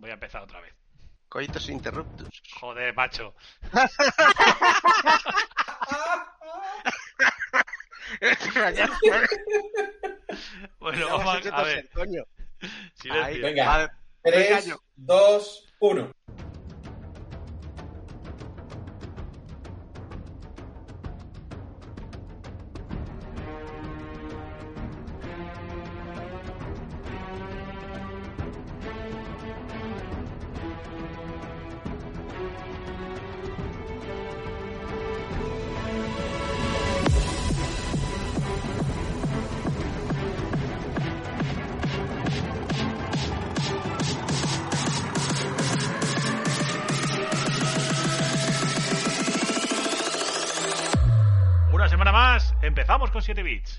voy a empezar otra vez. Coitus interruptus. Joder, macho. Bueno, vamos a ver. Coño. Silencio. Venga, 3, 2, 1. Una semana más, empezamos con 7 bits.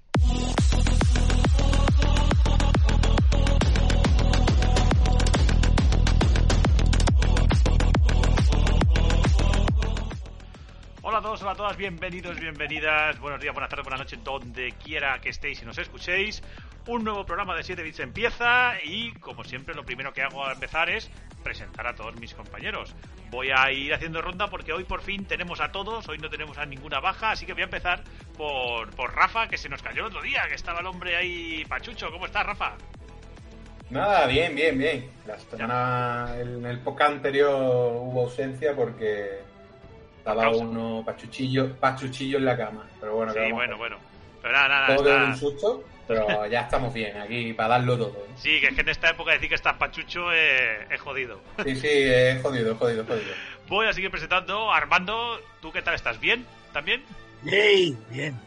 Hola a todos, hola a todas, bienvenidos, bienvenidas, buenos días, buenas tardes, buenas noches, donde quiera que estéis y nos escuchéis. Un nuevo programa de 7 bits empieza y, como siempre, lo primero que hago al empezar es presentar a todos mis compañeros. Voy a ir haciendo ronda porque hoy por fin tenemos a todos, hoy no tenemos a ninguna baja, así que voy a empezar por Rafa, que se nos cayó el otro día, que estaba el hombre ahí pachucho. ¿Cómo estás, Rafa? Nada, bien. La semana, en el podcast anterior hubo ausencia porque estaba uno pachuchillo en la cama. Pero bueno, sí, bueno. Pero nada. Todo de un susto, pero ya estamos bien aquí para darlo todo. Sí, que es que en esta época decir que estás pachucho es jodido. Sí, es jodido. Voy a seguir presentando. Armando, ¿tú qué tal estás? ¿Bien? ¿También? ¡Yay! Bien.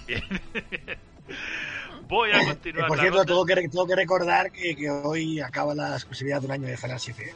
Voy a continuar. Por cierto, tengo que recordar que hoy acaba la exclusividad de un año de Final 7.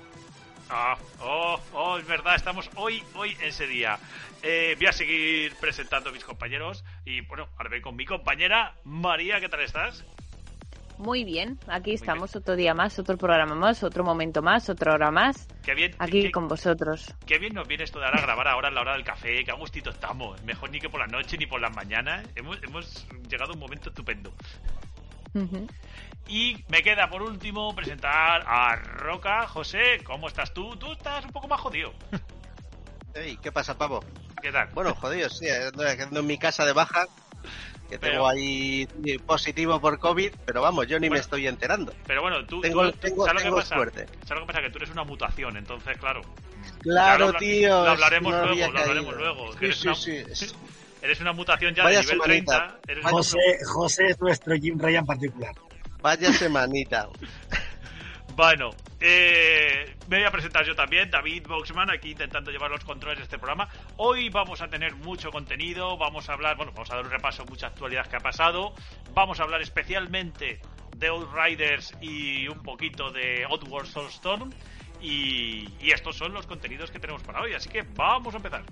Es verdad, estamos hoy en ese día. Voy a seguir presentando a mis compañeros y bueno, ahora voy con mi compañera María. ¿Qué tal estás? Muy bien, aquí estamos otro día más, otro programa más, otro momento más, otra hora más. Qué bien, aquí con vosotros. Qué bien nos viene esto de ahora grabar ahora en la hora del café, que a gustito estamos. Mejor ni que por la noche ni por las mañanas. Hemos llegado a un momento estupendo. Uh-huh. Y me queda por último presentar a Roca. José, ¿cómo estás tú? Tú estás un poco más jodido. Hey, ¿qué pasa, pavo? ¿Qué tal? Bueno, jodido, sí, ando en mi casa de baja, que tengo ahí positivo por COVID, pero vamos, yo ni me estoy enterando. Pero bueno, tú tengo ¿sabes lo que pasa? Suerte. ¿Sabes lo que pasa? Que tú eres una mutación, entonces, claro. Claro, tío. Lo hablaremos luego. Sí. Eres una mutación ya Vaya de nivel semanita. 30. José es nuestro Jim Ryan particular. Vaya semanita. Bueno, me voy a presentar yo también, David Boxman, aquí intentando llevar los controles de este programa. Hoy vamos a tener mucho contenido, vamos a dar un repaso a mucha actualidad que ha pasado, vamos a hablar especialmente de Outriders y un poquito de Oddworld Soulstorm y estos son los contenidos que tenemos para hoy, así que vamos a empezar.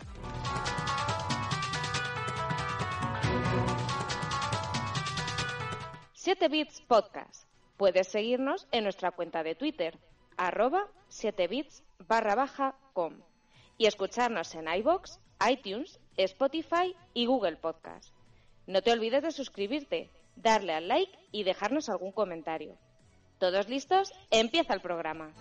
Siete Bits Podcast. Puedes seguirnos en nuestra cuenta de Twitter, @7bits_com y escucharnos en iVoox, iTunes, Spotify y Google Podcast. No te olvides de suscribirte, darle al like y dejarnos algún comentario. ¿Todos listos? Empieza el programa.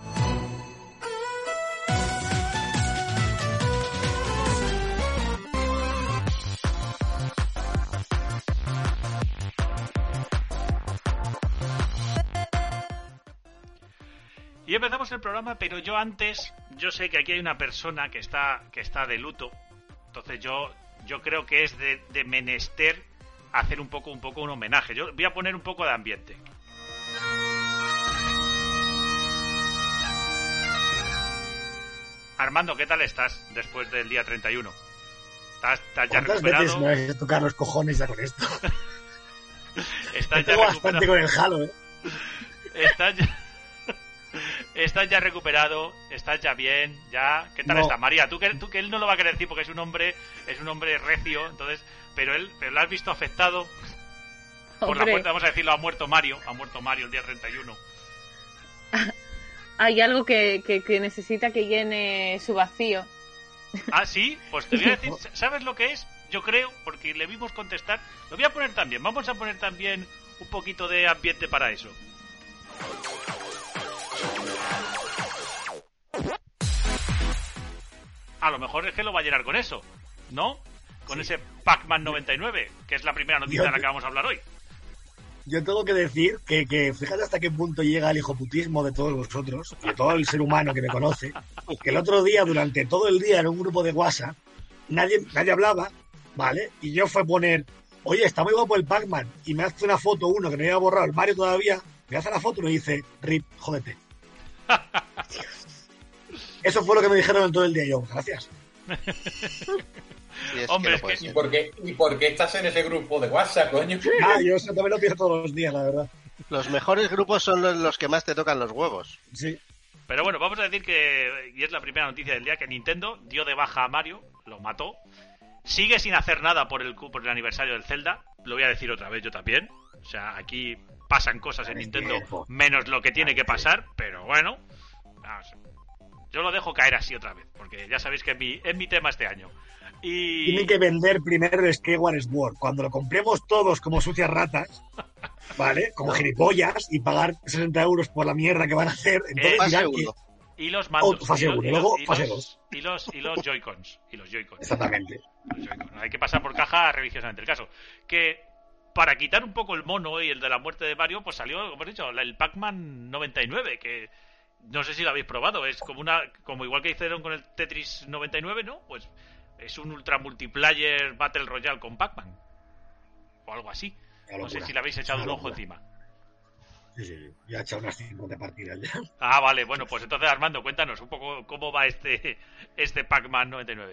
Y empezamos el programa, pero yo sé que aquí hay una persona que está de luto, entonces yo creo que es de menester hacer un poco un homenaje. Yo voy a poner un poco de ambiente. Armando, ¿qué tal estás después del día 31? ¿Estás ya recuperado? ¿Cuántas veces me vas a tocar los cojones ya con esto? ¿Estás ya recuperado? Bastante con el Halo, ¿eh? ¿Estás ya recuperado? ¿Estás ya bien? ¿Ya? ¿Qué tal está María? Tú que él no lo va a querer decir porque es un hombre recio, entonces, pero lo has visto afectado por la muerte, vamos a decirlo, ha muerto Mario el día 31. Hay algo que necesita que llene su vacío. ¿Ah, sí? Pues te voy a decir, ¿sabes lo que es? Yo creo, porque le vimos contestar, lo voy a poner también, vamos a poner también un poquito de ambiente para eso. a lo mejor es que lo va a llenar con eso, ¿no? Con ese Pac-Man 99, que es la primera noticia de la que vamos a hablar hoy. Yo tengo que decir que fíjate hasta qué punto llega el hijoputismo de todos vosotros, de todo el ser humano que me conoce, que el otro día, durante todo el día, en un grupo de WhatsApp, nadie hablaba, ¿vale? Y yo fui a poner, oye, está muy guapo el Pac-Man, y me hace una foto uno que no había borrado, el Mario todavía, me hace la foto y me dice, Rip, jódete. Eso fue lo que me dijeron en todo el día. Yo, gracias. Sí, Hombre, que es que... ¿Y por qué estás en ese grupo de WhatsApp, coño? Yo eso también lo pienso todos los días, la verdad. los mejores grupos son los que más te tocan los huevos. Sí. Pero bueno, vamos a decir que, y es la primera noticia del día, que Nintendo dio de baja a Mario, lo mató. Sigue sin hacer nada por el aniversario del Zelda. Lo voy a decir otra vez yo también. O sea, aquí pasan cosas en Nintendo menos lo que tiene que pasar, pero bueno. Yo lo dejo caer así otra vez, porque ya sabéis que es mi tema este año. Y... Tienen que vender primero el Skyward Sword. Cuando lo compremos todos como sucias ratas, ¿vale? Como gilipollas, y pagar 60 euros por la mierda que van a hacer, entonces dirán que... Y los mandos. Fase 1, luego fase 2. Y los Joy-Cons. Exactamente. Los Joy-Con. Hay que pasar por caja religiosamente. El caso, que para quitar un poco el mono y el de la muerte de Mario, pues salió, como he dicho, el Pac-Man 99, que no sé si lo habéis probado. Es como igual que hicieron con el Tetris 99, ¿no? Pues es un ultra multiplayer Battle Royale con Pac-Man. O algo así. No sé si le habéis echado un ojo encima. Sí, ya he echado unas 50 partidas ya. Ah, vale, bueno, pues entonces Armando, cuéntanos un poco cómo va este Pac-Man 99.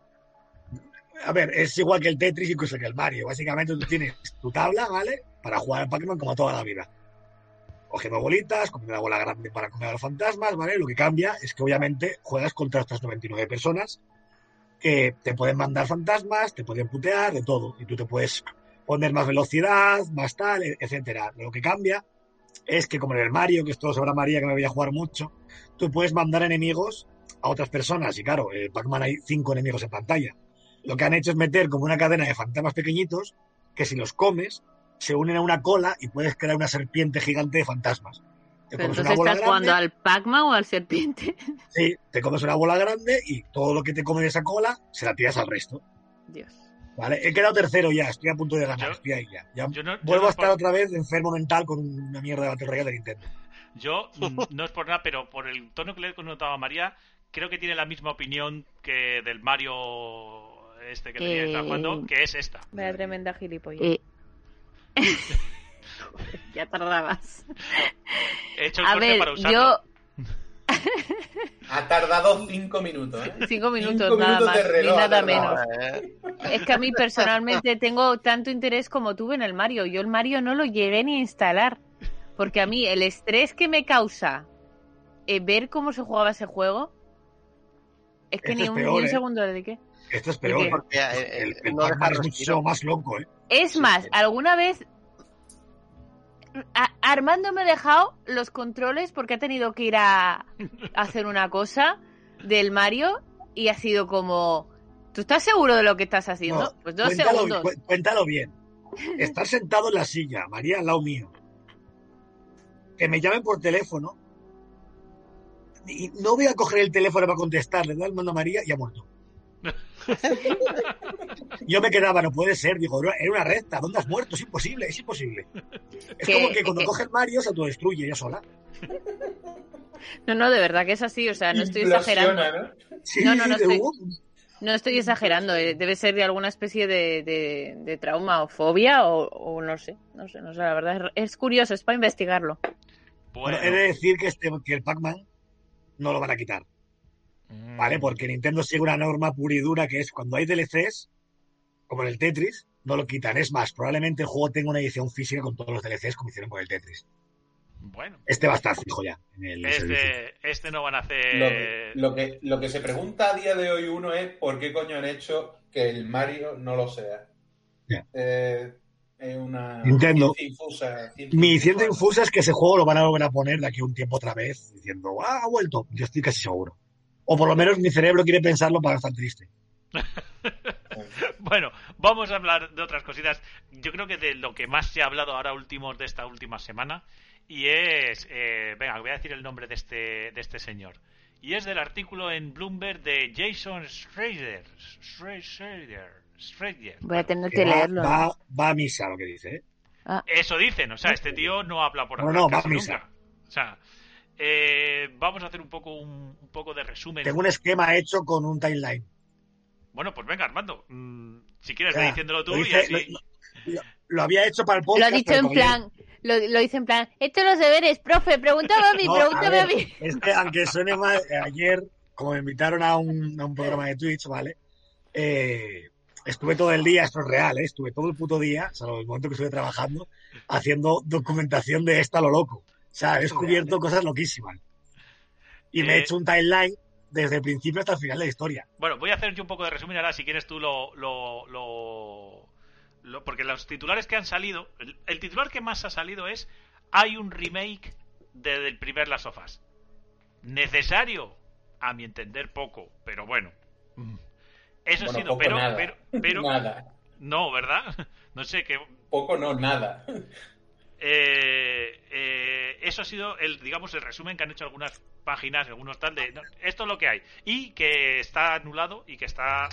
A ver, es igual que el Tetris, incluso que el Mario. Básicamente tú tienes tu tabla, ¿vale? Para jugar al Pac-Man como toda la vida. Cogiendo bolitas, cogiendo la bola grande para comer a los fantasmas, ¿vale? Lo que cambia es que obviamente juegas contra estas 99 personas que te pueden mandar fantasmas, te pueden putear, de todo. Y tú te puedes poner más velocidad, más tal, etcétera. Lo que cambia es que, como en el Mario, que esto sabrá María que me voy a jugar mucho, tú puedes mandar enemigos a otras personas. Y claro, en Pac-Man hay 5 enemigos en pantalla. Lo que han hecho es meter como una cadena de fantasmas pequeñitos que, si los comes, se unen a una cola y puedes crear una serpiente gigante de fantasmas. ¿Pero entonces estás jugando al Pac-Man o al serpiente? Sí, te comes una bola grande y todo lo que te come de esa cola se la tiras al resto. Dios. Vale, he quedado tercero ya, estoy a punto de ganar, estoy ahí ya. Vuelvo a estar otra vez enfermo mental con una mierda de Battle Royale de Nintendo. Yo, no es por nada, pero por el tono que le he conotado a María, creo que tiene la misma opinión que del Mario que tenía que estar jugando, que es esta. Vaya tremenda gilipollas. Ya tardabas. He hecho el corte para usarlo. Ha tardado 5 minutos, ¿eh? 5 minutos nada más, reloj, ni nada menos. Es que a mí personalmente tengo tanto interés como tuve en el Mario. Yo el Mario no lo llegué ni a instalar. Porque a mí el estrés que me causa ver cómo se jugaba ese juego es que ni un segundo le dediqué. Esto es peor, porque el Pac-Man es mucho más loco, ¿eh? Es más, alguna vez Armando me ha dejado los controles porque ha tenido que ir a hacer una cosa del Mario y ha sido como, ¿tú estás seguro de lo que estás haciendo? No, pues 2 segundos. Cuéntalo bien. Estar sentado en la silla, María al lado mío, que me llamen por teléfono y no voy a coger el teléfono para contestarle, le doy el mando a María y ha muerto. Yo me quedaba, no puede ser, digo, era una recta, ¿dónde has muerto? Es imposible. Es como que cuando coge el Mario se autodestruye ella sola. No, de verdad que es así, o sea, no estoy exagerando. ¿No? Sí, no estoy exagerando, debe ser de alguna especie de trauma o fobia o no sé, la verdad es curioso, es para investigarlo. Bueno, he de decir que el Pac-Man no lo van a quitar. ¿Vale? Porque Nintendo sigue una norma pura y dura que es cuando hay DLCs, como en el Tetris, no lo quitan. Es más, probablemente el juego tenga una edición física con todos los DLCs como hicieron con el Tetris. Bueno. Este va a estar fijo ya. En el este no van a hacer... Lo que se pregunta a día de hoy uno es ¿por qué coño han hecho que el Mario no lo sea? Yeah. Es una Nintendo. Infusa. Mi ciencia infusa es que ese juego lo van a volver a poner de aquí a un tiempo otra vez, diciendo, ha vuelto. Yo estoy casi seguro. O por lo menos mi cerebro quiere pensarlo para estar triste. Bueno, vamos a hablar de otras cositas. Yo creo que de lo que más se ha hablado ahora últimos de esta última semana, y es... venga, voy a decir el nombre de este señor. y es del artículo en Bloomberg de Jason Schreier. Voy a tener que leerlo. Va a misa lo que dice, ¿eh? Eso dicen, o sea, este tío no habla por No, va a casi misa. nunca. O sea, vamos a hacer un poco de resumen. Tengo un esquema hecho con un timeline. Bueno, pues venga, Armando. Si quieres, Ya, ve diciéndolo tú lo y hice- así. Lo había hecho para el Lo podcast. ha dicho pero en como plan, lo dice en plan, esto los deberes, profe, pregúntame a mí, No, pregúntame a ver, mí. Es que aunque suene mal, ayer, como me invitaron a un programa de Twitch, ¿vale? Estuve todo el día, esto es real, ¿eh? Estuve todo el puto día, o sea, el momento que estuve trabajando, haciendo documentación de esta lo loco. O sea, he descubierto cosas loquísimas. Y me he hecho un timeline desde el principio hasta el final de la historia. Bueno, voy a hacer yo un poco de resumen ahora, si quieres tú porque los titulares que han salido, el titular que más ha salido es: hay un remake del primer Last of Us. Necesario, a mi entender, poco, pero bueno. Eso ha sido, pero nada. No, ¿verdad? No sé qué. Poco no, nada. Eso ha sido el resumen que han hecho algunas páginas, algunos tal de esto es lo que hay, y que está anulado y que está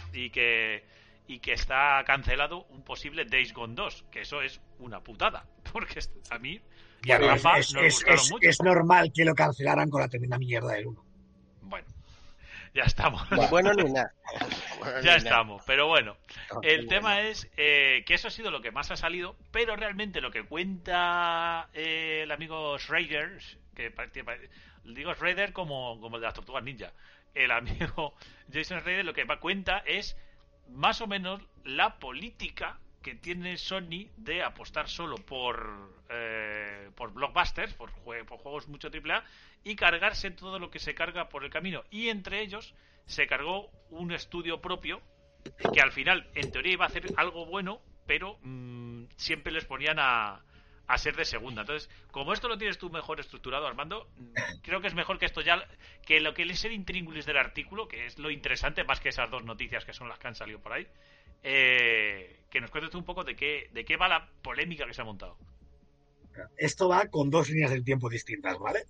cancelado un posible Days Gone 2, que eso es una putada, porque a mí y a Rafa nos gustaron mucho. Es normal que lo cancelaran con la tremenda mierda del 1. Bueno, ya estamos. Ni bueno ni nada. Ya estamos, pero bueno, el tema es que eso ha sido lo que más ha salido, pero realmente lo que cuenta el amigo Schreier, que digo Schreier como el de las Tortugas Ninja, el amigo Jason Schreier lo que cuenta es más o menos la política que tiene Sony de apostar solo por blockbusters, por juegos mucho AAA, y cargarse todo lo que se carga por el camino, y entre ellos se cargó un estudio propio que al final en teoría iba a hacer algo bueno, pero siempre les ponían a ser de segunda. Entonces, como esto lo tienes tú mejor estructurado, Armando, creo que es mejor que esto que lo que es el intríngulis del artículo, que es lo interesante más que esas dos noticias que son las que han salido por ahí, que nos cuentes tú un poco de qué va la polémica que se ha montado. Esto va con dos líneas del tiempo distintas, ¿vale?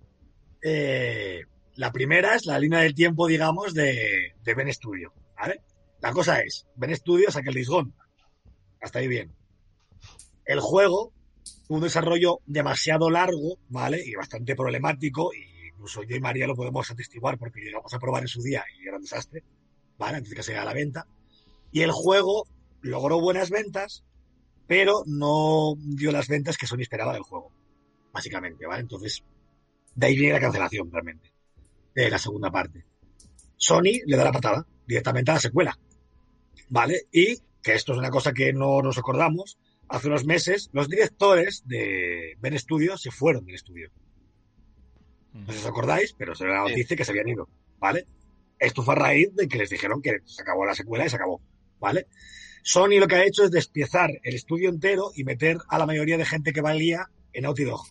La primera es la línea del tiempo, digamos, de Ben Studio, ¿vale? La cosa es, Ben Studio saca el Days Gone. Hasta ahí bien. El juego tuvo un desarrollo demasiado largo, ¿vale? Y bastante problemático, y incluso yo y María lo podemos atestiguar porque llegamos a probar en su día y era un desastre, ¿vale? Antes de que se llegara a la venta. Y el juego logró buenas ventas, pero no dio las ventas que Sony esperaba del juego, básicamente, ¿vale? Entonces, de ahí viene la cancelación, realmente, de la segunda parte. Sony le da la patada directamente a la secuela, ¿vale? Y, que esto es una cosa que no nos acordamos, hace unos meses los directores de Ben Studio se fueron del estudio. No sé si os acordáis, pero se ve la noticia que se habían ido, ¿vale? Esto fue a raíz de que les dijeron que se acabó la secuela y se acabó, ¿vale? Sony lo que ha hecho es despiezar el estudio entero y meter a la mayoría de gente que valía en Naughty Dog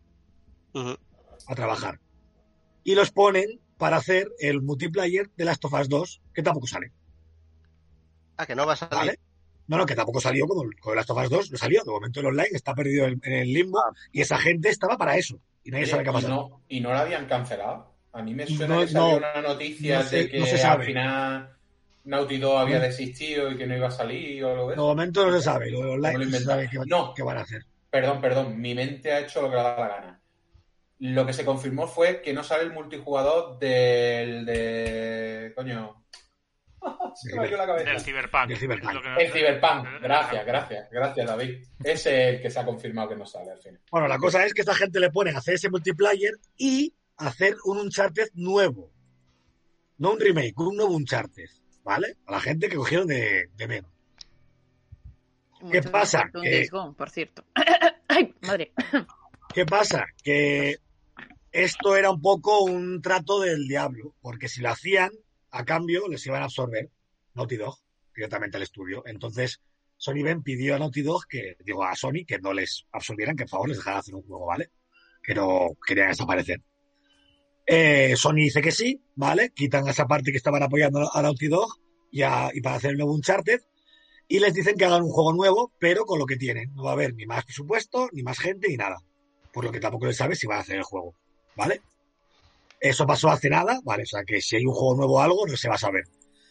a trabajar. Y los ponen para hacer el multiplayer de Last of Us 2, que tampoco sale. Ah, que no va a salir. ¿Vale? No, que tampoco salió con Last of Us 2, no salió. De momento el online está perdido en el limbo y esa gente estaba para eso. Y nadie sabe qué ha pasado. ¿Y no la habían cancelado? A mí me suena que salió una noticia de que al final Naughty Dog había desistido y que no iba a salir o algo de eso. De momento no se sabe. Lo de online no se sabe qué van a hacer. Perdón. Mi mente ha hecho lo que le ha dado la gana. Lo que se confirmó fue que no sale el multijugador del se me cayó la cabeza. Del Cyberpunk. El Cyberpunk. Gracias, David. Ese es el que se ha confirmado que no sale al final. Bueno, la cosa es que esta gente le pone a hacer ese multiplayer y hacer un Uncharted nuevo. No un remake, un nuevo Uncharted, ¿vale? A la gente que cogieron de menos. ¿Qué pasa? Un Days Gone, por cierto. ¡Ay, madre! ¿Qué pasa? Que esto era un poco un trato del diablo, porque si lo hacían, a cambio les iban a absorber Naughty Dog directamente al estudio. Entonces, Sony Ben pidió a Naughty Dog a Sony que no les absorbieran, que por favor les dejaran hacer un juego, ¿vale? Que no querían desaparecer. Sony dice que sí, ¿vale? Quitan esa parte que estaban apoyando a Naughty Dog y para hacer el nuevo Uncharted, y les dicen que hagan un juego nuevo, pero con lo que tienen. No va a haber ni más presupuesto, ni más gente, ni nada. Por lo que tampoco les sabe si van a hacer el juego, ¿vale? Eso pasó hace nada, ¿vale? O sea, que si hay un juego nuevo o algo, no se va a saber.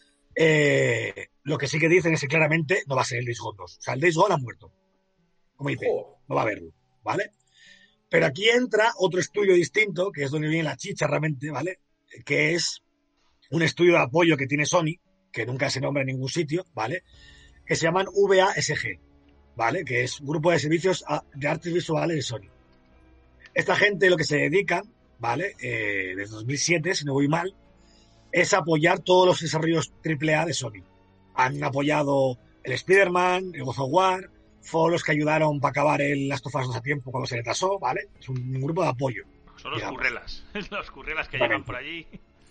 Lo que sí que dicen es que claramente no va a ser el Days Gone 2. O sea, el Days Gone ha muerto. Como dice, no va a haberlo, ¿vale? Pero aquí entra otro estudio distinto, que es donde viene la chicha realmente, ¿vale? Que es un estudio de apoyo que tiene Sony, que nunca se nombra en ningún sitio, ¿vale? Que se llaman VASG, ¿vale? Que es un grupo de servicios de artes visuales de Sony. Esta gente lo que se dedica, ¿vale? Desde 2007, si no voy mal, es apoyar todos los desarrollos AAA de Sony. Han apoyado el Spider-Man, el God of War, fueron los que ayudaron para acabar el Last of Us 2 a tiempo cuando se retrasó, ¿vale? Es un grupo de apoyo. Son los currelas, los currelas que Vale. llegan por allí.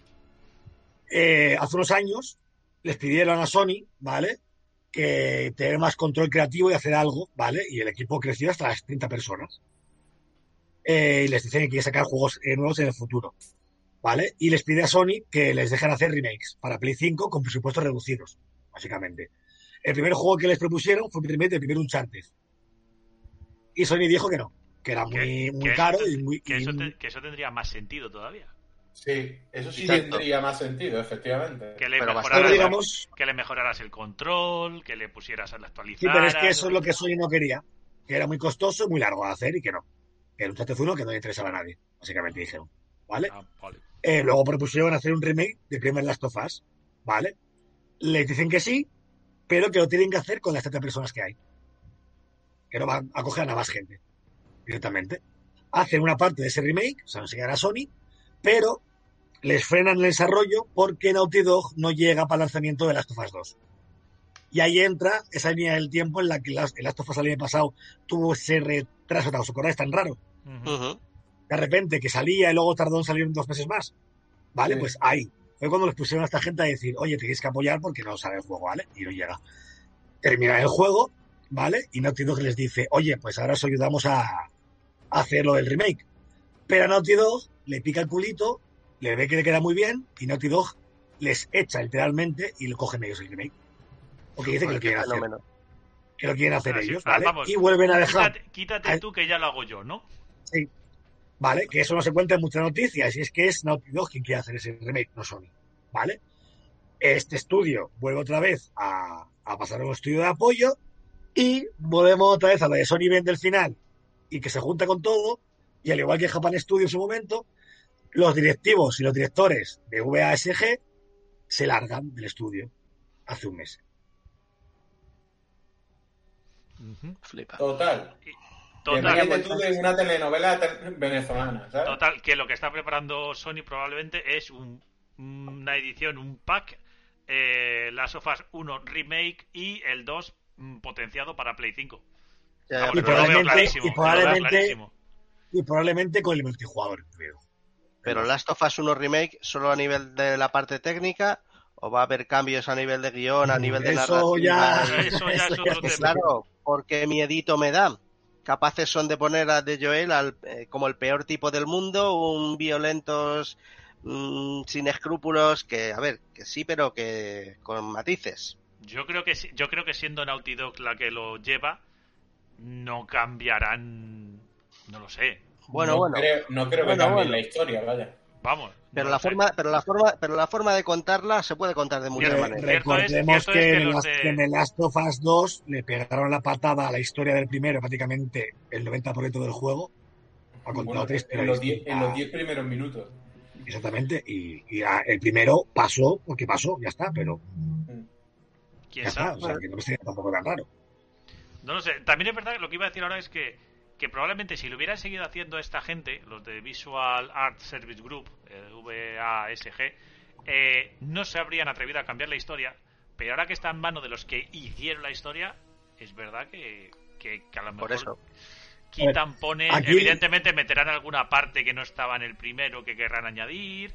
Hace unos años les pidieron a Sony, ¿vale? Que tener más control creativo y hacer algo, ¿vale? Y el equipo creció hasta las 30 personas. Y les dicen que quieren sacar juegos nuevos en el futuro, ¿vale? Y les pide a Sony que les dejen hacer remakes para Play 5 con presupuestos reducidos, básicamente. El primer juego que les propusieron fue el primer Uncharted. Y Sony dijo que no, que era muy caro y muy... Que eso tendría más sentido todavía. Sí, eso sí Exacto. tendría más sentido, efectivamente. Que le, Pero mejoraras, digamos- que le mejoraras el control, que le pusieras a la Sí, actualizar. pero es que eso es lo que Sony no quería, que era muy costoso y muy largo de hacer y que no. Que era un Uncharted 1 que no le interesaba a nadie, básicamente dijeron, ¿vale? Vale. Luego propusieron hacer un remake del primer Last of Us, ¿vale? Les dicen que sí, pero que lo tienen que hacer con las 30 personas que hay. Que no van a coger a más gente, directamente. Hacen una parte de ese remake, o sea, no se quedará Sony, pero les frenan el desarrollo porque Naughty Dog no llega para el lanzamiento de Last of Us 2. Y ahí entra esa línea del tiempo en la que el Last of Us el año pasado tuvo ese retraso, ¿os acordáis? Tan raro. Ujú. De repente que salía y luego tardó en salir 2 meses más. ¿Vale? Sí. Pues ahí. Fue cuando les pusieron a esta gente a decir, oye, tenéis que apoyar porque no sale el juego, ¿vale? Y no llega. Termina el juego, ¿vale? Y Naughty Dog les dice, oye, pues ahora os ayudamos a hacer lo del remake. Pero a Naughty Dog le pica el culito, le ve que le queda muy bien y Naughty Dog les echa literalmente y lo cogen ellos el remake. Porque dice que lo Qué quieren hacer. fenómeno. Que lo quieren hacer Así, ellos, ¿vale? vamos, y vuelven a dejar... Quítate tú que ya lo hago yo, ¿no? Sí. ¿Vale? Que eso no se cuenta en muchas noticias, y es que es Naughty Dog quien quiere hacer ese remake, no Sony. ¿Vale? Este estudio vuelve otra vez a pasar a un estudio de apoyo y volvemos otra vez a la de Sony vende el final y que se junta con todo, y al igual que Japan Studio en su momento, los directivos y los directores de VASG se largan del estudio hace un mes. Flipa. Total. Total, Imagínate tú de una telenovela venezolana, ¿sabes? total, que lo que está preparando Sony probablemente es una edición, un pack, Last of Us 1 Remake y el 2 potenciado para Play 5. Ya, Vamos, y yo lo veo probablemente- clarísimo, y yo lo veo probablemente- clarísimo. Y probablemente con el multijugador, creo. Pero Last of Us 1 Remake solo a nivel de la parte técnica, o va a haber cambios a nivel de guión, a nivel de Eso narrativa. Eso ya es otro tema. Claro, porque miedito me da. Capaces son de poner a De Joel como el peor tipo del mundo, un violentos sin escrúpulos, que a ver, que sí, pero que con matices. Yo creo que siendo Naughty Dog la que lo lleva, no cambiarán, no lo sé. Bueno, no bueno. Creo, no creo que Bueno, cambie bueno. la historia, vaya. Vamos. Pero no la lo sé. forma de contarla se puede contar de muchas Cierto, maneras. Recordemos cierto es que, que en, los en el Last of Us 2 le pegaron la patada a la historia del primero, prácticamente el 90% del juego. Ha contado Bueno, otra historia en los distinta. 10 primeros minutos. Exactamente, y el primero pasó porque pasó, ya está, pero ¿Quién ya está, sabe? o sea, que no me sería tampoco tan raro. No lo sé. También es verdad que lo que iba a decir ahora es que probablemente si lo hubieran seguido haciendo esta gente, los de Visual Art Service Group, VASG, no se habrían atrevido a cambiar la historia, pero ahora que está en manos de los que hicieron la historia, es verdad que a lo mejor Por eso. quitan, ponen, Aquí- evidentemente meterán alguna parte que no estaba en el primero que querrán añadir.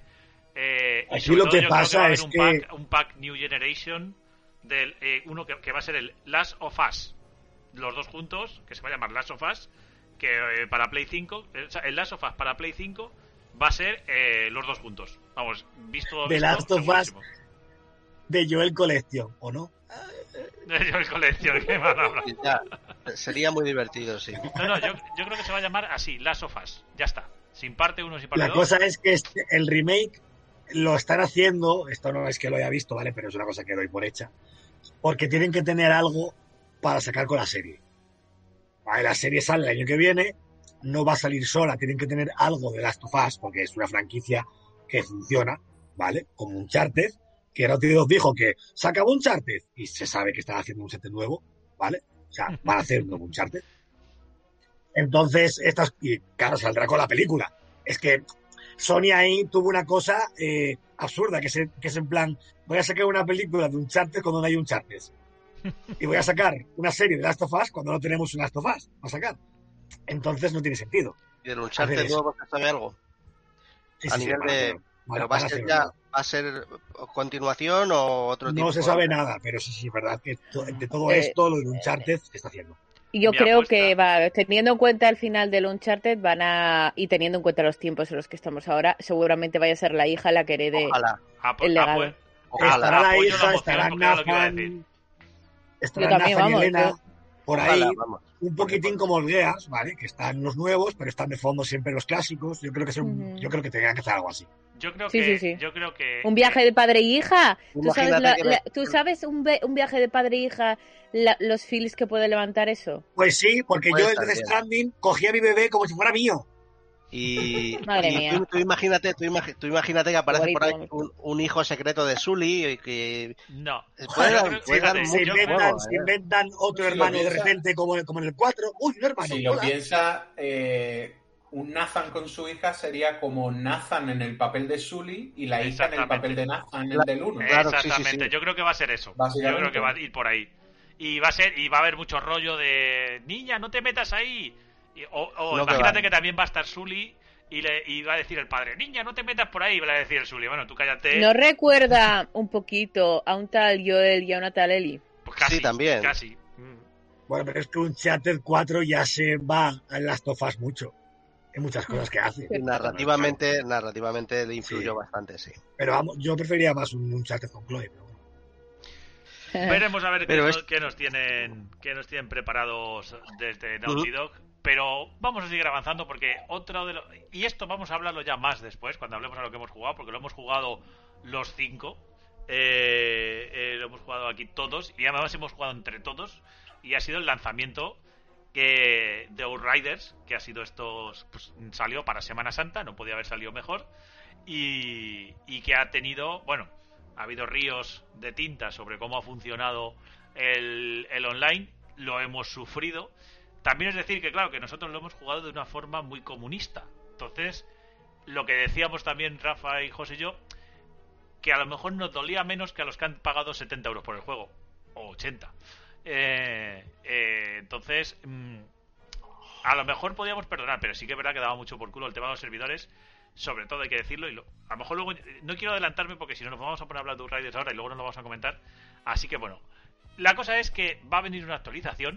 Y Aquí sobre lo todo que yo creo pasa va a haber es un que- un pack New Generation del uno que va a ser el Last of Us, los dos juntos, que se va a llamar Last of Us, que para Play 5, o sea, el Last of Us para Play 5 va a ser los dos juntos. Vamos, visto The Last of Us. segurísimo. De Joel Collection, ¿o no? De colección, qué palabra. Ya, sería muy divertido, sí. No, yo creo que se va a llamar así, Last of Us. Ya está. Sin parte 1, sin parte La 2. cosa es que el remake lo están haciendo, esto no es que lo haya visto, ¿vale? Pero es una cosa que doy por hecha, porque tienen que tener algo para sacar con la serie. ¿Vale? La serie sale el año que viene, no va a salir sola, tienen que tener algo de Last of Us, porque es una franquicia que funciona, ¿vale? Como Uncharted, que Naughty Dog dijo que se acabó Uncharted y se sabe que están haciendo un Uncharted nuevo, ¿vale? O sea, van a hacer un nuevo Uncharted. Entonces, y claro, saldrá con la película. Es que Sony ahí tuvo una cosa absurda, que es en plan, voy a sacar una película de Uncharted cuando no hay Uncharted. Y voy a sacar una serie de Last of Us cuando no tenemos un Last of Us a sacar. Entonces no tiene sentido. ¿Y del Uncharted nuevo se sabe algo? Sí, A nivel de... ¿Pero va a ser continuación o otro tipo? No se sabe nada, pero sí, es verdad que de todo esto, lo de Uncharted se está haciendo. Yo creo que teniendo en cuenta el final del Uncharted, y teniendo en cuenta los tiempos en los que estamos ahora, seguramente vaya a ser la hija la que herede el legado. Estará la hija, estará Nathan, estará Nathan y Elena, por ahí, un poquitín como el Gears, ¿vale? Que están los nuevos, pero están de fondo siempre los clásicos. Yo creo que tendrían que hacer algo así. Yo creo que un viaje de padre y hija. ¿Tú sabes un viaje de padre y hija los feels que puede levantar eso? Pues sí, porque yo desde Death Stranding cogí a mi bebé como si fuera mío. Madre mía. Tú imagínate que aparece por ahí un hijo secreto de Sully y que... No. Se inventan otro hermano de repente como en el 4. ¡Uy, un hermano! Si lo piensa, un Nathan con su hija sería como Nathan en el papel de Sully y la hija en el papel de Nathan en el del 1. Exactamente, yo creo que va a ser eso. Yo creo que va a ir por ahí. Y va a haber mucho rollo de niña, no te metas ahí. O imagínate que también va a estar Sully y va a decir el padre, niña, no te metas por ahí, y va a decir el Sully, bueno, tú cállate. ¿No recuerda un poquito a un tal Joel y a una tal Ellie? Pues casi, sí, también. Casi. Bueno, pero es que Uncharted 4 ya se va a Last of Us mucho. Hay muchas cosas que hace. Narrativamente le influyó bastante, sí. Pero vamos, yo preferiría más un Uncharted con Chloe, pero bueno. Veremos a ver qué nos tienen preparados desde Naughty Dog. Pero vamos a seguir avanzando porque y esto vamos a hablarlo ya más después, cuando hablemos de lo que hemos jugado, porque lo hemos jugado los 5. Lo hemos jugado aquí todos y además hemos jugado entre todos y ha sido el lanzamiento de Outriders, que ha sido pues, salió para Semana Santa, no podía haber salido mejor, y que ha tenido, bueno, ha habido ríos de tinta sobre cómo ha funcionado el online, lo hemos sufrido. También es decir que, claro, que nosotros lo hemos jugado de una forma muy comunista. Entonces, lo que decíamos también Rafa y José y yo, que a lo mejor nos dolía menos que a los que han pagado 70 euros por el juego, o 80. Entonces, a lo mejor podíamos perdonar, pero sí que es verdad que daba mucho por culo el tema de los servidores. Sobre todo hay que decirlo, a lo mejor luego no quiero adelantarme porque si no nos vamos a poner a hablar de Outriders ahora y luego no lo vamos a comentar. Así que bueno, la cosa es que va a venir una actualización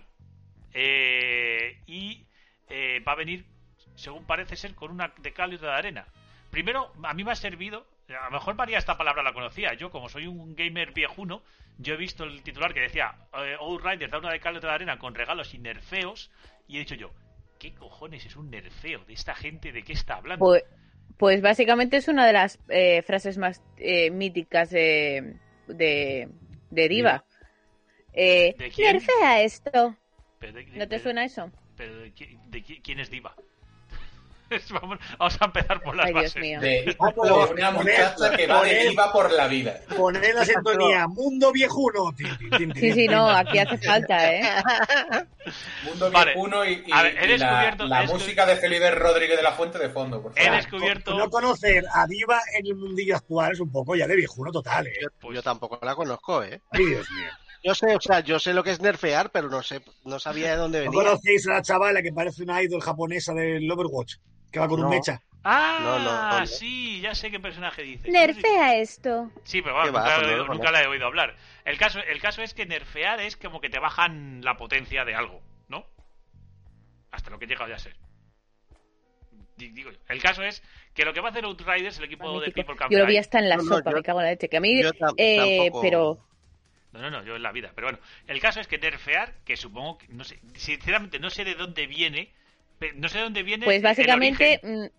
y va a venir, según parece ser, con una de cal y otra de arena. Primero, a mí me ha servido, a lo mejor María esta palabra la conocía, yo como soy un gamer viejuno, yo he visto el titular que decía Outriders da una de cal y otra de arena con regalos y nerfeos, y he dicho yo, ¿qué cojones es un nerfeo de esta gente? ¿De qué está hablando? Pues básicamente es una de las frases más míticas de Diva. ¿De quién? Nerfea esto. ¿No te suena eso? ¿Pero quién es Diva? Vamos a empezar por las bases. Dios mío. De una muchacha que va de Diva por la vida. Poner la sintonía Mundo Viejuno. Sí, no, aquí hace falta, Mundo Viejuno y la música de Felipe Rodríguez de la Fuente de fondo, por favor. He descubierto... No conocer a Diva en el mundillo actual es un poco ya de viejuno total, Yo tampoco la conozco, Ay, Dios mío. Yo sé lo que es nerfear, pero no sabía de dónde venía. ¿No conocéis a la chavala que parece una idol japonesa del Overwatch? Que va con un mecha. No. Sí, ya sé qué personaje dice. Nerfea esto. Sí, pero bueno, nunca la he oído hablar. El caso es que nerfear es como que te bajan la potencia de algo, ¿no? Hasta lo que he llegado ya a ser. Digo yo. El caso es que lo que va a hacer Outriders, el equipo de People Can Fly... Yo lo vi hasta en la sopa, me cago en la leche. Que a mí... tampoco... pero... No, yo en la vida. Pero bueno, el caso es que nerfear, que supongo que... No sé, sinceramente no sé de dónde viene... No sé de dónde viene. Pues básicamente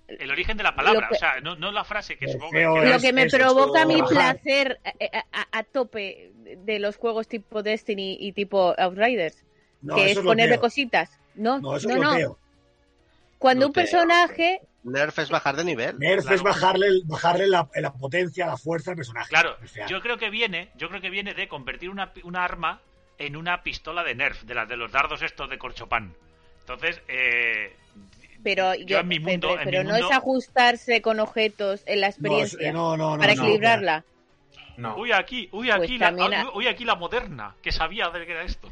El origen de la palabra, Lo que- o sea, no la frase que supongo Feo que Lo es- que me es provoca a mí trabajar. placer a tope de los juegos tipo Destiny y tipo Outriders, No, que eso es es lo ponerle peor. cosas. No, No, eso no, es lo no. peor. Cuando Lo un peor. personaje, Nerf es bajar de nivel. Nerf Claro. es bajarle la potencia, la fuerza al personaje. Claro, Nerfear. yo creo que viene de convertir una arma en una pistola de Nerf, de los dardos estos de corchopán. Entonces, pero yo en mi mundo, pero no es ajustarse con objetos en la experiencia No, para no, equilibrarla. No. uy aquí Pues la, también uy, aquí la moderna, que sabía de qué era esto.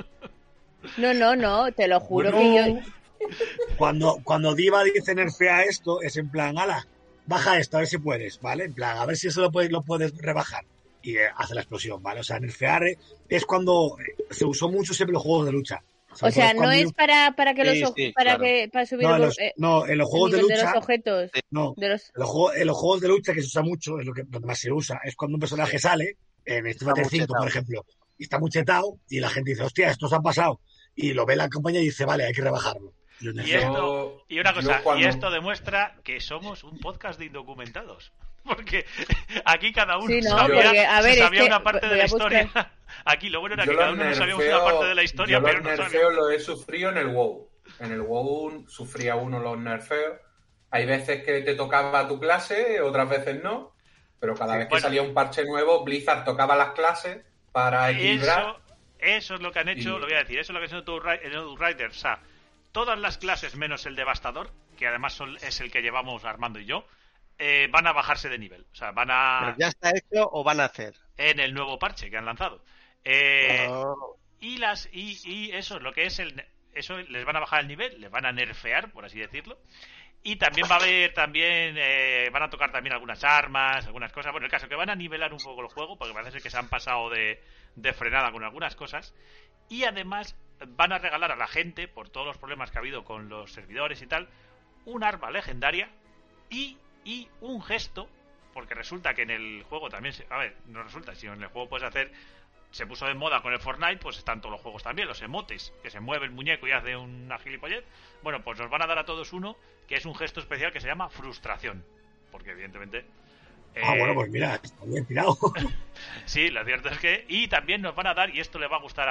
No, te lo juro Bueno, que yo. Cuando Diva dice nerfea esto, es en plan, ala, baja esto, a ver si puedes, ¿vale? En plan, a ver si eso lo puedes rebajar. Y hace la explosión, ¿vale? O sea, nerfear es cuando se usó mucho siempre en los juegos de lucha. O sea, no cuando- es para que Sí, los sí, para claro. que para subir No, en los el juegos de nivel de lucha, los objetos, no. de los En los juegos de lucha que se usa mucho, es lo que donde más se usa, es cuando un personaje sale, en Street Fighter muy 5, chetado. por ejemplo, y está muy chetado, y la gente dice, hostia, esto se ha pasado. Y lo ve la compañía y dice, vale, hay que rebajarlo. Y lo Y nerfea. esto, y una yo cosa, cuando- y esto demuestra que somos un podcast de indocumentados. Porque aquí cada uno Sí, no, sabía, porque, a ver, se es sabía que una parte de voy la a buscar. historia. Aquí lo bueno era Yo que cada los uno no sabíamos una parte de la historia, yo pero los no nerfeos sabíamos. los he sufrido en el WoW. En el WoW sufría uno los nerfeos. Hay veces que te tocaba tu clase, otras veces no. Pero cada Sí, vez que bueno. salía un parche nuevo, Blizzard tocaba las clases para equilibrar. Eso es lo que han hecho, Y- lo voy a decir, eso es lo que han hecho en Outriders. O sea, todas las clases menos el Devastador, que además es el que llevamos Armando y yo, van a bajarse de nivel. O sea, van ¿Pero a... ya está hecho o van a hacer? en el nuevo parche que han lanzado. Oh, Y eso es lo que es eso les van a bajar el nivel, les van a nerfear, por así decirlo. Y también va a haber van a tocar también algunas armas, algunas cosas. Bueno, el caso que van a nivelar un poco el juego, porque parece ser que se han pasado de frenada con algunas cosas. Y además van a regalar a la gente, por todos los problemas que ha habido con los servidores y tal, un arma legendaria y un gesto, porque resulta que en el juego también a ver, no resulta, si en el juego puedes hacer, se puso de moda con el Fortnite, pues están todos los juegos también, los emotes, que se mueve el muñeco y hace una gilipollez. Bueno, pues nos van a dar a todos uno, que es un gesto especial que se llama frustración, porque evidentemente... Bueno, pues mira, está bien tirado. Sí, lo cierto es que... Y también nos van a dar, y esto le va a gustar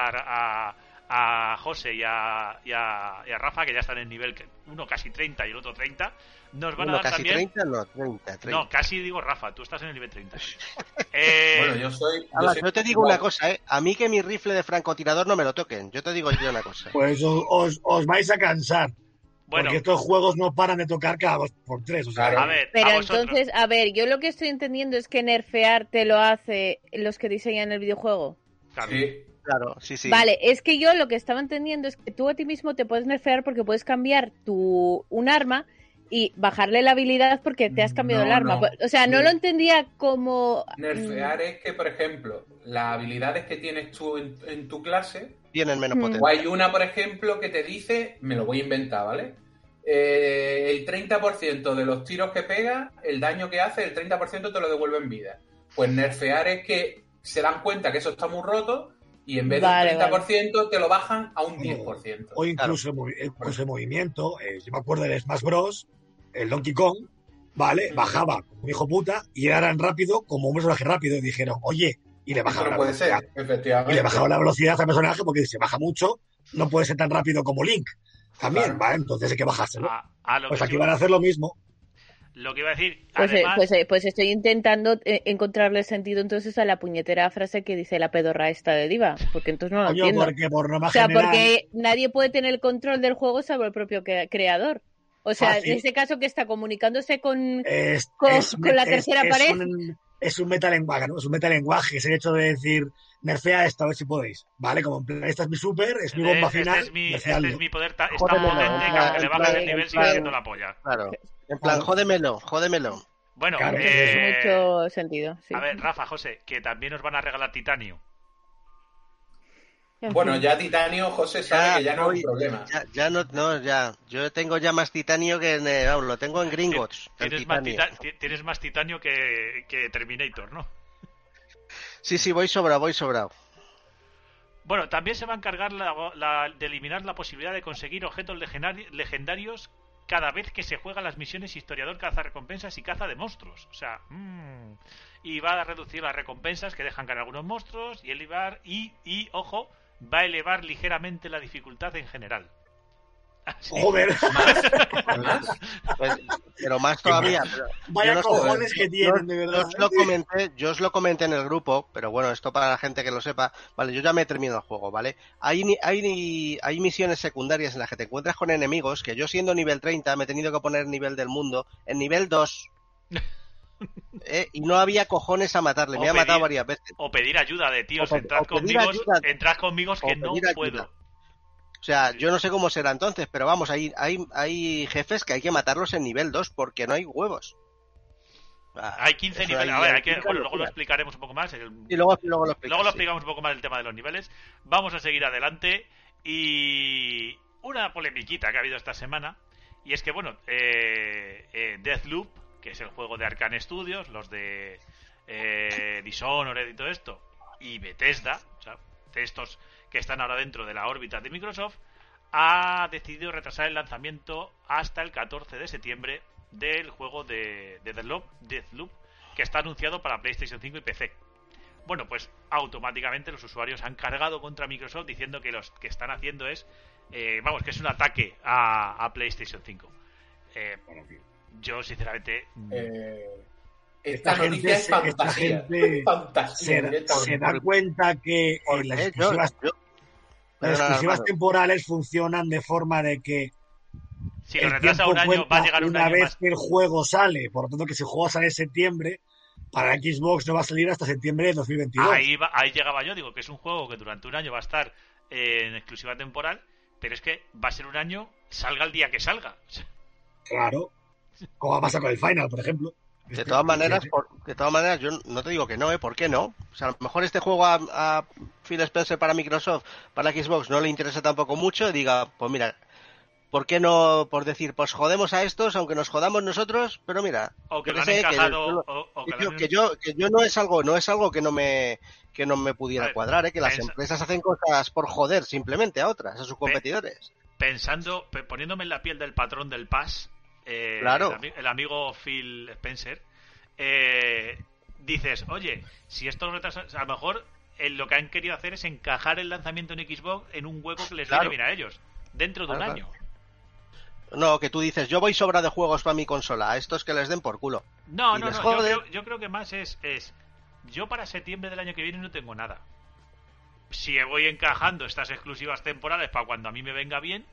a José y a Rafa, que ya están en nivel uno casi 30 y el otro 30, nos van a uno dar casi también... 30, no, 30. No, casi digo Rafa, tú estás en el nivel 30. Bueno, yo soy. Ahora, soy yo te digo igual. una cosa, ¿eh? A mí que mi rifle de francotirador no me lo toquen. Yo te digo yo una cosa. Pues os vais a cansar. Bueno, Porque estos juegos no paran de tocar cada 2x3. O sea, Claro. a ver, Pero a vosotros. entonces, a ver, yo lo que estoy entendiendo es que nerfear te lo hace los que diseñan el videojuego. Claro. Sí, Claro, sí, sí. Vale, es que yo lo que estaba entendiendo es que tú a ti mismo te puedes nerfear porque puedes cambiar un arma y bajarle la habilidad porque te has cambiado No, el arma. no. O sea, no Sí. lo entendía como... nerfear es que, por ejemplo, las habilidades que tienes tú en tu clase, Tienen menos Mm. potencia. o hay una, por ejemplo, que te dice, me lo voy a inventar, ¿vale? El 30% de los tiros que pega, el daño que hace, el 30% te lo devuelve en vida. Pues nerfear es que se dan cuenta que eso está muy roto y en vez Vale, de un 30% te lo bajan a un 10%. O incluso, incluso el movimiento. Yo me acuerdo del Smash Bros. El Donkey Kong, ¿vale? Bajaba como un hijo puta y era tan rápido como un personaje rápido. Y dijeron, oye, y le Eso bajaron no la puede velocidad. ser, efectivamente. Y le bajaron la velocidad al personaje porque se baja mucho, no puede ser tan rápido como Link. También, Claro. ¿vale? Entonces hay que bajárselo. A lo, Pues que aquí sí- van a hacer lo mismo. lo que iba a decir, Pues, además, pues estoy intentando encontrarle sentido entonces a la puñetera frase que dice la pedorra esta de Diva, porque entonces no lo Coño, entiendo. porque por norma O sea, general, porque nadie puede tener el control del juego salvo el propio creador. O sea, Fácil. en este caso que está comunicándose con... es, con la tercera pared. Es un metalenguaje, ¿no? Es un metalenguaje, es el hecho de decir, nerfea esto, a ver si podéis. ¿Vale? Como en plan, esta es mi super, es mi bomba final, este nerfeadlo. es mi poder es tan Jódemelo, potente que aunque le bajes el nivel sigue plan- siendo la polla. Claro. En plan, jódemelo. Bueno, Claro, Tiene mucho sentido, sí. a ver, Rafa, José, que también nos van a regalar titanio. En Bueno, fin. ya titanio, José sabe que ya no es un voy- problema. Ya no, ya. Yo tengo ya más titanio que vamos, lo tengo en Gringotts. el Tienes más titanio que Terminator, ¿no? Sí, voy sobrado. Bueno, también se va a encargar de eliminar la posibilidad de conseguir objetos legendarios cada vez que se juegan las misiones historiador, caza recompensas y caza de monstruos. O sea, y va a reducir las recompensas que dejan caer algunos monstruos y elevar ojo, va a elevar ligeramente la dificultad en general. Así. Joder. Pues, pero más todavía. Pero vaya yo cojones que tienen, de verdad. Yo os lo comenté en el grupo, pero bueno, esto para la gente que lo sepa. Vale, yo ya me he terminado el juego, ¿vale? Hay misiones secundarias en las que te encuentras con enemigos que yo, siendo nivel 30, me he tenido que poner nivel del mundo en nivel 2. Y no había cojones a matarle, me ha matado varias veces. O pedir ayuda de tíos, entrad conmigo que no puedo. O sea, yo no sé cómo será entonces, pero vamos, hay jefes que hay que matarlos en nivel 2 porque no hay huevos. Hay 15 niveles. A ver, bueno, luego lo explicaremos un poco más. Y luego lo explicamos un poco más el tema de los niveles. Vamos a seguir adelante. Y una polemiquita que ha habido esta semana. Y es que, bueno, Deathloop, que es el juego de Arcane Studios, los de Dishonored y todo esto, y Bethesda, o sea, de estos que están ahora dentro de la órbita de Microsoft, ha decidido retrasar el lanzamiento hasta el 14 de septiembre del juego de Deathloop, que está anunciado para PlayStation 5 y PC. Bueno, pues automáticamente los usuarios han cargado contra Microsoft diciendo que los que están haciendo es, que es un ataque a PlayStation 5. Yo, sinceramente... Esta noticia es fantasía. Se da cuenta que las exclusivas temporales funcionan de forma de que si lo retrasa un año va a llegar un año una vez más. Que el juego sale, por lo tanto que si el juego sale en septiembre, para Xbox no va a salir hasta septiembre de 2022. Ahí llegaba yo, digo que es un juego que durante un año va a estar en exclusiva temporal, pero es que va a ser un año, salga el día que salga. Claro, como va a pasar con el Final, por ejemplo. De todas maneras, yo no te digo que no, ¿por qué no? O sea, a lo mejor este juego a Phil Spencer para Microsoft, para Xbox no le interesa tampoco mucho, y diga, pues mira, ¿por qué no? Por decir, pues jodemos a estos, aunque nos jodamos nosotros, pero mira, o que lo han encajado, que yo no es algo que no me pudiera cuadrar, que las empresas hacen cosas por joder simplemente a otras, a sus competidores. Poniéndome en la piel del patrón del PAS, claro. el amigo Phil Spencer, dices, oye, si esto lo retrasas, a lo mejor lo que han querido hacer es encajar el lanzamiento en Xbox en un hueco que les viene bien a ellos, dentro de un año. No, que tú dices, yo voy sobra de juegos para mi consola, a estos que les den por culo. No, yo creo que más es yo para septiembre del año que viene no tengo nada. Si voy encajando estas exclusivas temporales para cuando a mí me venga bien,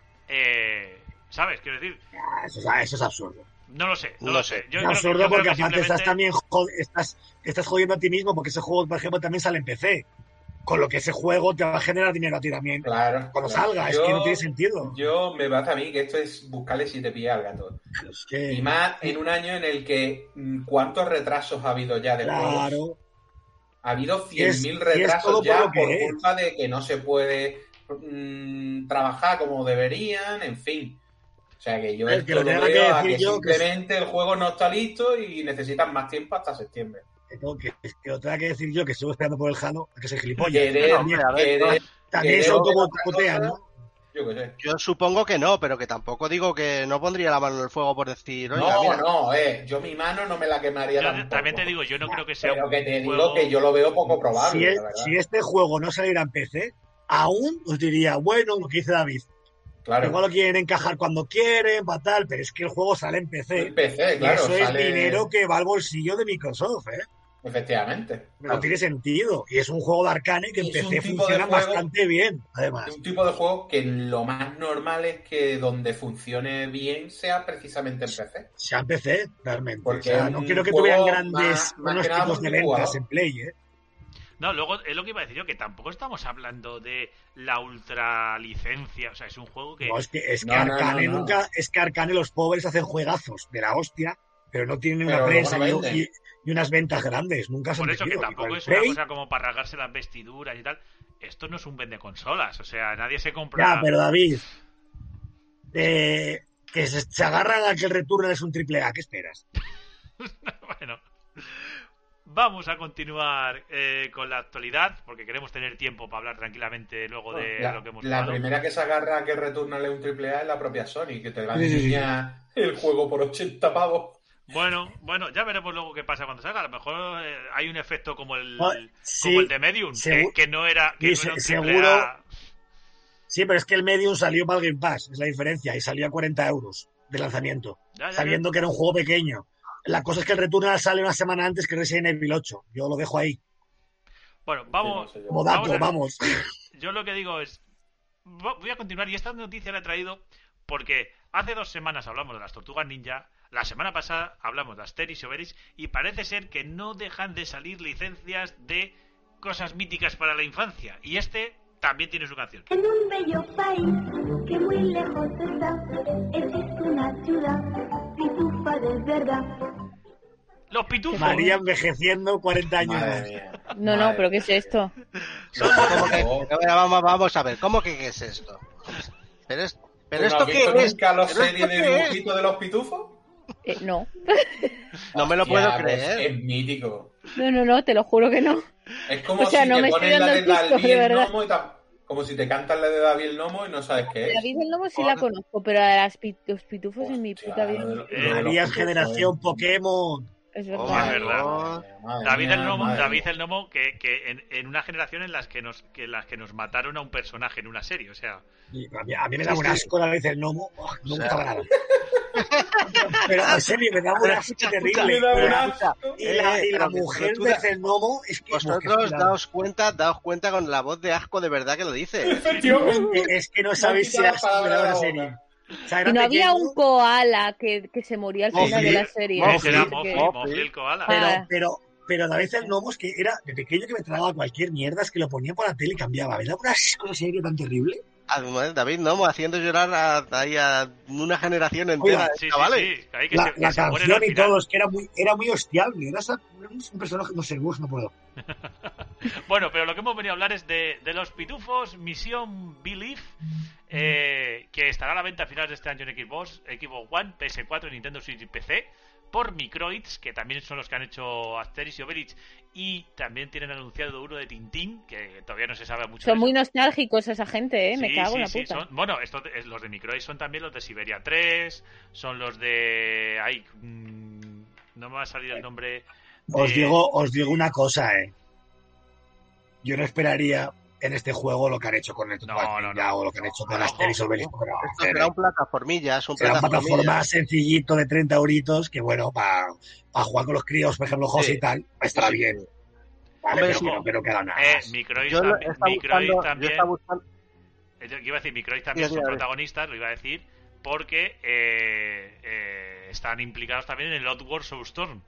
¿sabes? Quiero decir... Eso es absurdo. No lo sé. Es absurdo porque aparte estás también estás jodiendo a ti mismo, porque ese juego, por ejemplo, también sale en PC. Con lo que ese juego te va a generar dinero a ti también. Claro. Cuando salga, es que no tiene sentido. Me parece a mí que esto es buscarle si te pilla al gato. Es que... Y más en un año en el que ¿cuántos retrasos ha habido ya de juegos? Ha habido 100.000 retrasos ya por culpa de que no se puede trabajar como deberían, en fin. O sea que yo esto lo veo a que simplemente el juego no está listo y necesitan más tiempo hasta septiembre. Que lo tenga que decir yo, que sigo esperando por el Jano, que soy gilipollas. También se autobotean, ¿no? Yo supongo que no, pero que tampoco digo que no pondría la mano en el fuego por decir... yo mi mano no me la quemaría tampoco. También te digo, yo no creo que sea pero que te digo que yo lo veo poco probable, si este juego no saliera en PC, aún os diría, bueno, lo que dice David. Claro. Igual lo quieren encajar cuando quieren, para tal, pero es que el juego sale en PC. Claro, y eso es dinero que va al bolsillo de Microsoft, ¿eh? Efectivamente. No tiene sentido. Y es un juego de Arcane que en PC funciona bastante bien, además. Es un tipo de juego que lo más normal es que donde funcione bien sea precisamente en PC. Sea en PC, realmente. Porque no quiero que tuvieran grandes pronósticos de ventas en Play, ¿eh? No, luego es lo que iba a decir yo, que tampoco estamos hablando de la ultralicencia, o sea, es un juego que... No, es que Arcane nunca... Es que Arcane los pobres hacen juegazos de la hostia, pero no tienen una prensa y unas ventas grandes, nunca se han Por eso que tampoco es una cosa como para rasgarse las vestiduras y tal. Esto no es un vende consolas, o sea, nadie se compra... Ya, pero David, que se agarran a que el Returnal es un triple A, ¿qué esperas? Bueno... Vamos a continuar con la actualidad, porque queremos tener tiempo para hablar tranquilamente luego de lo que hemos La jugado. primera que se agarra a que Returnal es un AAA es la propia Sony, que te va a enseñar el juego por 80 pavos. Bueno, ya veremos luego qué pasa cuando salga. A lo mejor hay un efecto como el de Medium, que no era un seguro. AAA. Sí, pero es que el Medium salió para el Game Pass, es la diferencia, y salió a 40 euros de lanzamiento, sabiendo que era un juego pequeño. La cosa es que el Returnal sale una semana antes que Resident Evil 8. Yo lo dejo ahí. Bueno, vamos. Sí, no sé yo. Como dato, vamos. Yo lo que digo es, voy a continuar, y esta noticia la he traído porque hace 2 semanas hablamos de las Tortugas Ninja, la semana pasada hablamos de Asterix y Obelix, y parece ser que no dejan de salir licencias de cosas míticas para la infancia, y este también tiene su canción. En un bello país que muy lejos está, existe una ciudad pitufa de verdad. Los pitufos. María envejeciendo 40 años Madre más. mía. No, pero ¿qué es esto? Vamos a ver, ¿cómo que qué es esto? Pero ¿Tú no esto has qué visto es? nunca los ¿Pero series esto de qué es? dibujitos de los pitufos? No. No me lo puedo Hostia, pues creer. es mítico. No, te lo juro que no. Es como O sea, si no te me estoy ponen la dando de el gusto, David de el verdad. Nomo y como si te cantan la de David el Nomo y no sabes qué es. David el Lomo sí la conozco, pero a los pitufos en mi Hostia, puta vida. lo de los María es pitufos, generación Pokémon. Es Oh, verdad. es verdad. Madre David mía, el Nomo, madre David mía. el Nomo que en una generación en las que nos mataron a un personaje en una serie, o sea, Y a mí me da un asco la vez el gnomo. No me gustaba nada. Pero en serio, me da un asco terrible. Me da un Pero- asco. Y la pero mujer tú de da- el gnomo es que... Vosotros daos cuenta con la voz de asco de verdad que lo dice. Efectivamente. Es que no sabéis si Me han era quitado la superado la palabra de la serie. boca. O sea, Y era no había pequeño, un koala que se moría al final Mowgli. de la serie. Mowgli. era Porque- Mowgli el koala. Ah. pero David el gnomo es que era de pequeño que me tragaba cualquier mierda, es que lo ponía por la tele y cambiaba. Me da un asco esa serie tan terrible. Además, David Nomo haciendo llorar a una generación entera Oiga, de Sí, chavales. sí, ahí que La se mueren al canción y final. todo, es que era muy hostiable. Era un personaje, no sé, no puedo. Bueno, pero lo que hemos venido a hablar es de los pitufos Misión Belief, que estará a la venta a finales de este año en Xbox One, PS4, Nintendo Switch y PC, por Microids, que también son los que han hecho Asterix y Obelix, y también tienen anunciado uno de Tintín, que todavía no se sabe mucho. Son de muy eso. nostálgicos esa gente, ¿eh? Me Sí, cago en la sí, puta. bueno, los de Microids son también los de Siberia 3, son los de... no me va a salir el nombre... Os digo una cosa, Yo no esperaría en este juego lo que han hecho con el Tortugas Ninja o lo que han hecho con Ojo. Asterix y Obelix. porque no van a Esto hacer, será un plataformilla, es un Será un plataformilla. plataforma sencillito de 30 euritos que, bueno, para jugar con los críos, por ejemplo, José y tal, estará Sí, bien. sí. Vale, Hombre, pero sí. que no quiero que haga nada. más. Microids Yo también... Microids yo también estaba buscando... Yo iba a decir, Microids también Sí, son a ver. protagonistas, lo iba a decir, porque están implicados también en el Outward Soulstorm.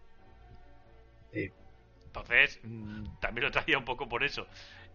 Sí. Entonces, también lo traía un poco por eso.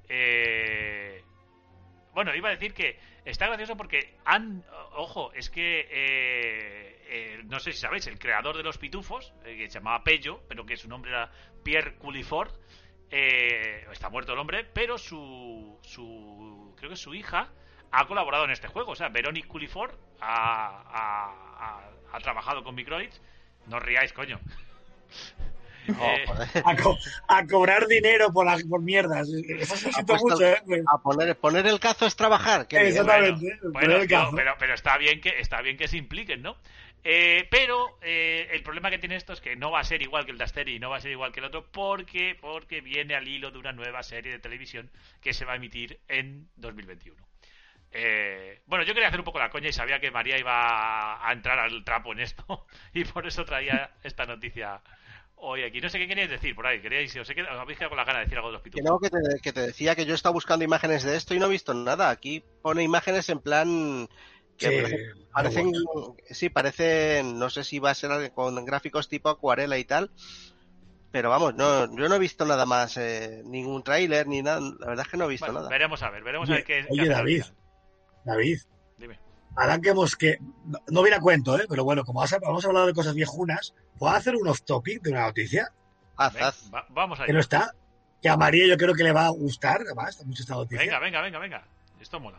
Bueno, iba a decir que está gracioso porque ojo, es que no sé si sabéis, el creador de los pitufos, que se llamaba Pello, pero que su nombre era Pierre Culliford, está muerto el hombre, pero creo que su hija ha colaborado en este juego. O sea, Veronique Culliford ha trabajado con Microids. No os riáis, coño. No, joder. A cobrar dinero por mierdas. Eso se siento puesto- mucho, Pues, A poner el cazo es trabajar. Qué bien. Exactamente. Bueno, Poner el cazo. pero está bien que se impliquen, ¿no? Pero el problema que tiene esto es que no va a ser igual que el de Asterix y no va a ser igual que el otro porque viene al hilo de una nueva serie de televisión que se va a emitir en 2021. Bueno, yo quería hacer un poco la coña y sabía que María iba a entrar al trapo en esto y por eso traía esta noticia hoy aquí. No sé qué queríais decir por ahí. Os habéis quedado con la gana de decir algo de los Que pitufos. no, que te decía que yo he estado buscando imágenes de esto y no he visto nada. Aquí pone imágenes en plan... que Sí, parecen, bueno. sí, parecen, no sé si va a ser con gráficos tipo acuarela y tal, pero vamos, yo no he visto nada más, ningún tráiler ni nada, la verdad es que no he visto Bueno, nada. veremos a ver qué Oye, hace al David. final. David, Dime. ahora que no viene a cuento, pero bueno, como vamos a hablar de cosas viejunas, ¿puedo hacer un off-topic de una noticia? Haz. Vamos Que allá. no está, que a María yo creo que le va a gustar, además, mucho esta noticia. Venga. Esto mola.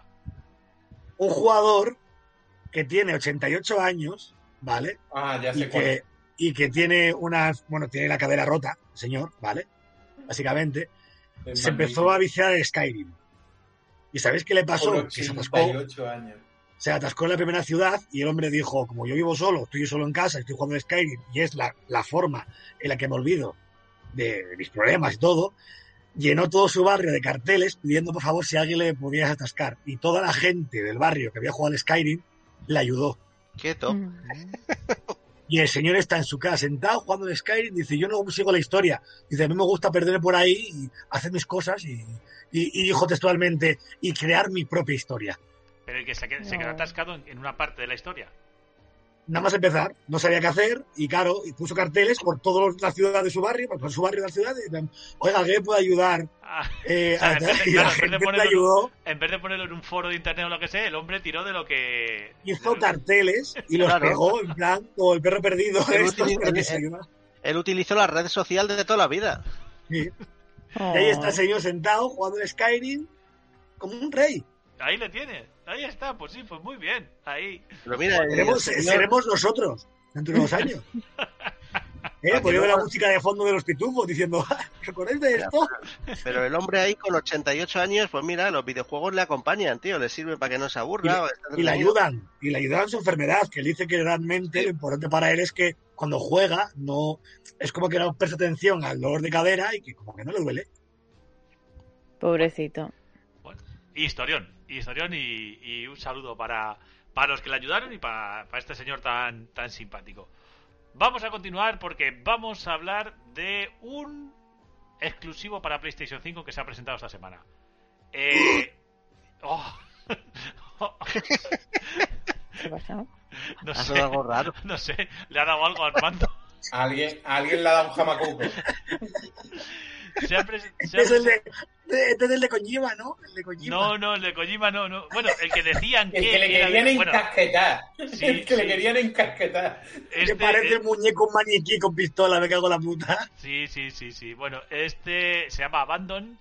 Un jugador que tiene 88 años, ¿vale? Ah, ya Y sé cuál. que y que tiene tiene la cadera rota, señor, ¿vale? Básicamente, se empezó a viciar el Skyrim. ¿Y sabéis qué le pasó? Por Que se 88 años. se atascó en la primera ciudad y el hombre dijo, como yo vivo solo, estoy solo en casa, estoy jugando al Skyrim y es la forma en la que me olvido de mis problemas y todo, llenó todo su barrio de carteles pidiendo por favor si alguien le podía atascar. Y toda la gente del barrio que había jugado al Skyrim le ayudó. Quieto. Y el señor está en su casa sentado jugando al Skyrim, dice, yo no sigo la historia. Dice, a mí me gusta perderme por ahí y hacer mis cosas y dijo textualmente, y crear mi propia historia. Pero el que se quedó atascado en una parte de la historia. Nada más empezar, no sabía qué hacer y claro, y puso carteles por toda la ciudad de su barrio, por su barrio de la ciudad, y decían, oiga, ¿alguien puede ayudar? Y la gente le ayudó. En vez de ponerlo en un foro de internet o lo que sea, el hombre tiró de lo que... Hizo carteles y los pegó en plan, como el perro perdido. Él utilizó la red social de toda la vida. Sí. Y ahí está el señor sentado jugando en Skyrim como un rey. Ahí le tiene, ahí está, pues sí, pues muy bien, ahí. Pero mira, seremos nosotros dentro de unos años. Poniendo la música de fondo de los pitufos diciendo, ¿recordáis de esto? Pero el hombre ahí con 88 años, pues mira, los videojuegos le acompañan, tío, le sirven para que no se aburra. Y le ayudan en su enfermedad, que él dice que realmente lo importante para él es que cuando juega, no es como que no presta atención al dolor de cadera y que como que no le duele. Pobrecito. Bueno, historión y un saludo para los que le ayudaron y para este señor tan simpático. Vamos a continuar porque vamos a hablar de un exclusivo para PlayStation 5 que se ha presentado esta semana. ¿Qué pasa? No sé, algo raro. No sé, le ha dado algo al mando. Alguien le ha dado un jamacuco. Este es el de Kojima, ¿no? El de Kojima. No, el de Kojima no. Bueno, el que decían el que le querían encasquetar. Sí, el que le querían encasquetar. Que parece el muñeco, un maniquí con pistola, me cago en la puta. Sí. Bueno, se llama Abandoned,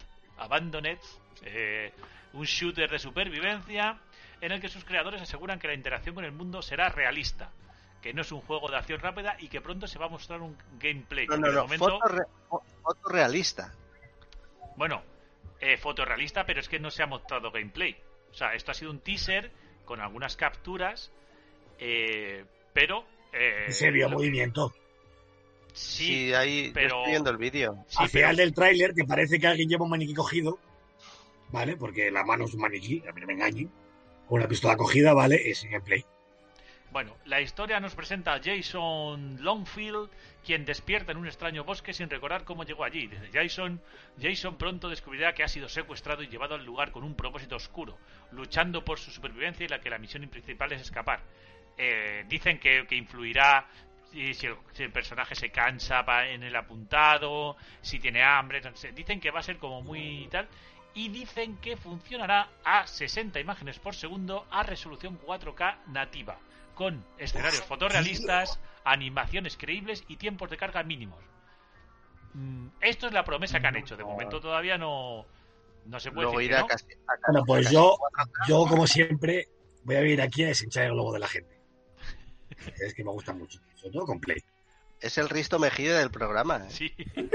un shooter de supervivencia en el que sus creadores aseguran que la interacción con el mundo será realista, que no es un juego de acción rápida y que pronto se va a mostrar un gameplay. No, fotorrealista. Bueno, fotorrealista, pero es que no se ha mostrado gameplay. O sea, esto ha sido un teaser con algunas capturas, pero... se vio movimiento. Sí, ahí pero... estoy viendo el vídeo. Sí, al final del tráiler, que parece que alguien lleva un maniquí cogido, ¿vale? Porque la mano es un maniquí, a mí no me engañen. Con una pistola cogida, ¿vale? Es gameplay. Bueno, la historia nos presenta a Jason Longfield, quien despierta en un extraño bosque sin recordar cómo llegó allí. Desde Jason pronto descubrirá que ha sido secuestrado y llevado al lugar con un propósito oscuro, luchando por su supervivencia y la que la misión principal es escapar. Dicen que influirá si el personaje se cansa en el apuntado, si tiene hambre, no sé. Dicen que va a ser como muy tal... Y dicen que funcionará a 60 imágenes por segundo a resolución 4K nativa, con escenarios fotorrealistas, animaciones creíbles y tiempos de carga mínimos. Esto es la promesa que han hecho. De momento todavía no se puede decir que no. Bueno, pues yo como siempre voy a venir aquí a deshinchar el globo de la gente. Es que me gusta mucho, sobre todo con Play. Es el Risto Mejide del programa. Sí.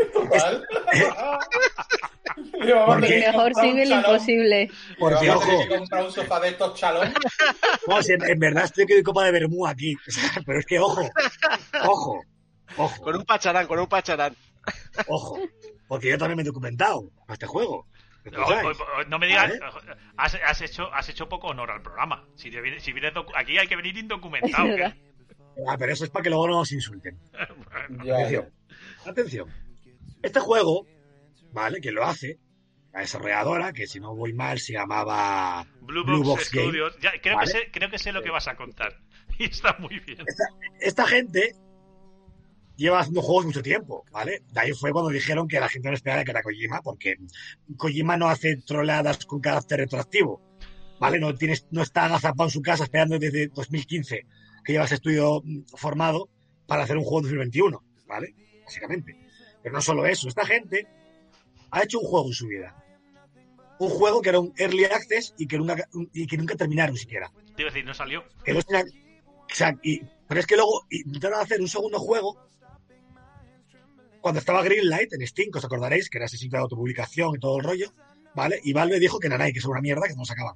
Porque mejor sigue el imposible. Porque, ojo, comprar un sofá de estos chalón. No, si en verdad estoy que doy copa de vermú aquí. Pero es que, ojo. Con un pacharán. Ojo. Porque yo también me he documentado para este juego. No me digas, ¿vale? has hecho poco honor al programa. Si vienes aquí hay que venir indocumentado. Pero eso es para que luego no nos insulten. Bueno. Atención. Este juego, ¿vale? Que lo hace la desarrolladora, que si no voy mal se llamaba Blue Box Studios. Ya, ¿vale? Creo que sé lo que vas a contar. Y está muy bien. Esta gente lleva haciendo juegos mucho tiempo, ¿vale? De ahí fue cuando dijeron que la gente no esperaba que era Kojima, porque Kojima no hace troleadas con carácter retroactivo, ¿vale? No está agazapado en su casa esperando desde 2015 que lleva ese estudio formado para hacer un juego en 2021, ¿vale? Básicamente. Pero no solo eso, esta gente ha hecho un juego en su vida. Un juego que era un early access y que nunca terminaron siquiera. Te iba a decir, no salió. Y Pero es que luego intentaron hacer un segundo juego cuando estaba Greenlight en Steam, que os acordaréis, que era ese sitio de autopublicación y todo el rollo, ¿vale? Y Valve dijo que nanay, que es una mierda, que no sacaban.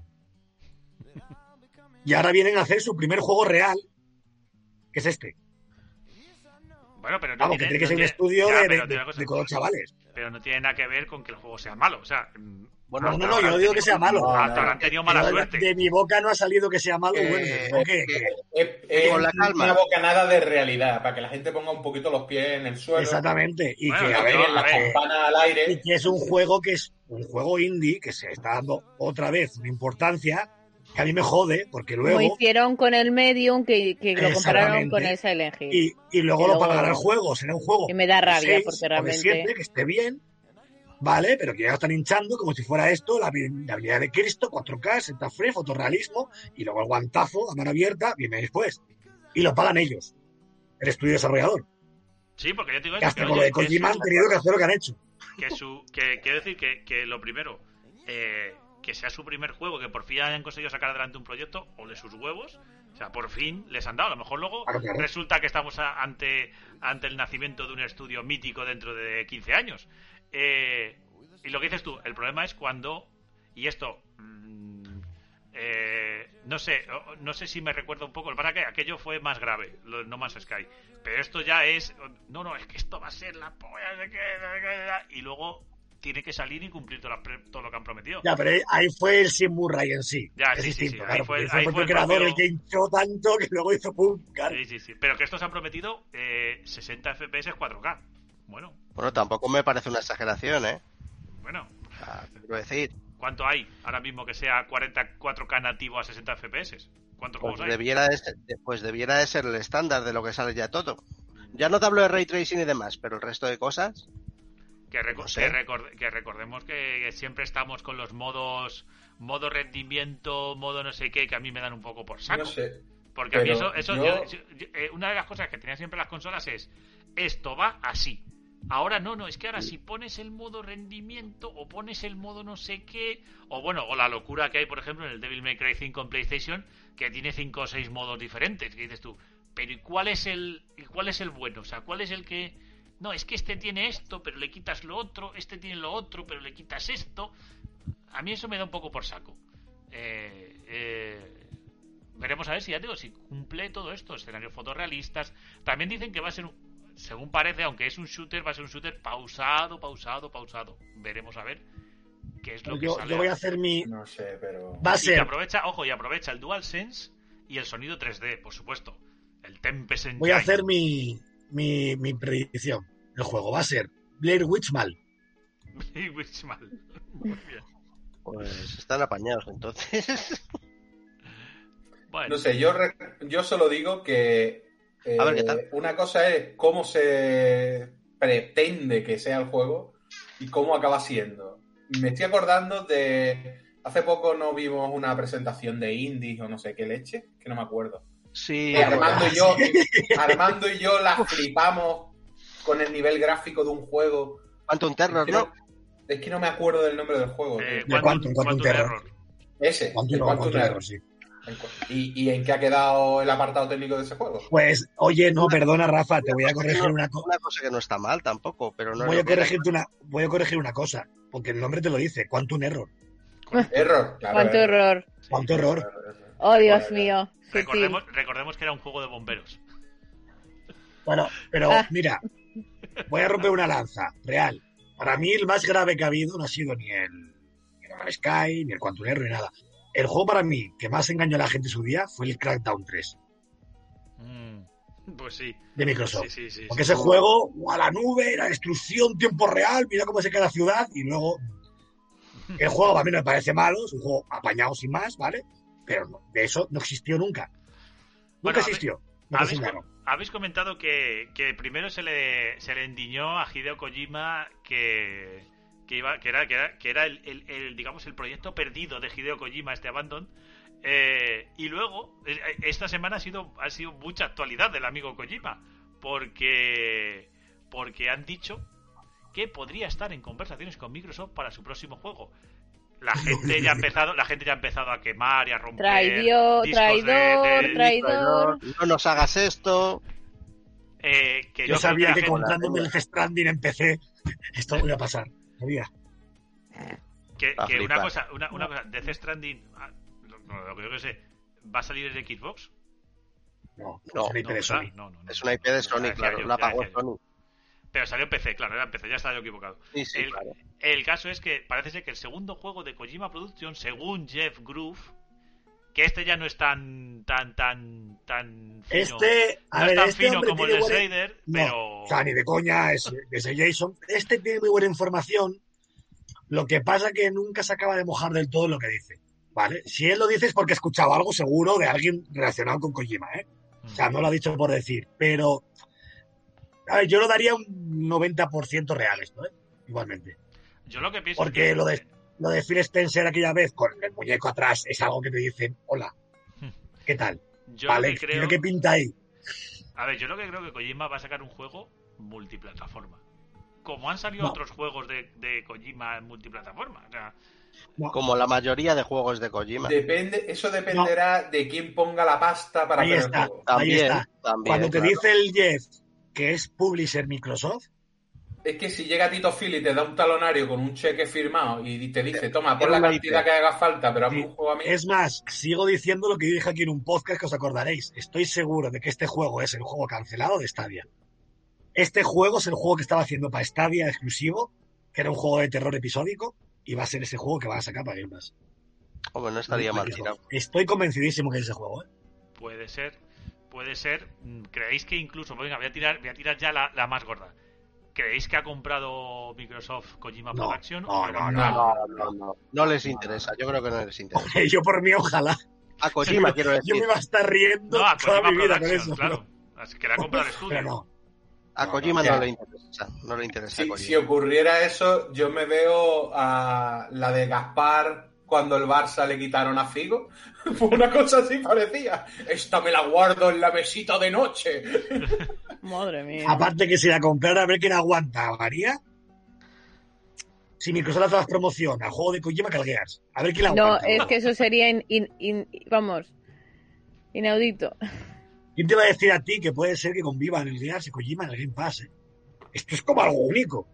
Y ahora vienen a hacer su primer juego real, que es este. Bueno, pero no Vamos, que tiene que ser un estudio de con los chavales. Pero no tiene nada que ver con que el juego sea malo. O sea, Bueno, no, yo no digo que sea malo. Hasta ahora han tenido mala suerte. De mi boca no ha salido que sea malo. Con la calma. Una bocanada de realidad, para que la gente ponga un poquito los pies en el suelo. Exactamente. Y bueno, que, la campana al aire. Y que es un juego indie, que se está dando otra vez una importancia que a mí me jode, porque luego... Como hicieron con el Medium, que lo compararon con el Silent Hill. Y luego lo pagará el juego, será un juego... Que me da rabia, 6, porque realmente... 7, que esté bien, ¿vale? Pero que ya están hinchando como si fuera esto, la habilidad de Cristo, 4K, 60 frames, fotorrealismo, y luego el guantazo a mano abierta, viene después. Y lo pagan ellos, el estudio desarrollador. Sí, porque yo te digo que hasta con lo de Kojima han tenido que hacer lo que han hecho. Que quiero decir que lo primero... que sea su primer juego, que por fin hayan conseguido sacar adelante un proyecto, o de sus huevos, o sea, por fin les han dado. A lo mejor luego resulta que estamos ante el nacimiento de un estudio mítico dentro de 15 años. Y lo que dices tú, el problema es cuando, y esto, no sé si me recuerda un poco, el para que aquello fue más grave, No Man's Sky, pero esto ya es, no, es que esto va a ser la polla de que, y luego tiene que salir y cumplir todo lo que han prometido. Ya, pero ahí fue el Sim Murray en sí. Ya, es sí, distinto, sí. Claro, fue el creador el que hinchó tanto que luego hizo pum, claro. Sí. Pero que estos han prometido 60 FPS 4K. Bueno, tampoco me parece una exageración, ¿eh? Bueno. Quiero decir... ¿Cuánto hay ahora mismo que sea 44K nativo a 60 FPS? ¿Cuántos juegos hay? Debiera de ser el estándar de lo que sale ya todo. Ya no te hablo de Ray Tracing y demás, pero el resto de cosas... Que recordemos que siempre estamos con los modo rendimiento, modo no sé qué, que a mí me dan un poco por saco. No sé, porque a mí una de las cosas que tenían siempre las consolas es, esto va así. Ahora no, es que ahora si pones el modo rendimiento o pones el modo no sé qué, o la locura que hay, por ejemplo, en el Devil May Cry 5 en PlayStation, que tiene 5 o 6 modos diferentes, que dices tú, pero ¿y cuál es el bueno? O sea, ¿cuál es el que... No, es que este tiene esto, pero le quitas lo otro, este tiene lo otro, pero le quitas esto. A mí eso me da un poco por saco. Veremos a ver si cumple todo esto, escenarios fotorrealistas. También dicen que va a ser, según parece, aunque es un shooter, va a ser un shooter pausado. Veremos a ver qué es lo que sale. Yo voy a hacer mi... No sé, pero... Va a ser... Y aprovecha el DualSense y el sonido 3D, por supuesto. El Tempest Engine. Voy a hacer mi predicción. El juego va a ser Blair Witch mal. Blair Witch mal. Muy bien. Pues están apañados entonces. Bueno. No sé, yo solo digo que a ver, ¿qué tal? Una cosa es cómo se pretende que sea el juego y cómo acaba siendo. Me estoy acordando de... Hace poco no vimos una presentación de indies o no sé qué leche, que no me acuerdo. Sí. Armando y yo la flipamos con el nivel gráfico de un juego. Quantum Terror, ¿no? Es que no me acuerdo del nombre del juego. Quantum Terror. Ese. Quantum Terror, sí. ¿Y en qué ha quedado el apartado técnico de ese juego? Pues, oye, no, perdona, Rafa, te voy a corregir una cosa. Una cosa que no está mal tampoco, pero no... Voy a corregir una cosa, porque el nombre te lo dice, Quantum Error. Error, claro. Quantum Error. Oh, Dios mío. Recordemos que era un juego de bomberos. Bueno, pero mira, voy a romper una lanza, real. Para mí el más grave que ha habido no ha sido ni el No Man's Sky, ni el Quantum Error, ni nada. El juego para mí que más engañó a la gente en su día fue el Crackdown 3. Pues sí. De Microsoft. Sí, porque ese juego, a la nube, la destrucción, tiempo real, mira cómo se queda la ciudad, y luego... El juego a mí no me parece malo, es un juego apañado sin más, ¿vale? Pero no, de eso no existió nunca. Nunca existió. Habéis comentado que primero se le endiñó a Hideo Kojima que era el digamos el proyecto perdido de Hideo Kojima, este Abandon, y luego esta semana ha sido mucha actualidad del amigo Kojima porque han dicho que podría estar en conversaciones con Microsoft para su próximo juego. La gente ya ha empezado a quemar y a romper Traidor, discos traidor. No nos hagas esto. Que Yo creo sabía que que la gente- comprándome el Death Stranding en PC esto iba a pasar. Sabía. que Va a una flipar. cosa, Death Stranding, lo que yo que sé, ¿va a salir en Xbox? No, No, es una IP de ¿verdad? Sony. No. Es una IP de Sony, Ya decía claro. yo, La ya pagó decía yo. Sony. Pero salió en PC, claro, era en PC, ya estaba yo equivocado. Sí, claro. El caso es que parece ser que el segundo juego de Kojima Productions, según Jeff Groove, que este ya no es tan fino, no es tan fino hombre como el tiene de buena- Shader, No, pero o sea, ni de coña, es ese Jason. Este tiene muy buena información. Lo que pasa que nunca se acaba de mojar del todo lo que dice. ¿Vale? Si él lo dice es porque ha escuchado algo seguro de alguien relacionado con Kojima, ¿eh? O sea, no lo ha dicho por decir. Pero, a ver, yo lo daría un 90% real esto, ¿eh? Igualmente. yo lo que pienso Porque es que lo de Phil Spencer aquella vez con el muñeco atrás es algo que te dicen, hola, ¿qué tal? yo Vale, lo que creo, ¿qué pinta ahí? a ver, yo lo que creo que Kojima va a sacar un juego multiplataforma. Como han salido No. otros juegos de Kojima en multiplataforma. O sea, No, Como la mayoría de juegos de Kojima. Eso dependerá de quién ponga la pasta para ahí hacer el está, juego. ahí También, está. también, Cuando te claro. dice el Jeff que es publisher Microsoft, Es que si llega Tito Phil y te da un talonario con un cheque firmado y te dice, toma, pon Era la una cantidad IP. que haga falta, pero hazme Sí. un juego a mí. es más, sigo diciendo lo que dije aquí en un podcast que os acordaréis. Estoy seguro de que este juego es el juego cancelado de Stadia. Este juego es el juego que estaba haciendo para Stadia exclusivo, que era un juego de terror episódico, y va a ser ese juego que van a sacar para Game Pass. Hombre, no estaría mal tirado. Estoy convencidísimo que es ese juego, ¿eh? puede ser. ¿Creéis que incluso, venga, voy a tirar ya la más gorda? ¿Creéis que ha comprado Microsoft Kojima No, Production? no. No les interesa. Yo creo que no les interesa. Yo por mí, ojalá. A Kojima quiero Yo decir. me iba a estar riendo No, a toda Kojima mi vida con Productions, eso. claro. Así que le ha comprado el Pero estudio. no. A Kojima ya. no le interesa. No le interesa a Kojima. Si ocurriera eso, yo me veo a la de Gaspar cuando el Barça le quitaron a Figo. Una cosa así parecía. Esta me la guardo en la mesita de noche. Madre mía. Aparte que si la comprara, a ver quién aguanta. ¿María? Si Microsoft hace más promoción al juego de Kojima que al Gears. A ver quién la No, aguanta. es que eso sería vamos, inaudito. ¿Quién te va a decir a ti que puede ser que convivan el Gears y Kojima en el Game Pass? Esto es como algo único.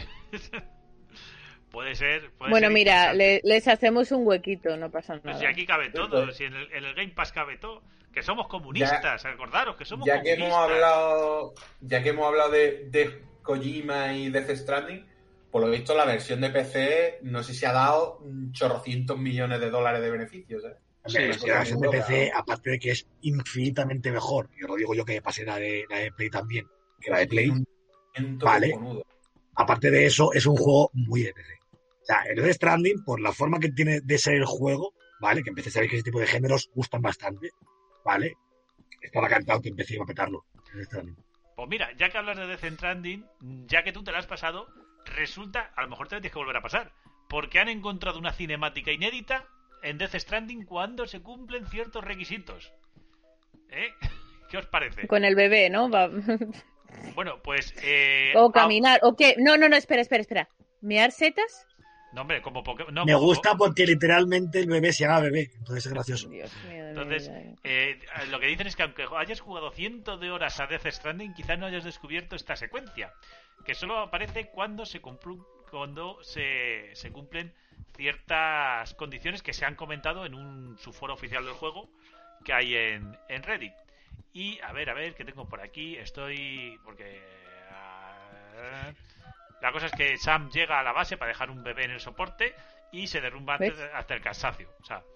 Puede ser. Bueno, mira, interesante. les hacemos un huequito, no pasa Pero nada. si aquí cabe todo, si en el Game Pass cabe todo, que somos comunistas, acordaros que somos Ya que comunistas. hemos hablado de Kojima y Death Stranding, por lo visto la versión de PC no sé si ha dado chorrocientos millones de dólares de beneficios, ¿eh? Hombre, Sí, la versión de sí, PC, aparte de que es infinitamente mejor, y os lo digo yo que pasé la de Play también, que la de Play, Vale. Cojonudo. aparte de eso, es un juego muy de PC. O sea, el Death Stranding, por la forma que tiene de ser el juego, ¿vale? Que empecé a saber que ese tipo de géneros gustan bastante, ¿vale? Estaba cantado que empecé a petarlo. el Death Stranding. Pues mira, ya que hablas de Death Stranding, ya que tú te la has pasado, resulta, a lo mejor te la tienes que volver a pasar, porque han encontrado una cinemática inédita en Death Stranding cuando se cumplen ciertos requisitos. ¿Eh? ¿Qué os parece? Con el bebé, ¿no? Bueno, pues... O caminar, o qué. No, espera. ¿Mear setas? No, hombre, como Pokémon... No, Me como- gusta porque literalmente el bebé se haga bebé, entonces es gracioso. Dios mío. de mi Entonces, vida. lo que dicen es que aunque hayas jugado cientos de horas a Death Stranding, quizás no hayas descubierto esta secuencia, que solo aparece cuando se cumplen ciertas condiciones que se han comentado en un subforo oficial del juego que hay en Reddit. Y a ver, ¿qué tengo por aquí? Porque... la cosa es que Sam llega a la base para dejar un bebé en el soporte y se derrumba ¿Ves? hasta el cansancio. O sea,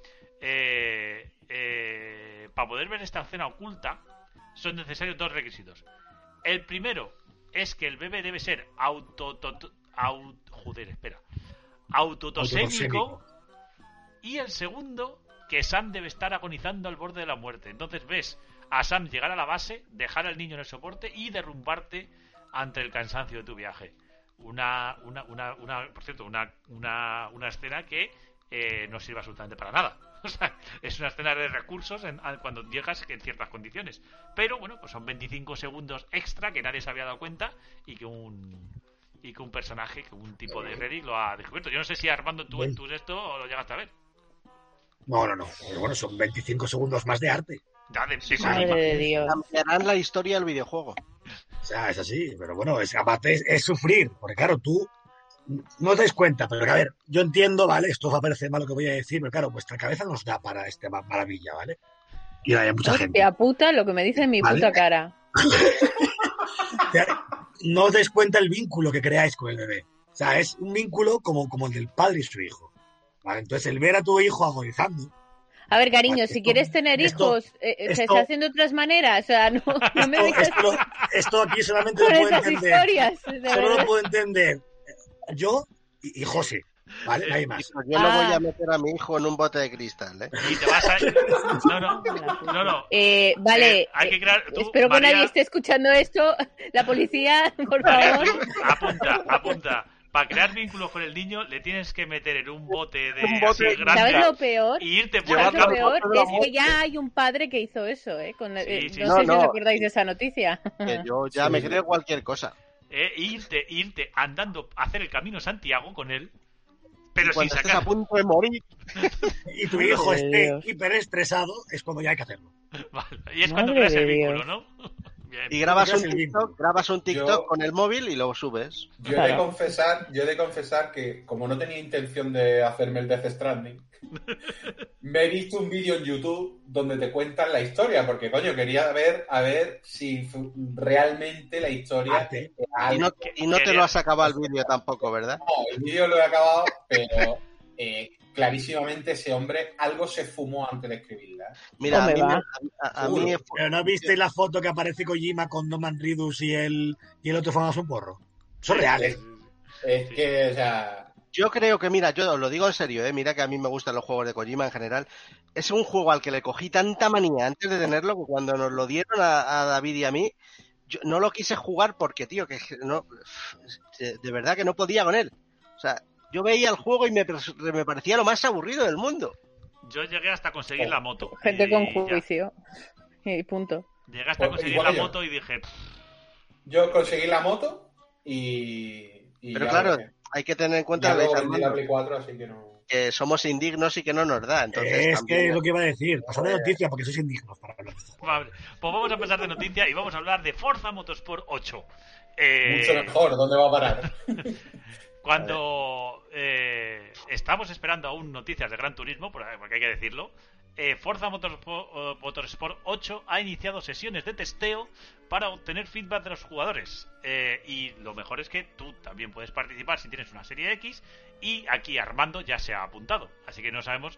para poder ver esta escena oculta son necesarios dos requisitos. El primero es que el bebé debe ser autotosémico, y el segundo que Sam debe estar agonizando al borde de la muerte. Entonces ves a Sam llegar a la base, dejar al niño en el soporte y derrumbarte ante el cansancio de tu viaje. Por cierto, una escena que no sirve absolutamente para nada. O sea, es una escena de recursos cuando llegas en ciertas condiciones. Pero bueno, pues son 25 segundos extra que nadie se había dado cuenta y que un y que un personaje, que un tipo de Reddit lo ha descubierto. Yo no sé si Armando tú en tus esto o lo llegaste a ver. No. Pero bueno, son 25 segundos más de arte. Ya, de Madre Kojima. de Dios. Cambiarán la historia del videojuego. O sea, es así, pero bueno, aparte es sufrir, porque claro, tú no te das cuenta, pero a ver, yo entiendo, ¿vale? Esto va a parecer mal lo que voy a decir, pero claro, vuestra cabeza nos da para esta maravilla, ¿vale? Y hay mucha gente. Hostia puta, lo que me dice en mi ¿Vale? puta cara. No os dais cuenta el vínculo que creáis con el bebé. O sea, es un vínculo como el del padre y su hijo. ¿Vale? Entonces, el ver a tu hijo agonizando. A ver, cariño, Esto- si quieres tener esto- hijos, se esto- está haciendo de otras maneras. O sea, no me vengas Esto aquí solamente con lo puedo esas entender. historias. de Solo lo verdad. puedo entender yo y José. ¿Vale? Nadie más. Yo no voy a meter a mi hijo en un bote de cristal, ¿eh? Y te vas a... No. Vale, hay que crear... tú, espero María, que nadie esté escuchando esto. La policía, por María, favor. tú apunta. Para crear vínculos con el niño le tienes que meter en un bote de Un bote así de- grande ¿Sabes lo peor? y irte por ¿Sabes el lo campo. peor? de la Es que muerte. ya hay un padre que hizo eso, ¿eh? Sí, no sí. sé No, si os no. acordáis de esa noticia. Que yo ya Sí. me creo cualquier cosa. Irte andando a hacer el camino Santiago con él, pero sin Cuando estés sacar... a punto de morir, Y tu hijo Madre de esté Dios. hiperestresado, es cuando ya hay que hacerlo. Vale, y es cuando Madre creas el de vínculo, Dios. ¿no? Bien. y grabas Creas un el TikTok, vínculo. Yo- con el móvil y lo subes. Yo he Claro. de confesar que, como no tenía intención de hacerme el Death Stranding, me he visto un vídeo en YouTube donde te cuentan la historia, porque, coño, quería ver a ver si realmente la historia Arte. era Y no, algo. y no te quería- lo has acabado el vídeo tampoco, ¿verdad? No, el vídeo lo he acabado, pero clarísimamente ese hombre algo se fumó antes de escribirla. Mira, Hombre, va. a mí Pero ¿no visteis la foto que aparece Kojima con Norman Reedus y el otro famoso un porro? Son reales. Es que, o sea, yo creo que, mira, yo os lo digo en serio, mira que a mí me gustan los juegos de Kojima en general. Es un juego al que le cogí tanta manía antes de tenerlo que cuando nos lo dieron a David y a mí, yo no lo quise jugar porque, tío, que no, de verdad que no podía con él. O sea, yo veía el juego y me parecía lo más aburrido del mundo. Yo llegué hasta conseguir la moto. Gente y con ya. juicio. Y punto. Llegué hasta Pues conseguir igual la que yo. moto y dije... yo conseguí la moto y Pero ya claro, lo dejé. hay que tener en Ya cuenta luego Luis vendí la Armando, Play 4, así que no. que somos indignos y que no nos da. Entonces, Es que también, es lo que iba a decir. Pasad de noticia porque sois indignos para hablar de esto. Vale, pues vamos a empezar de noticia y vamos a hablar de Forza Motorsport 8. Mucho mejor, ¿dónde va a parar? Cuando estamos esperando aún noticias de Gran Turismo, porque hay que decirlo, Forza Motorsport 8 ha iniciado sesiones de testeo para obtener feedback de los jugadores. Y lo mejor es que tú también puedes participar si tienes una serie X. Y aquí Armando ya se ha apuntado. Así que no sabemos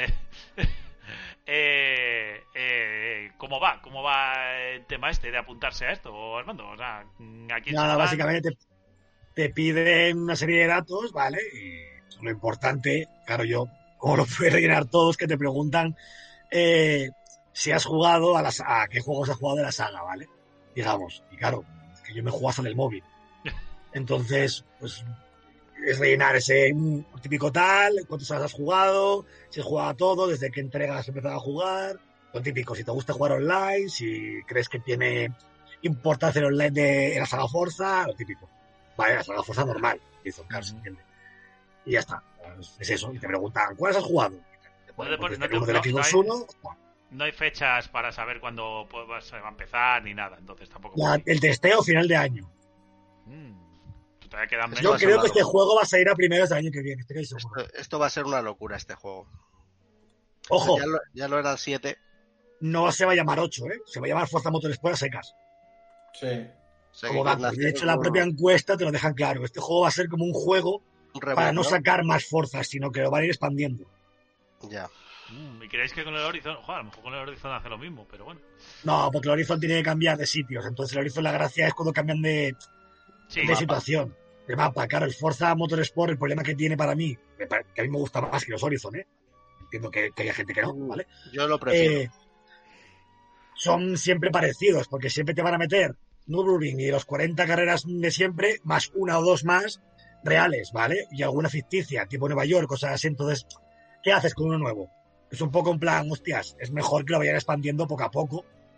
cómo va el tema este de apuntarse a esto, Armando. O sea, ¿a quién se Nada, lo dan? básicamente te piden una serie de datos, ¿vale? Y lo importante, claro, yo, como lo puedes rellenar todos, que te preguntan si has jugado a qué juegos has jugado de la saga, ¿vale? Digamos. Y claro, es que yo me juego hasta en el móvil. Entonces, pues es rellenar ese típico tal, cuántas horas has jugado, si has jugado a todo, desde qué entrega has empezado a jugar, lo típico, si te gusta jugar online, si crees que tiene importancia el online de la saga Forza, lo típico. Vale, la saga Forza normal, hizo el caso, ¿entiendes? Y ya está, es eso, y te preguntan, ¿cuáles has jugado? Bueno, No te pues pones- desde el no te- uno del no- Xbox no hay- One, bueno, No hay fechas para saber cuándo va a empezar ni nada, entonces tampoco. el testeo final de año. Todavía quedan Yo Yo meses. creo que este juego va a salir a primeros del año que viene, estoy casi seguro. esto va a ser una locura, este juego. Ojo, Ya lo era el 7. no se va a llamar 8, ¿eh? Se va a llamar Forza Motorsport a secas. Sí. Como dato. De hecho, la propia encuesta te lo dejan claro. Este juego va a ser como un juego para no sacar más fuerzas, sino que lo van a ir expandiendo. Ya. ¿Y creéis que con el Horizon? Joder, a lo mejor con el Horizon hace lo mismo, pero bueno. No, porque el Horizon tiene que cambiar de sitios. Entonces, el Horizon, la gracia es cuando cambian de Sí, situación, de mapa. Claro, el Forza Motorsport, el problema que tiene para mí, que a mí me gusta más que los Horizon, ¿eh? Entiendo que haya gente que no, ¿vale? Yo lo prefiero. Son siempre parecidos, porque siempre te van a meter Nürburgring y los 40 carreras de siempre, más una o dos más reales, ¿vale? Y alguna ficticia, tipo Nueva York, cosas así. Entonces, ¿qué haces con uno nuevo? Es un poco en plan, hostias, es mejor que lo vayan expandiendo poco a poco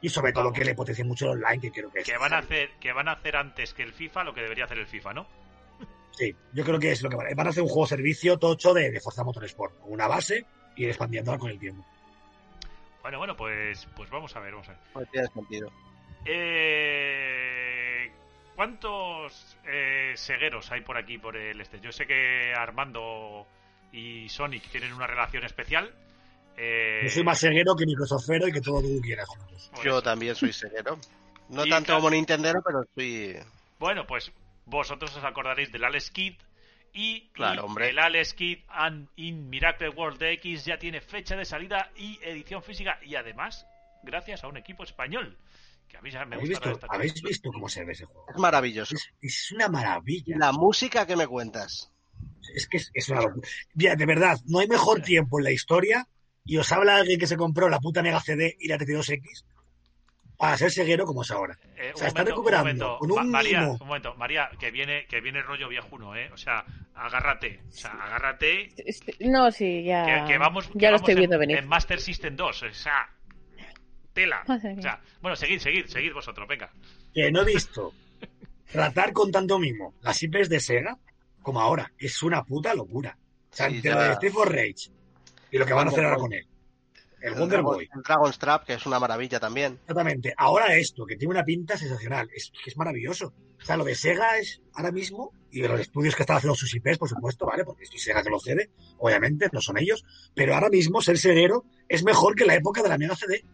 Y sobre todo Vamos. que le potencie mucho el online, que creo que es. Que van a hacer antes que el FIFA lo que debería hacer el FIFA, ¿no? Sí, yo creo que es lo que van a hacer un juego servicio tocho de Forza Motorsport, con una base y ir expandiéndola con el tiempo. Bueno, pues vamos a ver. No tiene sentido. ¿Cuántos segueros hay por aquí, por el este? Yo sé que Armando y Sonic tienen una relación especial. Yo soy más ceguero que Microsoftero y que todo lo que tú quieras juntos. Por Yo eso. también soy ceguero. No Y tanto claro. como Nintendero, pero soy... Bueno, pues vosotros os acordaréis del Alex Kidd y Claro, hombre. el Alex Kidd in Miracle World DX ya tiene fecha de salida y edición física y además gracias a un equipo español que a mí ya me gusta. ¿Habéis visto cómo se ve ese juego? Es maravilloso. Es una maravilla. Y la música que me cuentas. Es que es una locura. Mira, de verdad, no hay mejor tiempo en la historia y os habla alguien que se compró la puta Mega CD y la 32X para ser ceguero como es ahora. O sea, está recuperando con un María, mimo. un momento, María, que viene rollo viejuno, O sea, agárrate. No, sí, ya. Que vamos, ya lo estoy en, viendo venir. en Master System 2, o sea, tela. Madre mía. O sea, bueno, seguid vosotros, venga. Que no he visto tratar con tanto mimo las IPs de Sega como ahora. Es una puta locura. O sea, Sí, entre ya. lo de Street for Rage y lo que van a hacer ahora con él. El Wonder Boy. El Dragon's Trap, que es una maravilla también. Exactamente. Ahora esto, que tiene una pinta sensacional. Es maravilloso. O sea, lo de Sega es ahora mismo, y de los estudios que están haciendo sus IPs, por supuesto, ¿vale? Porque esto es Sega que lo cede, obviamente, no son ellos. Pero ahora mismo ser ceguero es mejor que la época de la Mega CD.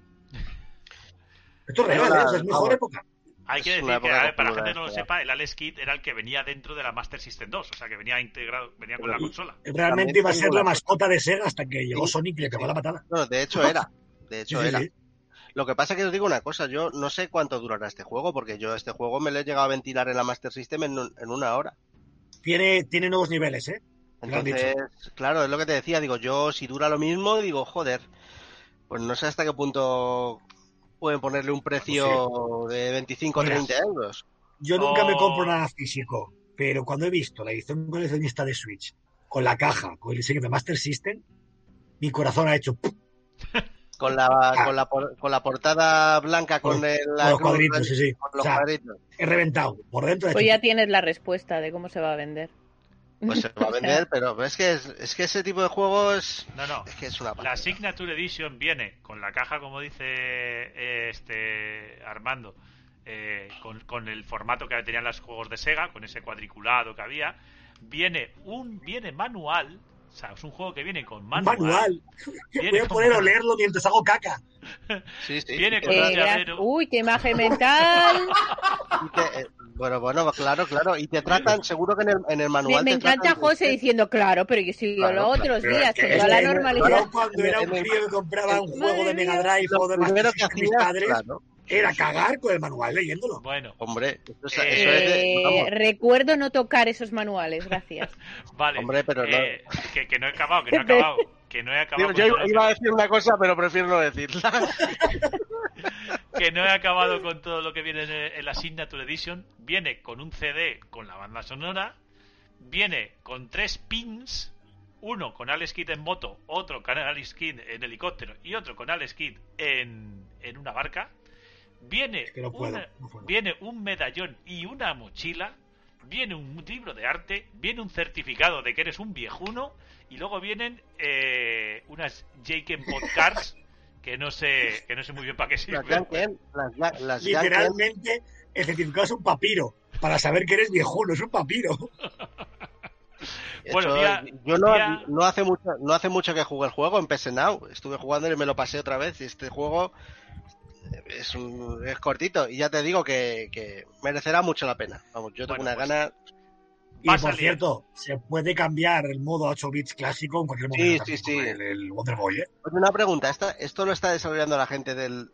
Esto es real, Pero ¿eh? O sea, es mejor vamos. época. Hay que Es una decir que, época a ver, para la oscura, gente que no lo ¿verdad? sepa, el Alex Kidd era el que venía dentro de la Master System 2, o sea, que venía integrado, venía con la consola. Realmente También iba a ser tengo la la- mascota de Sega hasta que llegó Sí, Sonic y le pegó la patada. Bueno, de hecho era. De hecho Sí, sí, era. sí. Lo que pasa es que os digo una cosa, yo no sé cuánto durará este juego, porque yo este juego me lo he llegado a ventilar en la Master System en una hora. Tiene nuevos niveles, ¿eh? Me lo han Entonces, claro, es lo que te decía, digo, yo si dura lo mismo, digo, joder, pues no sé hasta qué punto pueden ponerle un precio de 25 o Mira. 30 euros. Yo nunca me Oh. compro nada físico, pero cuando he visto la edición coleccionista de Switch, con la caja, con el diseño de Master System, mi corazón ha hecho ¡pum! Con la portada blanca, con, Con- la con los cruz, cuadritos, sí, sí. con O los sea, cuadritos. he reventado. Por dentro he Pues hecho ya tienes la respuesta de cómo se va a vender. Pues se va a O sea, vender, pero es que ese tipo de juegos No. es que es una La pasada. Signature Edition viene con la caja, como dice Armando, con el formato que tenían los juegos de Sega, con ese cuadriculado que había. Viene manual, o sea, es un juego que viene con un manual. manual. Viene Voy a con poder manual. olerlo mientras hago caca. Sí, sí. Viene con eh, un llavero. uy, qué imagen mental. Bueno, claro. Y te tratan, seguro que en el manual Me te encanta tratan- José diciendo, claro, pero yo sigo Claro, los claro, otros Pero días, es que que es toda la que normalidad. yo cuando era un crío que compraba un juego de Mega Drive Lo o de primero Master que System mis hacías, padres claro. era cagar con el manual leyéndolo. Bueno, Hombre, eso es de... vamos, Recuerdo no tocar esos manuales, gracias. vale. Hombre, pero no. Que no he acabado, que no he acabado. yo con todo lo iba a que- decir una cosa, pero prefiero no decirla. que no he acabado con todo lo que viene en la Signature Edition. Viene con un CD con la banda sonora. Viene con 3 pins. Uno con Alex Kidd en moto, otro con Alex Kidd en helicóptero y otro con Alex Kidd en una barca. Viene, Es que no puedo, no puedo. viene un medallón y una mochila. Viene un libro de arte. Viene un certificado de que eres un viejuno. Y luego vienen unas Jaken Podcards que no sé muy bien para qué Las sirven. Yanken, las Yanken, Literalmente, el certificado es un papiro. Para saber que eres viejuno, es un papiro. Bueno, yo día- no hace mucho que jugué el juego en PS Now. Estuve jugando y me lo pasé otra vez. Y este juego es cortito. Y ya te digo que merecerá mucho la pena. Vamos, yo tengo Bueno, una pues, gana. Y Va a por salir. cierto, se puede cambiar el modo a 8 bits clásico en cualquier momento. Sí, también sí, con sí. El Wonder Boy, ¿eh? Oye, una pregunta. ¿Esto lo está desarrollando la gente del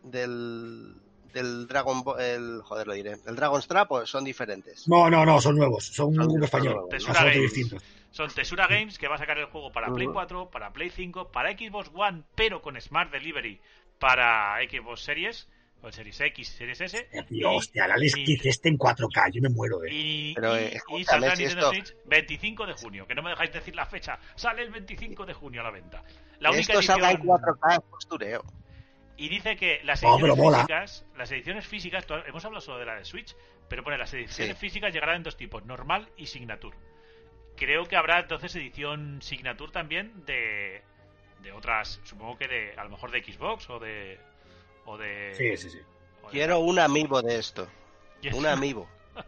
Dragon el Dragon's Trap o son diferentes? No, son nuevos. Son un grupo español. nuevos. Tesura Absolutamente Games. distintos. Son Tesura Games, que va a sacar el juego para Play Ujú. 4, para Play 5, para Xbox One, pero con Smart Delivery para Xbox Series, o Series X, Series S. Tío, hostia, la Alex y- Kidd este en 4K, yo me muero, Y, Pero, y escúchame, saldrá si Nintendo esto- Switch 25 de junio, que no me dejáis decir la fecha. Sale el 25 de junio a la venta. La única Esto salga en edición... 4K es postureo. Y dice que las No, ediciones pero mola. físicas, hemos hablado solo de la de Switch, pero pone las ediciones Sí. físicas llegarán en dos tipos, normal y Signature. Creo que habrá entonces edición Signature también de otras, supongo que de, a lo mejor de Xbox o de Sí. o de- Quiero un amiibo de esto. Un amiibo.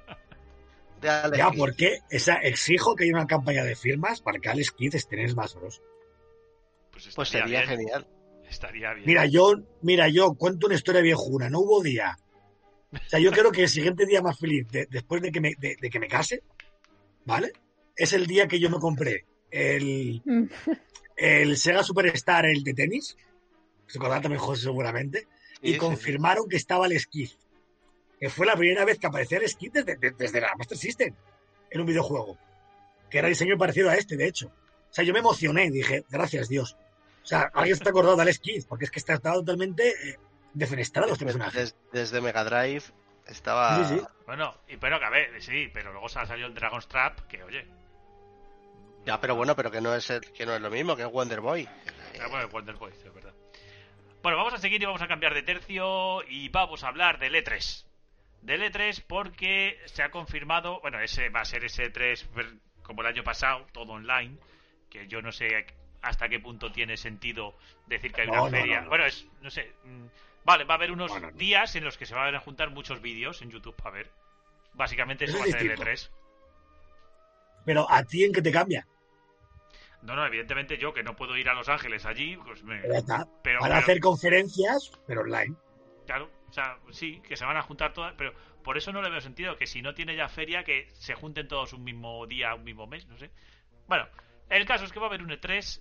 De Alex Ya, Kidd. porque exijo que haya una campaña de firmas para que Alex Kidd esté en Smash Bros. Pues Pues estaría sería bien, genial. estaría bien. Mira, yo cuento una historia viejuna, no hubo día. O sea, yo creo que el siguiente día más feliz después de que me case, ¿vale? Es el día que yo me compré el Sega Superstar, el de tenis, se acordará también José seguramente, Sí, y sí, confirmaron que estaba el Skid, que fue la primera vez que aparecía el Skid desde la Master System en un videojuego, que era diseño parecido a este, de hecho. O sea, yo me emocioné, dije, gracias Dios. O sea, alguien se está acordado del Skid, porque es que estaba totalmente defenestrado este personaje. Desde Mega Drive estaba... Sí. Bueno, pero que a ver, sí, pero luego salió el Dragon's Trap, que oye. Ya, pero bueno, pero que no es lo mismo que es Wonder Boy. Bueno, Wonder Boy, es verdad. Bueno, vamos a seguir y vamos a cambiar de tercio y vamos a hablar del E3. Del E3 porque se ha confirmado, bueno, ese va a ser ese E3 como el año pasado, todo online, que yo no sé hasta qué punto tiene sentido decir que hay una feria. No. Bueno, no sé. Vale, va a haber unos No. días en los que se van a juntar muchos vídeos en YouTube para ver. Básicamente eso Eso va es a ser el distinto. E3. Pero ¿a ti en qué te cambia? No, evidentemente yo que no puedo ir a Los Ángeles allí, pues me... Ya está. Pero- Van a hacer conferencias, pero online. Claro, o sea, sí, que se van a juntar todas, pero por eso no le veo sentido que si no tiene ya feria, que se junten todos un mismo día, un mismo mes, no sé. Bueno, el caso es que va a haber un E3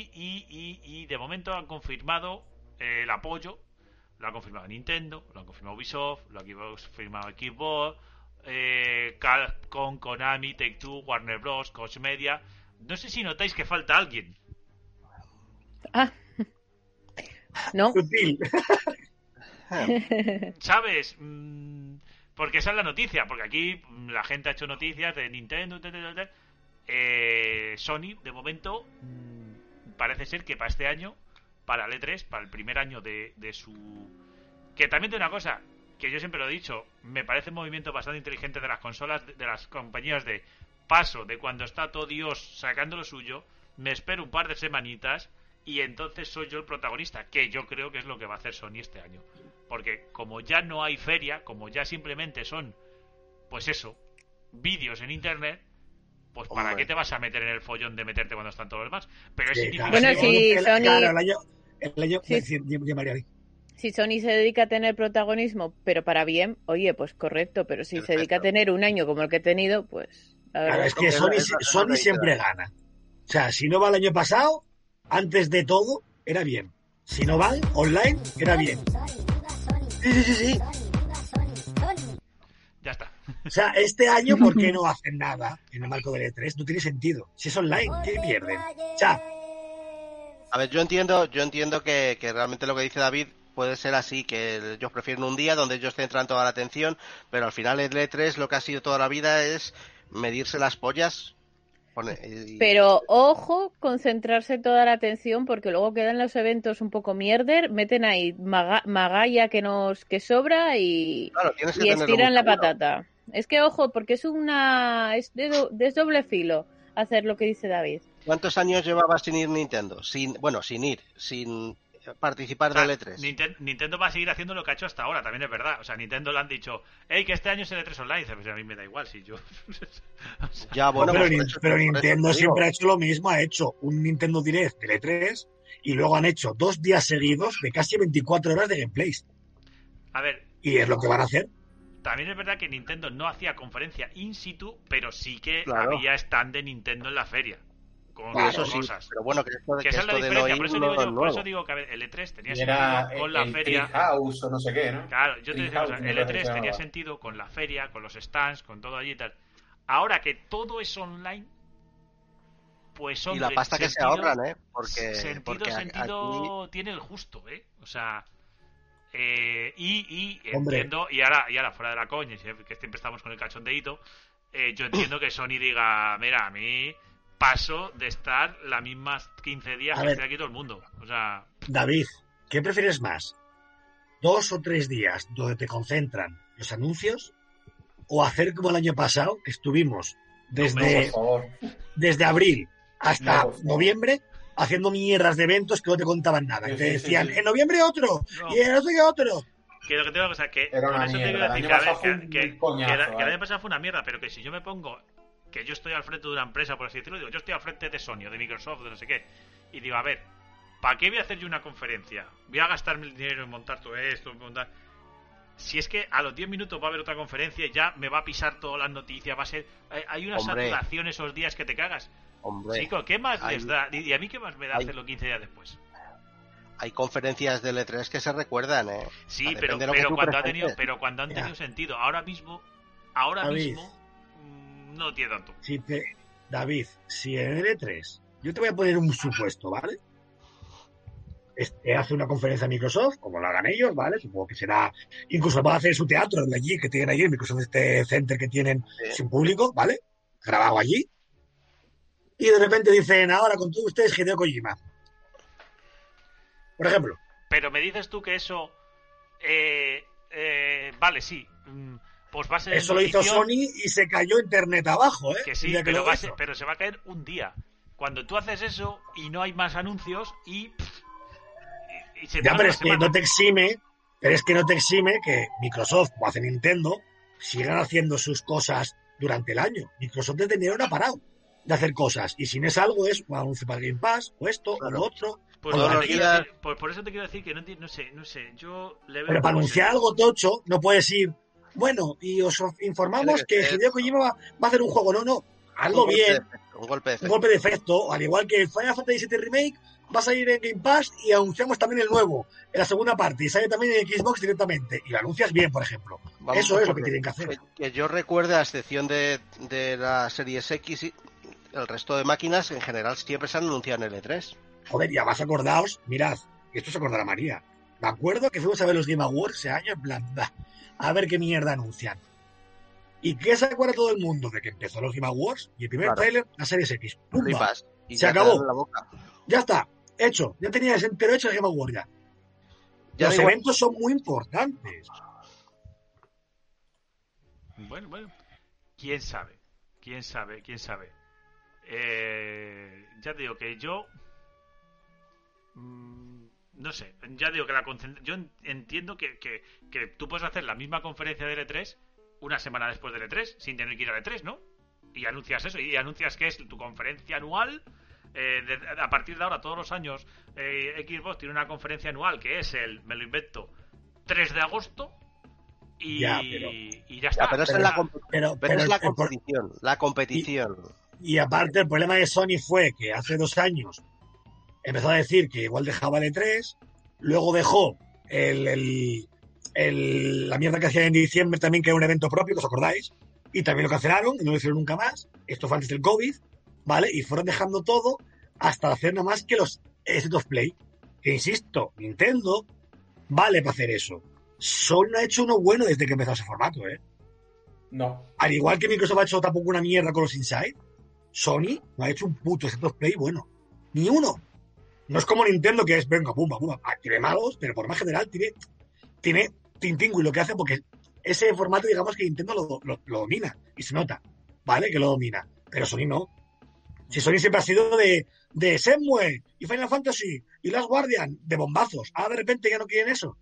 y de momento han confirmado el apoyo. Lo ha confirmado Nintendo, lo ha confirmado Ubisoft, lo ha confirmado Xbox, Capcom, Konami, Take-Two, Warner Bros, Koch Media. No sé si notáis que falta alguien. Ah. No. Sutil. ¿Sabes? Porque esa es la noticia, porque aquí la gente ha hecho noticias de Nintendo, Sony, de momento, parece ser que para este año, para el E3, para el primer año de su... Que también tiene una cosa, que yo siempre lo he dicho, me parece un movimiento bastante inteligente de las consolas, de las compañías de paso, de cuando está todo Dios sacando lo suyo, me espero un par de semanitas y entonces soy yo el protagonista, que yo creo que es lo que va a hacer Sony este año. Porque como ya no hay feria, como ya simplemente son, pues eso, vídeos en internet, pues ¿para Hombre. qué te vas a meter en el follón de meterte cuando están todos los demás? Pero es Sí, significativo. Bueno, sí, Sony- Claro, el año Sí. de María. Si Sony se dedica a tener protagonismo, pero para bien, oye, pues correcto, pero si se Perfecto. dedica a tener un año como el que he tenido, pues la verdad. Claro, es que Es Sony, la- es la Sony realidad. siempre gana. O sea, si no va el año pasado, antes de todo, era bien. Si no van, online, era bien. Sí. Ya está. O sea, este año, ¿por qué no hacen nada en el marco del E3? No tiene sentido. Si es online, ¿qué pierden? O sea, A ver, yo entiendo que realmente lo que dice David puede ser así, que ellos prefieren un día donde ellos centran toda la atención, pero al final el E3 lo que ha sido toda la vida es medirse las pollas. Pero ojo, concentrarse toda la atención porque luego quedan los eventos un poco mierder, meten ahí magalla que sobra y, Claro, tienes que y tenerlo estiran muy la seguro. patata. Es que ojo, porque es es doble filo hacer lo que dice David. ¿Cuántos años llevaba sin ir Nintendo? Sin participar O sea, del E3. Nintendo va a seguir haciendo lo que ha hecho hasta ahora, también es verdad. O sea, Nintendo le han dicho, hey, que este año es el E3 online. Dice, pues a mí me da igual, si yo... O sea, Ya, bueno, pero, pues por eso- pero por eso Nintendo te digo. siempre ha hecho lo mismo. Ha hecho un Nintendo Direct del E3 y luego han hecho 2 días seguidos de casi 24 horas de gameplays. a ver, Y es lo que van a hacer. también es verdad que Nintendo no hacía conferencia in situ, pero sí que Claro. había stand de Nintendo en la feria. Con Y eso sí, cosas. pero bueno, que esto, Que esa es la esto de no diferencia, ir por eso no digo es yo, por nuevo. eso digo que a ver, el E3 tenía Y era sentido con la el feria. Treehouse o no sé qué, ¿no? Claro, yo te decía, o sea, Treehouse, el me parece que E3 se tenía llamaba. sentido con la feria, con los stands, con todo allí y tal. Ahora que todo es online, pues hombre, Y la pasta que se sentido- ahorran, porque sentido tiene el justo, o sea, y Hombre. entiendo, y ahora fuera de la coña, que siempre estamos con el cachondeíto, yo entiendo que Sony diga, mira, a mí paso de estar las mismas 15 días A que ver. esté aquí todo el mundo, o sea, David, ¿qué prefieres más? 2 o 3 días donde te concentran los anuncios, o hacer como el año pasado, que estuvimos Por favor. desde abril hasta No, por favor. noviembre haciendo mierdas de eventos que no te contaban nada. Sí, Y te sí, decían, sí, sí. en noviembre otro, No. y en no sé qué otro. Que lo que tengo que decir, que Era con una eso te mierda. quiero El decir año que, a pasado fue ver, un que coñazo, el año pasado fue una mierda, pero que si yo me pongo, que yo estoy al frente de una empresa, por así decirlo, digo, yo estoy al frente de Sony o de Microsoft, de no sé qué, y digo, a ver, ¿para qué voy a hacer yo una conferencia? Voy a gastarme el dinero en montar todo esto, en montar... Si es que a los 10 minutos va a haber otra conferencia y ya me va a pisar todas las noticias, va a ser... Hay una Hombre. saturación esos días que te cagas. Hombre, Chico, ¿qué más hay- les da? ¿Y a mí qué más me da hay- hacerlo 15 días después? hay conferencias de L3 que se recuerdan, ¿eh? Sí, Depende pero, de lo que pero tú cuando presentes. han Ya. tenido sentido. Ahora mismo David. no tiene tanto. David, si en L3, yo te voy a poner un supuesto, ¿vale? Hace una conferencia Microsoft, como la hagan ellos, ¿vale? Supongo que será, incluso van a hacer su teatro de allí, que tienen allí, el Microsoft este center que tienen Sí. sin público, ¿vale? Grabado allí. Y de repente dicen, ahora con todos ustedes Hideo Kojima. Por ejemplo, Pero me dices tú que eso... vale, sí. Pues va a ser eso lo hizo notición, Sony y se cayó internet abajo, ¿eh? que El sí, día que pero, lo hizo. pero se va a caer un día. Cuando tú haces eso y no hay más anuncios y se Ya, pasa pero una es que semana. no te exime, que Microsoft o hace Nintendo sigan haciendo sus cosas durante el año. Microsoft desde enero no ha parado de hacer cosas. Y si no es algo, es un anuncio para el Game Pass, o esto, Claro. o lo otro. Pues todos lo que los te quiero días- decir- por eso te quiero decir que no sé, yo le veo Pero para poco anunciar sentido. algo tocho, no puedes ir, bueno, y os informamos Tiene que que ser- Hideo Kojima va a hacer un juego. No, hazlo Un golpe bien, de efecto, un golpe de un efecto. golpe de efecto, al igual que el Final Fantasy VII Remake va a salir en Game Pass y anunciamos también el nuevo, en la segunda parte, y sale también en Xbox directamente, y lo anuncias bien, por ejemplo. Vamos Eso es lo por que orden. tienen que hacer. Que yo recuerde, a excepción de la Series X, y el resto de máquinas en general siempre se han anunciado en L3. Joder, y además acordaos, mirad, y esto se acordará María. Me acuerdo que fuimos a ver los Game Awards ese año, en plan, bah, a ver qué mierda anuncian. ¿Y qué se acuerda todo el mundo? De que empezó los Game Awards y el primer Claro. tráiler, la Series X. ¡Pumba! Flipas. Y Se ya te acabó. dan en la boca. Ya está, hecho. Ya tenía ese entero hecho el Game Awards ya. Ya Los da igual. eventos son muy importantes. Bueno. ¿Quién sabe? Ya te digo que yo... no sé, ya digo que yo entiendo que tú puedes hacer la misma conferencia de L3 una semana después de L3 sin tener que ir a L3, ¿no? Y anuncias eso, y anuncias que es tu conferencia anual. A partir de ahora, todos los años, Xbox tiene una conferencia anual que es me lo invento, 3 de agosto. Y Ya, y ya está. Ya, pero esa Pero- es la, comp- pero es la competición. La competición. Y aparte, el problema de Sony fue que hace 2 años empezó a decir que igual dejaba el E3, luego dejó la mierda que hacía en diciembre también, que era un evento propio, que os acordáis, y también lo cancelaron y no lo hicieron nunca más. Esto fue antes del COVID, ¿vale? Y fueron dejando todo hasta hacer nada más que los State of Play. Que insisto, Nintendo vale para hacer eso. Sony no ha hecho uno bueno desde que empezó ese formato, ¿eh? No. Al igual que Microsoft ha hecho tampoco una mierda con los Inside, Sony no ha hecho un puto State of Play bueno. Ni uno. No es como Nintendo, que es, venga, pumba. Ah, tiene malos, pero por más general tiene tintingo y lo que hace, porque ese formato, digamos que Nintendo lo domina. Y se nota, ¿vale? Que lo domina. Pero Sony no. Si Sony siempre ha sido de Shenmue y Final Fantasy y Last Guardian, de bombazos. Ahora de repente ya no quieren eso.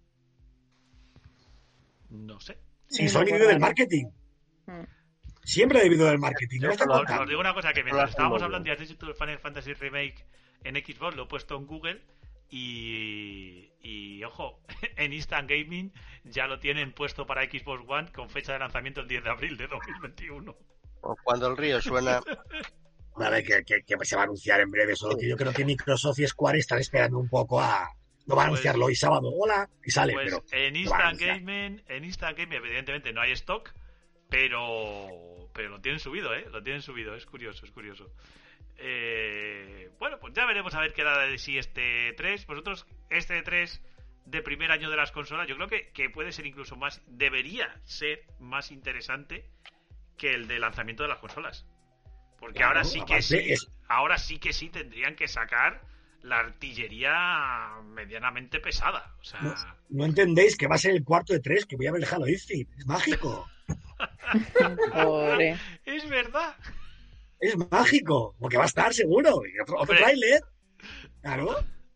No sé. Si Sony vive del marketing. Mm. Siempre ha vivido del marketing. No me está Os contando. digo una cosa, que Hola, mientras estábamos Julio. hablando y has dicho tú el Final Fantasy Remake en Xbox, lo he puesto en Google y ojo, en Instant Gaming ya lo tienen puesto para Xbox One con fecha de lanzamiento el 10 de abril de 2021. Cuando el río suena. A ver, que se va a anunciar en breve. Solo que yo creo que Microsoft y Square están esperando un poco a... No va a anunciarlo hoy sábado. Hola, y sale, Pues pero... en lo van a Instant anunciar. Gaming evidentemente no hay stock, pero lo tienen subido, lo tienen subido, es curioso. Bueno, pues ya veremos a ver qué da de sí este 3. Vosotros, este 3 de primer año de las consolas, yo creo que puede ser incluso más, debería ser más interesante que el de lanzamiento de las consolas. Porque Claro, ahora sí que aparte sí, es- ahora sí que sí tendrían que sacar la artillería medianamente pesada. O sea, No entendéis que va a ser el cuarto de 3 que voy a ver el Halo Infinite. Es mágico. Pobre. es verdad. Es mágico. Porque va a estar seguro. Y otro Hombre. tráiler. Claro.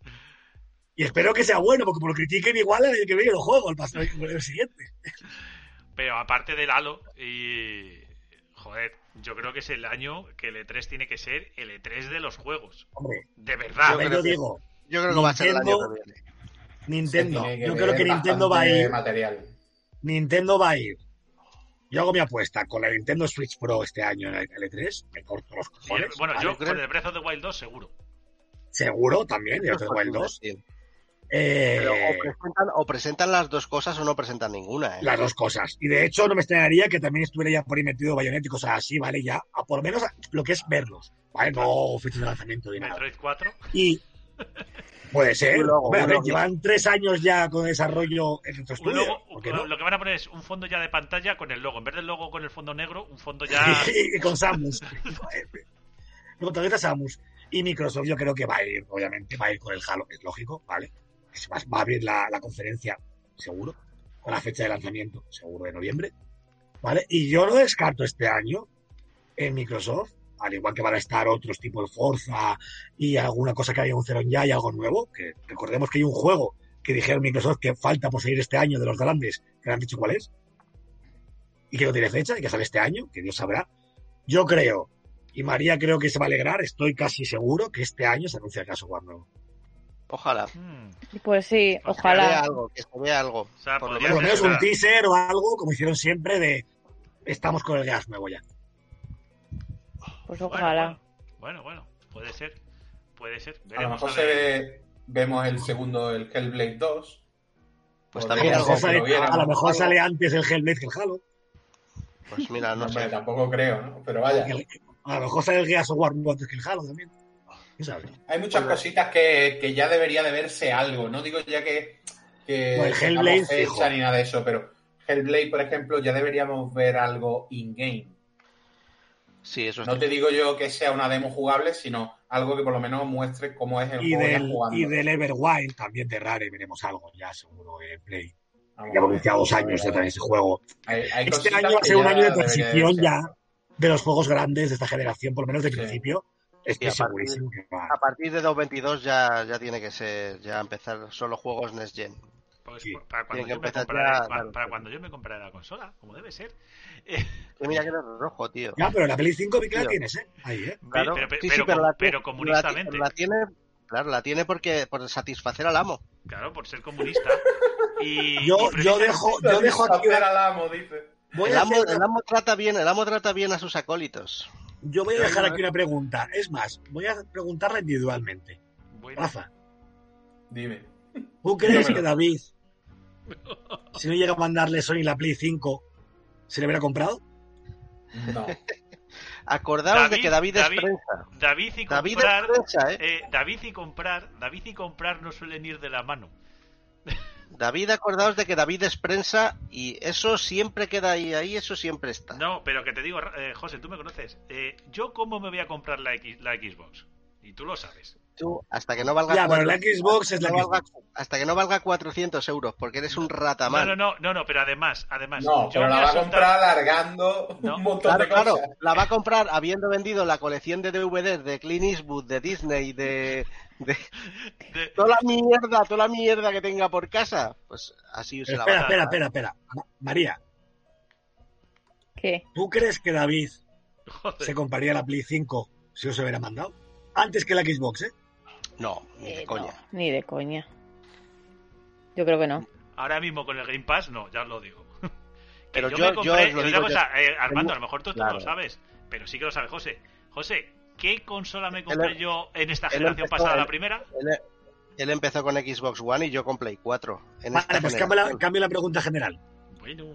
Y espero que sea bueno, porque por lo critiquen igual el que viene el juego, el siguiente. Pero aparte del Halo, y joder, yo creo que es el año que el E3 tiene que ser el E3 de los juegos. Hombre, De verdad. yo digo, Yo creo que va a ser el año que viene. Nintendo. Se tiene Yo ver creo que Nintendo va a bastante ir. material. Nintendo va a ir. Yo hago mi apuesta con la Nintendo Switch Pro este año en el E3. Me corto los Sí, cojones. bueno, ¿vale? yo con el Breath of the Wild 2 seguro. Seguro también, y otro Wild 2. Sí. Pero o presentan las dos cosas o no presentan ninguna. Las dos cosas. Y de hecho, no me extrañaría que también estuviera ya por ahí metido Bayonetta y cosas así, ¿vale? Ya, a por lo menos lo que es verlos, ¿vale? No fechas de lanzamiento ni nada. Metroid 4. Y puede ser. Y luego, Hombre, a ver, luego. llevan 3 años ya con desarrollo en nuestro estudio. Luego, ¿Por qué no? lo que van a poner es un fondo ya de pantalla con el logo. En vez del logo con el fondo negro, un fondo ya. y con Samus. Luego también está Samus. Y Microsoft yo creo que va a ir, obviamente, va a ir con el Halo, es lógico, ¿vale? Va a abrir la conferencia, seguro, con la fecha de lanzamiento, seguro de noviembre, ¿vale? Y yo no descarto este año en Microsoft, al igual que van a estar otros tipos de Forza y alguna cosa que haya anunciaron ya y algo nuevo, que recordemos que hay un juego que dijeron Microsoft que falta por salir este año de los grandes, que no han dicho cuál es, y que no tiene fecha, y que sale este año, que Dios sabrá. Yo creo, y María creo que se va a alegrar, estoy casi seguro que este año se anuncia el caso War nuevo. Ojalá. Pues sí, Pues Que se vea ojalá. algo, que se vea algo. O sea, Por lo podría Por lo ser, menos o sea, un teaser o algo, como hicieron siempre, de estamos con el gas nuevo ya. Pues Bueno, ojalá. bueno, puede ser. Puede ser. A lo Veremos mejor a ver. vemos el segundo, el Hellblade 2. Pues O también A lo de- algo. mejor sale, lo viéramos, a lo mejor algo. sale antes el Hellblade que el Halo. Pues mira, no Hombre, sé. tampoco creo, ¿no? Pero vaya. A lo mejor sale el Gears of War nuevo antes que el Halo también. ¿Quién sabe? Hay muchas cositas que ya debería de verse algo. No digo ya que No, el tengamos Hellblade, fecha fijo. ni nada de eso, pero Hellblade, por ejemplo, ya deberíamos ver algo in-game. Sí, eso es. No te digo yo que sea una demo jugable, sino algo que por lo menos muestre cómo es el Y juego ya del, jugando. y del Everwild también de Rare veremos algo ya seguro en Play. Vamos Ya a hemos ver. anunciado 2 años ya también ese juego. Hay Este cositas año va a que ser un ya año de debería transición verse. ya de los juegos grandes de esta generación, por lo menos de Sí. principio. Estoy Y a partir- segurísimo que va. A partir de 2.22 ya tiene que ser, ya empezar solo juegos Next Gen. Pues, Sí. para, cuando Tiene que yo me empezar compraré, ya, para, claro. para cuando yo me compraré la consola, como debe ser. Que mira que eres rojo, tío. Ya, pero la Play 5 vi que la Tío. tienes, ¿eh? Ahí, ¿eh? Claro. pero, Sí, sí, pero pero comunistamente. La tiene, claro, la tiene porque por satisfacer al amo. Claro, por ser comunista. Y, Yo y precisamente- dejo aquí Saber al amo, dice. voy El a amo, hacer- el amo trata bien a sus acólitos. yo voy a dejar aquí una pregunta. Es más, voy a preguntarla individualmente. Bueno, Rafa, Dime. ¿tú crees Dímelo. que David, si no llega a mandarle Sony la Play 5, se le hubiera comprado? No. Acordaos de que David es prensa. David y David comprar, es prensa, David y comprar no suelen ir de la mano. David, acordaos de que David es prensa y eso siempre queda ahí, eso siempre está. No, pero que te digo, José, tú me conoces. ¿Yo cómo me voy a comprar la Xbox? Y tú lo sabes. Tú, hasta que no valga Ya, pero la 400, Xbox es la no valga- Xbox. hasta que no valga 400 euros, porque eres un ratamán. No, pero además, No, yo pero la voy va a soltar- comprar alargando No. un montón Claro, de claro, cosas. la va a comprar habiendo vendido la colección de DVDs de Clint Eastwood, de Disney, de de- toda la mierda que tenga por casa. Pues así se la va Espera, a espera. María, ¿Qué? ¿tú crees que David Joder. se compraría la Play 5 si os hubiera mandado? Antes que la Xbox, ¿eh? No, ni de coña. No, ni de coña. Yo creo que no. Ahora mismo con el Game Pass, no, ya os lo digo. Que Pero yo yo me compré, os lo y digo una cosa, yo- Armando, a lo mejor tú esto no Claro. lo sabes, pero sí que lo sabe José. José, ¿qué consola me compré Él- yo en esta él generación empezó- pasada, la él- primera? Él empezó con Xbox One y yo con Play 4. En Vale, esta pues generación. cambia la pregunta general. Bueno,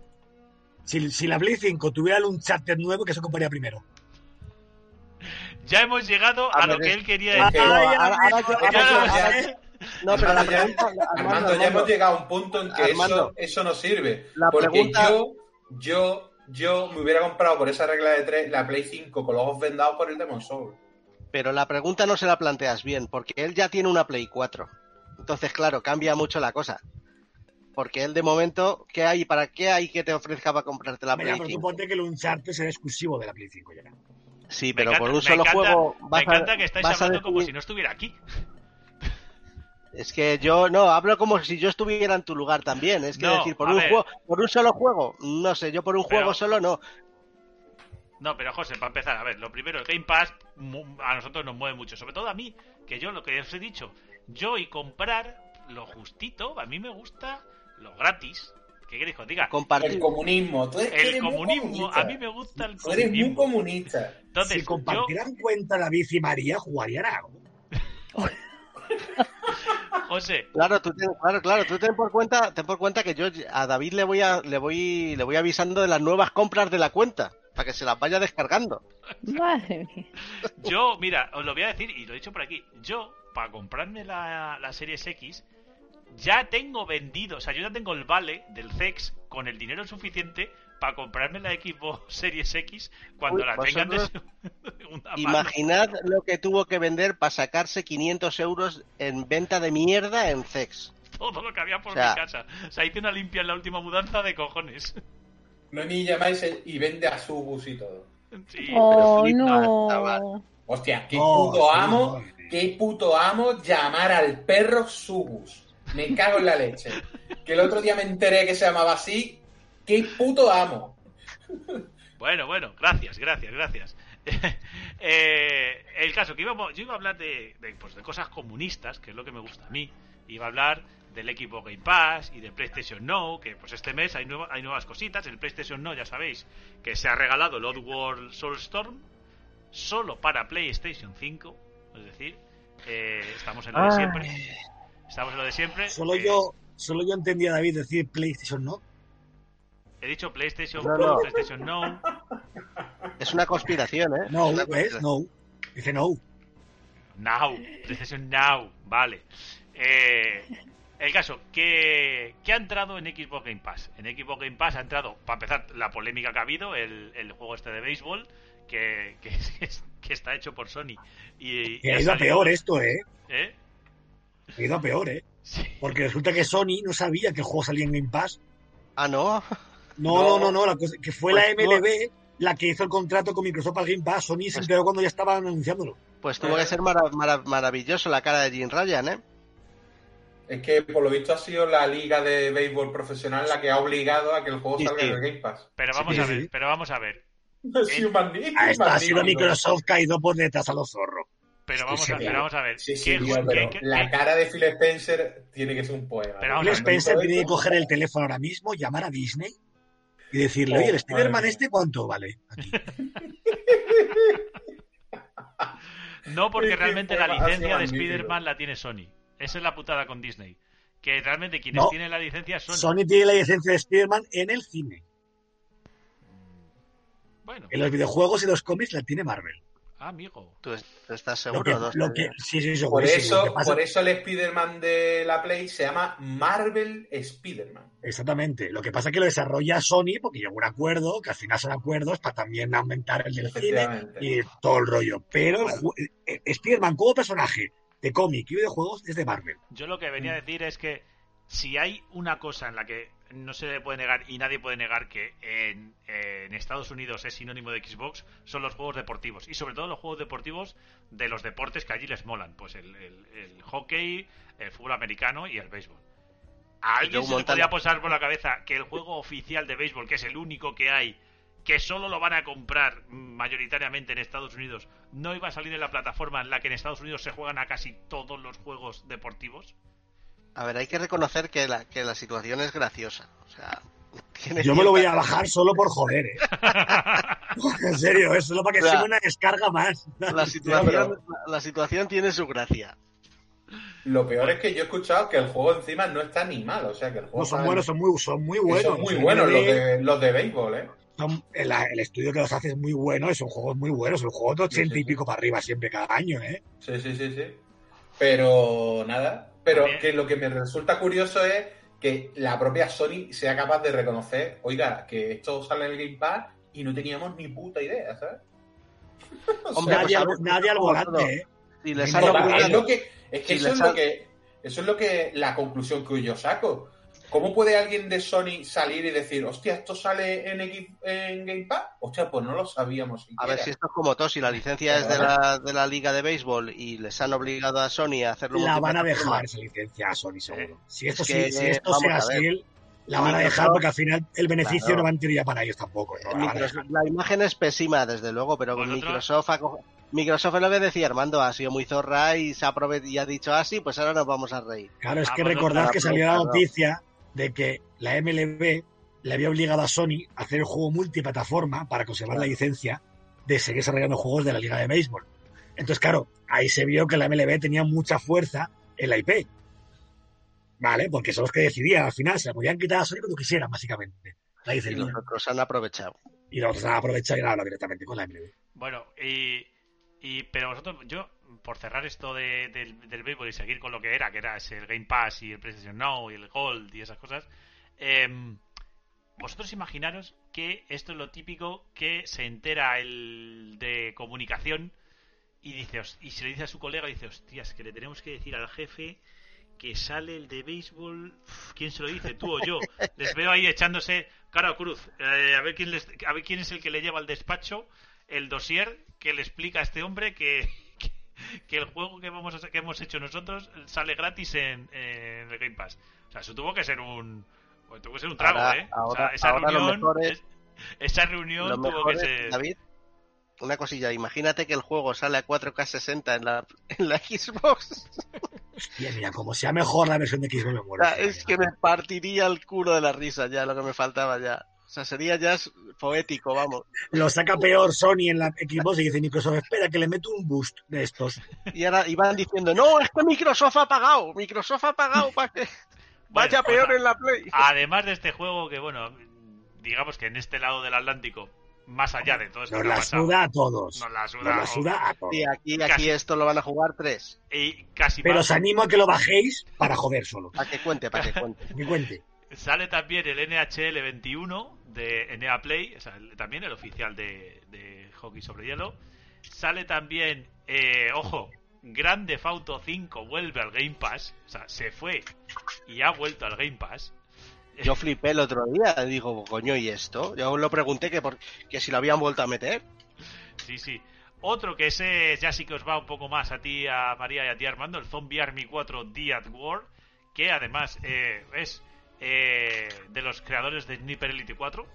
Si la Play 5 tuviera el Uncharted nuevo, ¿qué se compraría primero? ya hemos llegado a A lo ver, que él quería es que- decir. No, Ay, ahora- ahora amigo, yo- ya- No, pero la Armando, ya- pregunta... Armando, ya hemos llegado a un punto en que Armando, eso no sirve. la Porque pregunta- yo me hubiera comprado por esa regla de 3 la Play 5 con los ojos vendados por el Demon's Souls. Pero la pregunta no se la planteas bien, porque él ya tiene una Play 4. Entonces, claro, cambia mucho la cosa. Porque él de momento, ¿qué hay? ¿Para qué hay que te ofrezca para comprarte la Mira, Play pero tú 5? ponte que el Uncharted será exclusivo de la Play 5 ya. Sí, Me pero encanta- por un me solo encanta- juego Me vas encanta que estáis vas a hablando como decidir- si no estuviera aquí. Es que yo no hablo como si yo estuviera en tu lugar también. Es que No, decir, por a un ver. juego, por un solo juego, no sé, yo por un Pero- juego solo no. No, pero José, para empezar, a ver, lo primero, el Game Pass a nosotros nos mueve mucho. Sobre todo a mí, que yo lo que os he dicho, yo y comprar lo justito, a mí me gusta lo gratis. ¿Qué queréis que os diga? El Compartir. comunismo. Tú eres, El eres muy comunismo, comunista. a mí me gusta el Tú eres muy comunismo. comunista. Entonces, Si compartieran cuenta David y María, jugarían algo. José, Claro, tú ten por cuenta que yo a David le voy avisando de las nuevas compras de la cuenta para que se las vaya descargando. Madre mía. yo, mira, os lo voy a decir y lo he dicho por aquí. Yo, para comprarme la Series X, ya tengo vendido, o sea, yo ya tengo el vale del CEX con el dinero suficiente para comprarme la Xbox Series X cuando Uy, la tengan de vosotros segunda mano. Imaginad lo que tuvo que vender para sacarse 500 euros en venta de mierda en CEX. Todo lo que había por O sea, mi casa. O sea, hice una limpia en la última mudanza de cojones. No ni llamáis y vende a su bus y todo. Sí. Oh, flipas, chaval. no. Hostia, qué Oh, puto sí, amo, no. qué puto amo llamar al perro Subus. Me cago en la leche. Que el otro día me enteré que se llamaba así. Qué puto amo. Bueno, gracias. El caso que yo iba a hablar de cosas comunistas, que es lo que me gusta a mí. Iba a hablar del Xbox Game Pass y de PlayStation Now, que pues este mes hay nuevas cositas. El PlayStation Now, ya sabéis, que se ha regalado el Oddworld Soulstorm solo para PlayStation 5. Es decir, estamos en lo de siempre. Estamos en lo de siempre. Solo yo entendía a David decir PlayStation, ¿no? He dicho PlayStation No, Pro, no. PlayStation Now. Es una conspiración, ¿eh? No, Es una ¿ves? conspiración. No. Dice no. Now, PlayStation Now, vale. El caso, que ha entrado en Xbox Game Pass. En Xbox Game Pass ha entrado, para empezar, la polémica que ha habido, el juego este de béisbol, que está hecho por Sony. Y Que ha ha ido a salido- peor esto, ¿eh? ¿Eh? Ha ido a peor, ¿eh? Sí. Porque resulta que Sony no sabía que el juego salía en Game Pass. Ah, no. No. La cosa, que fue Pues la MLB la que hizo el contrato con Microsoft al Game Pass. Sony se enteró cuando ya estaban anunciándolo. Pues tuvo que ser maravilloso la cara de Jim Ryan, ¿eh? Es que por lo visto ha sido la liga de béisbol profesional la que ha obligado a que el juego Sí, salga sí. en el Game Pass. Pero vamos Sí, a ver, sí. pero vamos a ver. Ha sido magnífico. Ha sido magnífico. Microsoft caído por detrás a los zorros. Pero vamos a, sí, pero vamos a ver. Sí, ¿Qué- tío, qué- pero qué- la qué- cara de Phil Spencer tiene que ser un poema. Pero Phil vamos a ver. Spencer tiene que coger el teléfono ahora mismo, llamar a Disney y decirle, oye, el Spider-Man madre este, ¿cuánto vale? Aquí. No, porque Es que realmente fue la licencia de magnífico. Spider-Man la tiene Sony. Esa es la putada con Disney. Que realmente quienes No. tienen la licencia son Sony tiene la licencia de Spider-Man en el cine. Bueno, En los videojuegos y los cómics la tiene Marvel. amigo. ¿Tú estás Lo seguro? que, No lo sé. que, sí, Por segurísimo. Lo que pasa- por eso el Spider-Man de la Play se llama Marvel Spider-Man. Exactamente. Lo que pasa es que lo desarrolla Sony porque llegó a un acuerdo, que al final son acuerdos para también aumentar el del cine Efectivamente. y todo el rollo. Pero Spider-Man como personaje de cómic y videojuegos es de Marvel. Yo lo que venía a decir es que si hay una cosa en la que no se le puede negar y nadie puede negar que en Estados Unidos es sinónimo de Xbox, son los juegos deportivos. Y sobre todo los juegos deportivos de los deportes que allí les molan. Pues el hockey, el fútbol americano y el béisbol. ¿A alguien Joe se le Montana. podía pasar por la cabeza que el juego oficial de béisbol, que es el único que hay, que solo lo van a comprar mayoritariamente en Estados Unidos, no iba a salir en la plataforma en la que en Estados Unidos se juegan a casi todos los juegos deportivos? A ver, hay que reconocer que la situación es graciosa. O sea, tiene Yo me lo voy a cierta- bajar solo por joder, ¿eh? En serio, es solo para que O sea, sea una descarga más. La situación tiene su gracia. Lo peor es que yo he escuchado que el juego encima no está ni mal. O sea, que el juego No, son está- buenos, son muy que buenos. son muy O sea, buenos MLB, los de béisbol, ¿eh? el estudio que los hace es muy bueno y son juegos muy buenos. Son juegos de 80 Sí, y sí. pico para arriba siempre cada año, ¿eh? Sí. Pero nada. Pero También. que lo que me resulta curioso es que la propia Sony sea capaz de reconocer, oiga, que esto sale en el Game Pass y no teníamos ni puta idea, ¿sabes? Hombre, Nadie, pues, nadie al como todo. volante, ¿eh? Si les Total, han Total, obligado- es lo que, es que si eso les es lo han- que eso es lo que la conclusión que yo saco. ¿Cómo puede alguien de Sony salir y decir, hostia, esto sale en Game Pass? Hostia, pues no lo sabíamos A siquiera. ver si esto es como todo, si la licencia es de la Liga de Béisbol y les han obligado a Sony a hacerlo La van a multiplataforma. dejar esa licencia a Sony, seguro. Si esto, Es que, si esto vamos sea a ver. así, la van a dejar Microsoft- porque al final el beneficio Claro. no va en teoría para ellos tampoco. ¿no? La van a dejar. Microsoft- la imagen es pésima, desde luego, pero con ¿Vosotros? Microsoft es lo que decía Armando, ha sido muy zorra y se ha y ha dicho así, pues ahora nos vamos a reír. Claro, es que Vamos, recordad no, que salió la claro. noticia de que la MLB le había obligado a Sony a hacer el juego multiplataforma para conservar la licencia de seguir desarrollando juegos de la Liga de Béisbol. Entonces, claro, ahí se vio que la MLB tenía mucha fuerza en la IP. ¿Vale? Porque son los que decidían al final, se la podían quitar a Sony cuando quisieran, básicamente. La Y licencia. los otros han aprovechado. Y los otros han aprovechado y han hablado directamente con la MLB. Bueno, pero vosotros, yo, por cerrar esto del béisbol y seguir con lo que era el Game Pass y el PlayStation Now y el Gold y esas cosas, vosotros imaginaros que esto es lo típico que se entera el de comunicación y dice, y se le dice a su colega, dice, hostias, que le tenemos que decir al jefe que sale el de béisbol. Uf, ¿quién se lo dice, tú o yo? Les veo ahí echándose cara o cruz, a ver quién es el que le lleva al despacho el dossier que le explica a este hombre que el juego que hemos hecho nosotros sale gratis en el Game Pass. O sea, eso tuvo que ser un trago, Ahora- o sea, esa ahora lo reunión, mejor es- esa reunión Lo tuvo mejor que es, ser. David, una cosilla, imagínate que el juego sale a 4K60 en la Xbox. Hostia, mira, como sea mejor la versión de Xbox me O muero. sea, es que me partiría el culo de la risa ya, lo que me faltaba ya. O sea, sería ya poético, vamos. Lo saca peor Sony en la Xbox y dice Microsoft, espera que le meto un boost de estos. Y ahora iban diciendo, no, es que Microsoft ha pagado para que vaya Bueno, peor otra. en la Play. Además de este juego que, bueno, digamos que en este lado del Atlántico, más allá de todo esto Nos que ha la pasado, suda a todos. nos la Nos suda, la suda a todos. Y aquí Casi. esto lo van a jugar 3. y casi Pero más. os animo a que lo bajéis para joder solo. Para que cuente. Que cuente. Sale también el NHL 21 de NEA Play, o sea, también el oficial de hockey sobre hielo. Sale también, ojo, Grand Theft Auto 5 vuelve al Game Pass, o sea, se fue y ha vuelto al Game Pass. Yo flipé el otro día, digo, coño, ¿y esto? Yo lo pregunté que si lo habían vuelto a meter. Sí, sí. Otro que ese ya sí que os va un poco más a ti, a María y a ti, Armando, el Zombie Army 4 The at War, que además es de los creadores de Sniper Elite 4.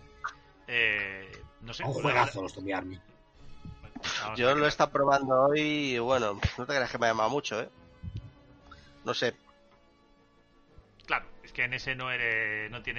No sé. Un juegazo los Zombie Army. Vamos Yo a lo he ver. estado probando hoy y bueno, no te creas que me ha llamado mucho, ¿eh? No sé. Claro, es que en ese no eres No.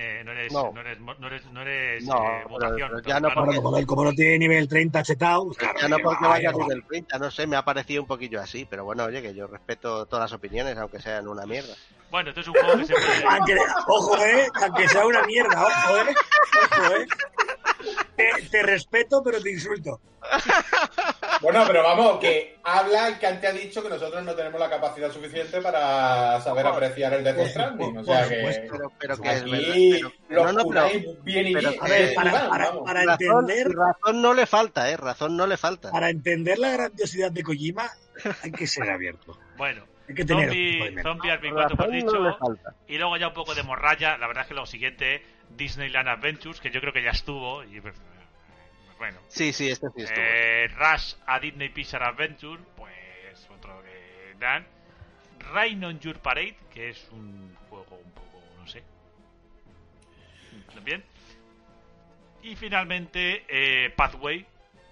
votación. pero ya no claro. porque- Como no tiene nivel 30 chetado, claro. Ya no que porque va, vaya a que va. nivel 30, no sé, me ha parecido un poquillo así, pero bueno, oye, que yo respeto todas las opiniones, aunque sean una mierda. Bueno, entonces un juego que se puede... Ojo, aunque sea una mierda, ojo. Te respeto, pero te insulto. Bueno, pero vamos, que habla el que antes ha dicho que nosotros no tenemos la capacidad suficiente para saber apreciar el Death Stranding. O sea Por que supuesto. Pero que es aquí verdad. los no, pero- curáis bien y pero- bien. A ver, para razón, entender, razón no le falta, razón no le falta. para entender la grandiosidad de Kojima, hay que ser abierto. Bueno, Hay que tener un tipo de mente. Zombie Army 4 hemos Razón no le dicho. falta. Y luego ya un poco de morralla. La verdad es que lo siguiente, Disneyland Adventures, que yo creo que ya estuvo. Y pues, bueno. Sí, este sí estuvo. Rush a Disney Pixar Adventure, pues otro que dan. Rain on Your Parade, que es un juego un poco, no sé. Bien. Y finalmente Pathway,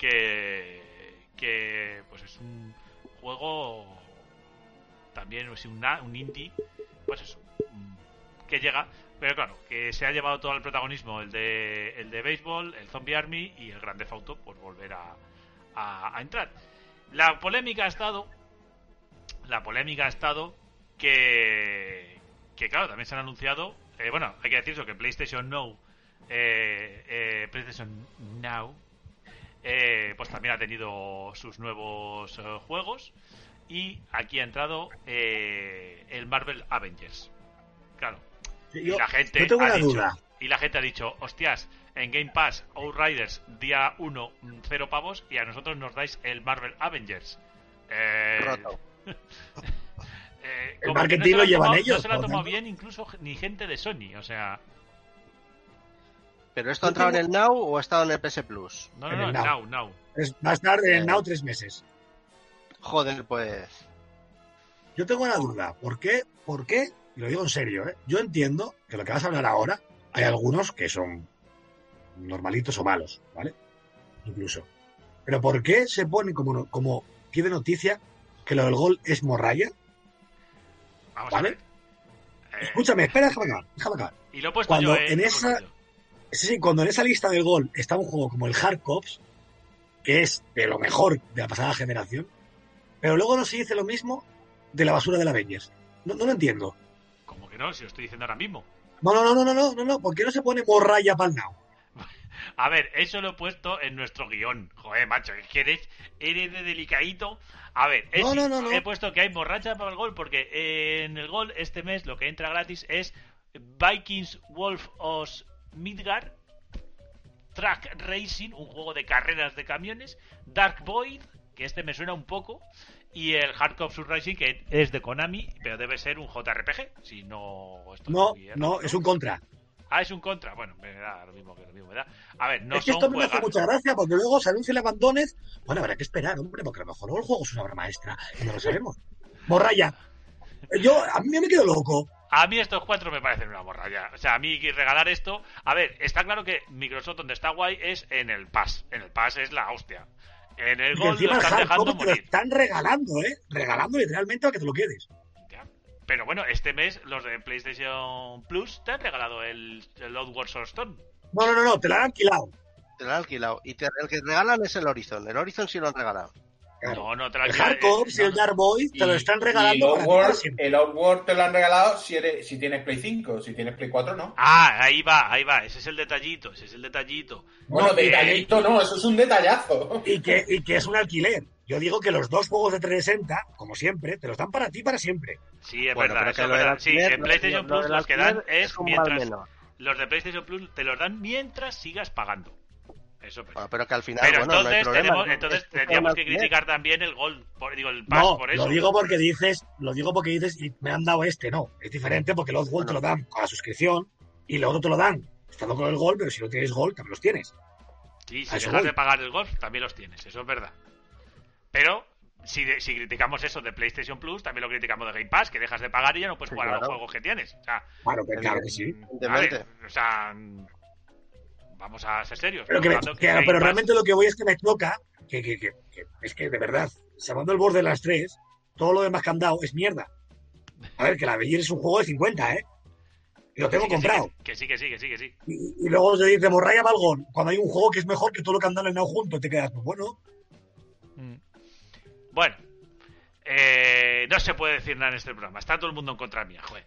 que pues es un juego también es un indie, pues eso, que llega, pero claro, que se ha llevado todo el protagonismo el de béisbol, el Zombie Army y el Grand Theft Auto, pues volver a entrar. La polémica ha estado que claro, también se han anunciado, bueno, hay que decir eso, que PlayStation Now pues también ha tenido sus nuevos juegos, y aquí ha entrado el Marvel Avengers. Claro. Sí, Y la gente yo tengo ha una dicho, duda. Y la gente ha dicho, hostias, en Game Pass, Outriders, día 1, 0 pavos, y a nosotros nos dais el Marvel Avengers. Roto. El como marketing que no se lo llevan tomado, ellos, no se lo ha por tomado tanto. bien incluso ni gente de Sony, o sea... ¿Pero esto ha entrado en el Now o ha estado en el PS Plus? No, En no, el no, Now. now. Va a estar en el Now 3 meses. Joder, pues... Yo tengo una duda. ¿Por qué? Y lo digo en serio, ¿eh? Yo entiendo que lo que vas a hablar ahora, hay algunos que son normalitos o malos, ¿vale? Incluso. Pero ¿por qué se pone como pie de noticia que lo del gol es morralla? Vamos ¿Vale? a ver. Escúchame, espera, déjame acabar. Y lo he puesto Cuando yo, en Lo he esa- puesto yo. Sí, cuando en esa lista del gol está un juego como el Hard Cops, que es de lo mejor de la pasada generación, pero luego no se dice lo mismo de la basura de la Avengers. No lo entiendo. Como que no, si lo estoy diciendo ahora mismo. No. ¿Por qué no se pone morralla para el Now? A ver, eso lo he puesto en nuestro guión. Joder, macho, ¿qué eres de delicadito? A ver, No. he puesto que hay borracha para el gol porque en el gol este mes lo que entra gratis es Vikings Wolf of Midgard, Track Racing, un juego de carreras de camiones, Dark Void, que este me suena un poco, y el Hard Cops Racing, que es de Konami, pero debe ser un JRPG, si no estoy muy errado, No, es un contra. Ah, es un contra. Bueno, me da lo mismo, me da. A ver, no es que son esto me hace juegazos. mucha gracia porque luego se anuncia el abandones. Bueno, habrá que esperar, hombre, porque a lo mejor luego el juego es una obra maestra y no lo sabemos. Morralla. A mí me quedo loco. A mí estos 4 me parecen una morralla. O sea, a mí regalar esto... A ver, está claro que Microsoft donde está guay es en el Pass. En el Pass es la hostia. En el Y Gol lo encima el están Hard dejando Cops te lo morir. están regalando, ¿eh? Regalando literalmente para que te lo quedes. Ya. Pero bueno, este mes los de PlayStation Plus te han regalado el Outward Soulstone. No, te lo han alquilado. Te lo han alquilado. Y el que regalan es el Horizon. El Horizon sí lo han regalado. Claro. No te la El Hard Cops y el Dark Boy te lo están Y regalando para ti para siempre. el Outward te lo han regalado si tienes Play 5, si tienes Play 4 no. Ah, ahí va. Ese es el detallito. Bueno, No, detallito no, eso es un detallazo. Y que es un alquiler. Yo digo que los dos juegos de 360, como siempre, te los dan para ti para siempre. Sí, es Bueno, verdad. pero que Eso es lo del verdad. Sí, alquiler, en PlayStation lo Plus del los que alquiler dan es un mal mientras... menor. Los de PlayStation Plus te los dan mientras sigas pagando. Eso es. Bueno, pero que al final, Pero bueno, no hay entonces, problema. entonces Es tendríamos que alquiler. criticar también el Gold, el Pass No, por eso. lo digo porque dices, y me han dado no. Es diferente porque los Gold te lo dan con la suscripción y los otros te lo dan estando con el Gold, pero si no tienes Gold, también los tienes. Sí, si a eso dejas voy. de pagar el Golf, también los tienes, eso es verdad. Pero si criticamos eso de PlayStation Plus, también lo criticamos de Game Pass, que dejas de pagar y ya no puedes Sí, jugar a los claro. juegos que tienes. O sea, Claro que sí. Evidentemente. o sea, vamos a ser serios. Pero, Estamos hablando que Game pero Pass- realmente lo que voy es que me choca que es que de verdad, salvando el borde de las 3, todo lo demás que han dado es mierda. A ver, que la Bellier es un juego de 50, ¿eh? Y lo tengo Sí, que comprado. sí. Y luego se dice morralla Balgón, cuando hay un juego que es mejor que todo lo que han dado en el junto, te quedas, pues bueno. Bueno, no se puede decir nada en este programa. Está todo el mundo en contra mía, joder.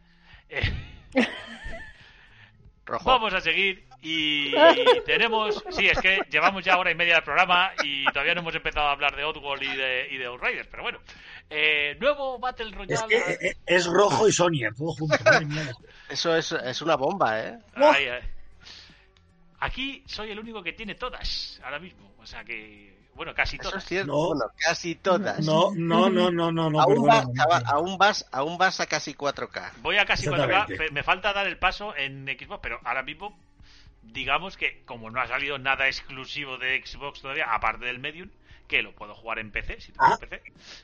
Rojo. Vamos a seguir y tenemos... Sí, es que llevamos ya hora y media del programa y todavía no hemos empezado a hablar de Oddworld y de Outriders, pero bueno. Nuevo Battle Es Royale... que es rojo y Sonia, todo junto. Madre mía. Eso es una bomba, ¿eh? Ay, ay. Aquí soy el único que tiene todas ahora mismo, o sea que... Bueno, casi Eso todas. es cierto. No. Bueno, casi todas. No. Aún, perdona, chaval, aún vas a casi 4K. Voy a casi 4K, Exactamente. me falta dar el paso en Xbox, pero ahora mismo, digamos que como no ha salido nada exclusivo de Xbox todavía, aparte del Medium, que lo puedo jugar en PC, si tengo PC,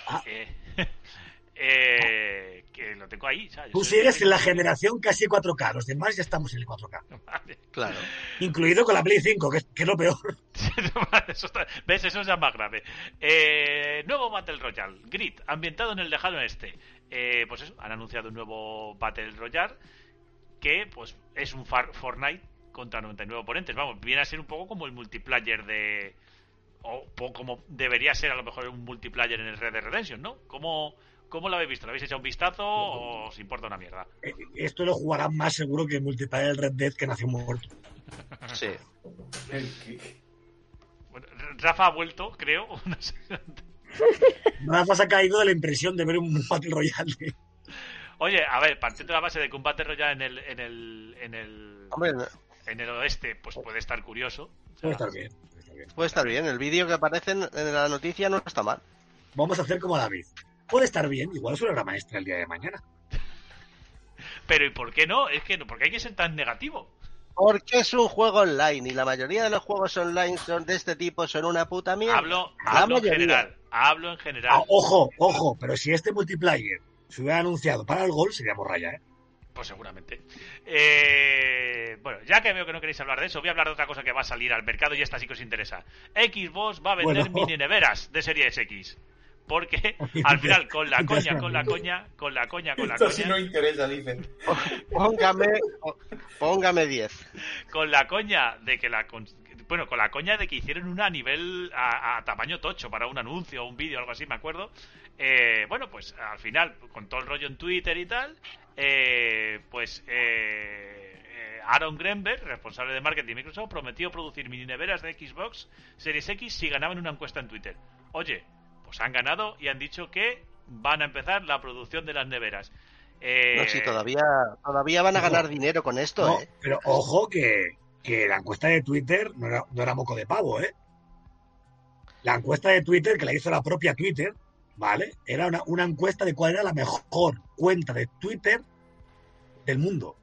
que lo tengo ahí. ¿sabes? Tú sigues en la generación casi 4K, los demás ya estamos en el 4K. Vale. Claro. Incluido con la Play 5, que es lo peor. ¿Ves? Eso es ya más grave. Nuevo Battle Royale, Grid, ambientado en el lejano oeste. Pues eso, han anunciado un nuevo Battle Royale que pues es un Fortnite contra 99 oponentes. Vamos, viene a ser un poco como el multiplayer de... O como debería ser a lo mejor un multiplayer en el Red Dead Redemption, ¿no? ¿Cómo lo habéis visto? ¿Lo habéis echado un vistazo o os importa una mierda? Esto lo jugarán más seguro que el multiplayer del Red Dead que nació muerto. Sí. Bueno, Rafa ha vuelto, creo. No sé. Rafa se ha caído de la impresión de ver un Battle Royale. Oye, a ver, partiendo de la base de que un Battle Royale en el Hombre, en el oeste, pues puede estar curioso. Puede estar bien. Puede estar bien. El vídeo que aparece en la noticia no está mal. Vamos a hacer como David. Puede estar bien, igual es una obra maestra el día de mañana. Pero ¿y por qué no? Es que ¿por qué hay que ser tan negativo? Porque es un juego online y la mayoría de los juegos online de este tipo son una puta mierda. Hablo en general. Hablo en general. Ah, ojo, pero si este multiplayer se hubiera anunciado para el Gol, seríamos raya, ¿eh? Pues seguramente. Bueno, ya que veo que no queréis hablar de eso, voy a hablar de otra cosa que va a salir al mercado y esta sí que os interesa. Xbox va a vender mini neveras de Series X. Porque al final, con la coña. Esto sí no interesa, dicen. Póngame 10. Con la coña de que con la coña de que hicieron una a nivel a tamaño tocho para un anuncio o un vídeo o algo así, me acuerdo. Bueno, pues al final, con todo el rollo en Twitter y tal, Aaron Greenberg, responsable de marketing de Microsoft, prometió producir mini neveras de Xbox Series X si ganaban una encuesta en Twitter. Oye, pues han ganado y han dicho que van a empezar la producción de las neveras. No, sí, todavía van a ganar dinero con esto, no, pero ojo que la encuesta de Twitter no era moco de pavo, ¿eh? La encuesta de Twitter, que la hizo la propia Twitter, ¿vale? Era una encuesta de cuál era la mejor cuenta de Twitter del mundo.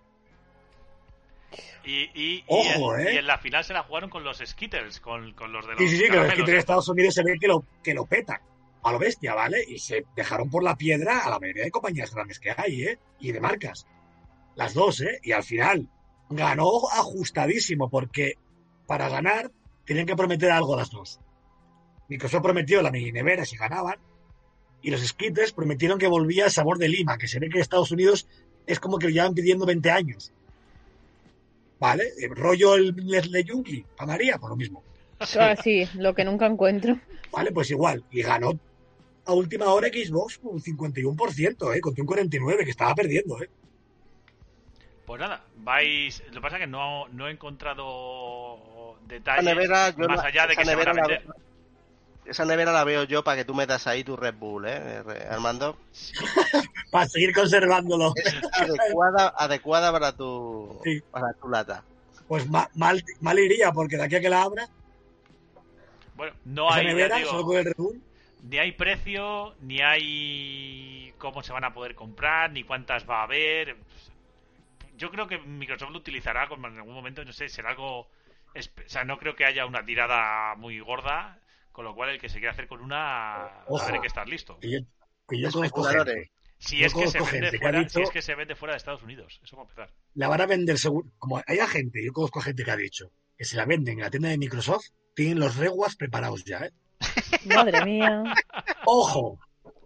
Y ojo, y en la final se la jugaron con los Skittles, con los de los Sí, que los Skittles de Estados Unidos se ve que lo petan a lo bestia, ¿vale? Y se dejaron por la piedra a la mayoría de compañías grandes que hay, ¿eh? Y de marcas. Las dos, ¿eh? Y al final ganó ajustadísimo, porque para ganar tenían que prometer algo las dos. Microsoft prometió la mini nevera si ganaban, y los Skittles prometieron que volvía el sabor de Lima, que se ve que en Estados Unidos es como que lo llevan pidiendo 20 años. ¿Vale? El rollo el Nestlé Junkie, para María, pues lo mismo. Sí, lo que nunca encuentro. Vale, pues igual. Y ganó a última hora Xbox un 51%, contra un 49% que estaba perdiendo, Pues nada, vais... Lo que pasa es que no he encontrado detalles nevera, más allá de que se van a vender. Esa nevera la veo yo para que tú metas ahí tu Red Bull, Armando. Sí. Para seguir conservándolo. Es adecuada para tu lata. Pues mal iría, porque de aquí a que la abra... Bueno, no esa hay... nevera, digo, solo con el Red Bull. Ni hay precio, ni hay cómo se van a poder comprar, ni cuántas va a haber. Yo creo que Microsoft lo utilizará como en algún momento, no sé, será algo... O sea, no creo que haya una tirada muy gorda, con lo cual el que se quiera hacer con una tiene que estar listo. Que yo conozco gente. Si es que se vende fuera de Estados Unidos, eso va a empezar. La van a vender seguro. Como haya gente, yo conozco gente que ha dicho que si la venden en la tienda de Microsoft, tienen los reguas preparados ya, Madre mía. Ojo,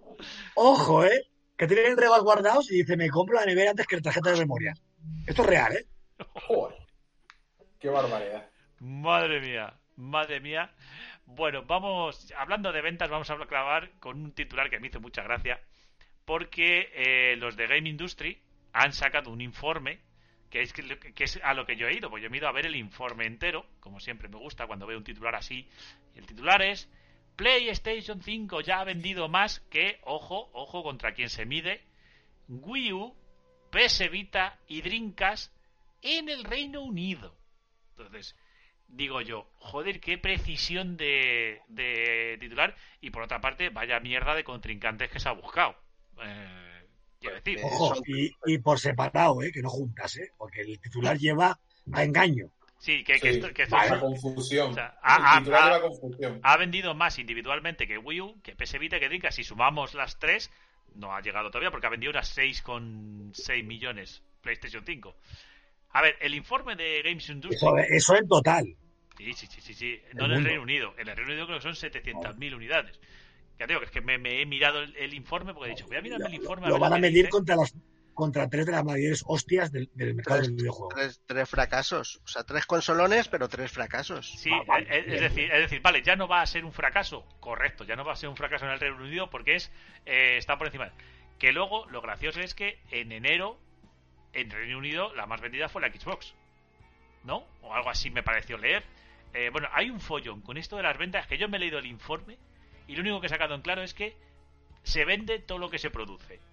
que tienen reguas guardados y dice, me compro la nevera antes que la tarjeta de memoria. Esto es real, Joder, qué barbaridad. Madre mía. Bueno, hablando de ventas, vamos a clavar con un titular que me hizo mucha gracia, porque los de Game Industry han sacado un informe que es a lo que yo he ido, pues yo me he ido a ver el informe entero, como siempre me gusta cuando veo un titular así, y el titular es: PlayStation 5 ya ha vendido más que, ojo contra quien se mide, Wii U, PS Vita y Dreamcast en el Reino Unido. Entonces, digo yo, joder, qué precisión de titular, y por otra parte, vaya mierda de contrincantes que se ha buscado. Quiero decir. Ojo, y por separado, que no juntas, porque el titular lleva a engaño. Sí, que esto vaya confusión. O sea, el titular lleva confusión. Ha vendido más individualmente que Wii U, que PS Vita, que Dreamcast. Si sumamos las tres, no ha llegado todavía, porque ha vendido unas 6,6 millones PlayStation 5. A ver, el informe de Games Industry... Eso en total. Sí. No en el Reino Unido. En el Reino Unido creo que son 700.000 unidades. Ya digo, que es que me he mirado el informe porque he dicho, voy a mirarme el informe. Lo van a medir contra tres de las mayores hostias del mercado del videojuego. Tres fracasos. O sea, 3 consolones, pero 3 fracasos. Sí, es decir, vale, ya no va a ser un fracaso. Correcto, ya no va a ser un fracaso en el Reino Unido porque está por encima. Que luego, lo gracioso es que en enero, en Reino Unido, la más vendida fue la Xbox, ¿no? O algo así me pareció leer. Bueno, hay un follón con esto de las ventas, que yo me he leído el informe y lo único que he sacado en claro es que se vende todo lo que se produce.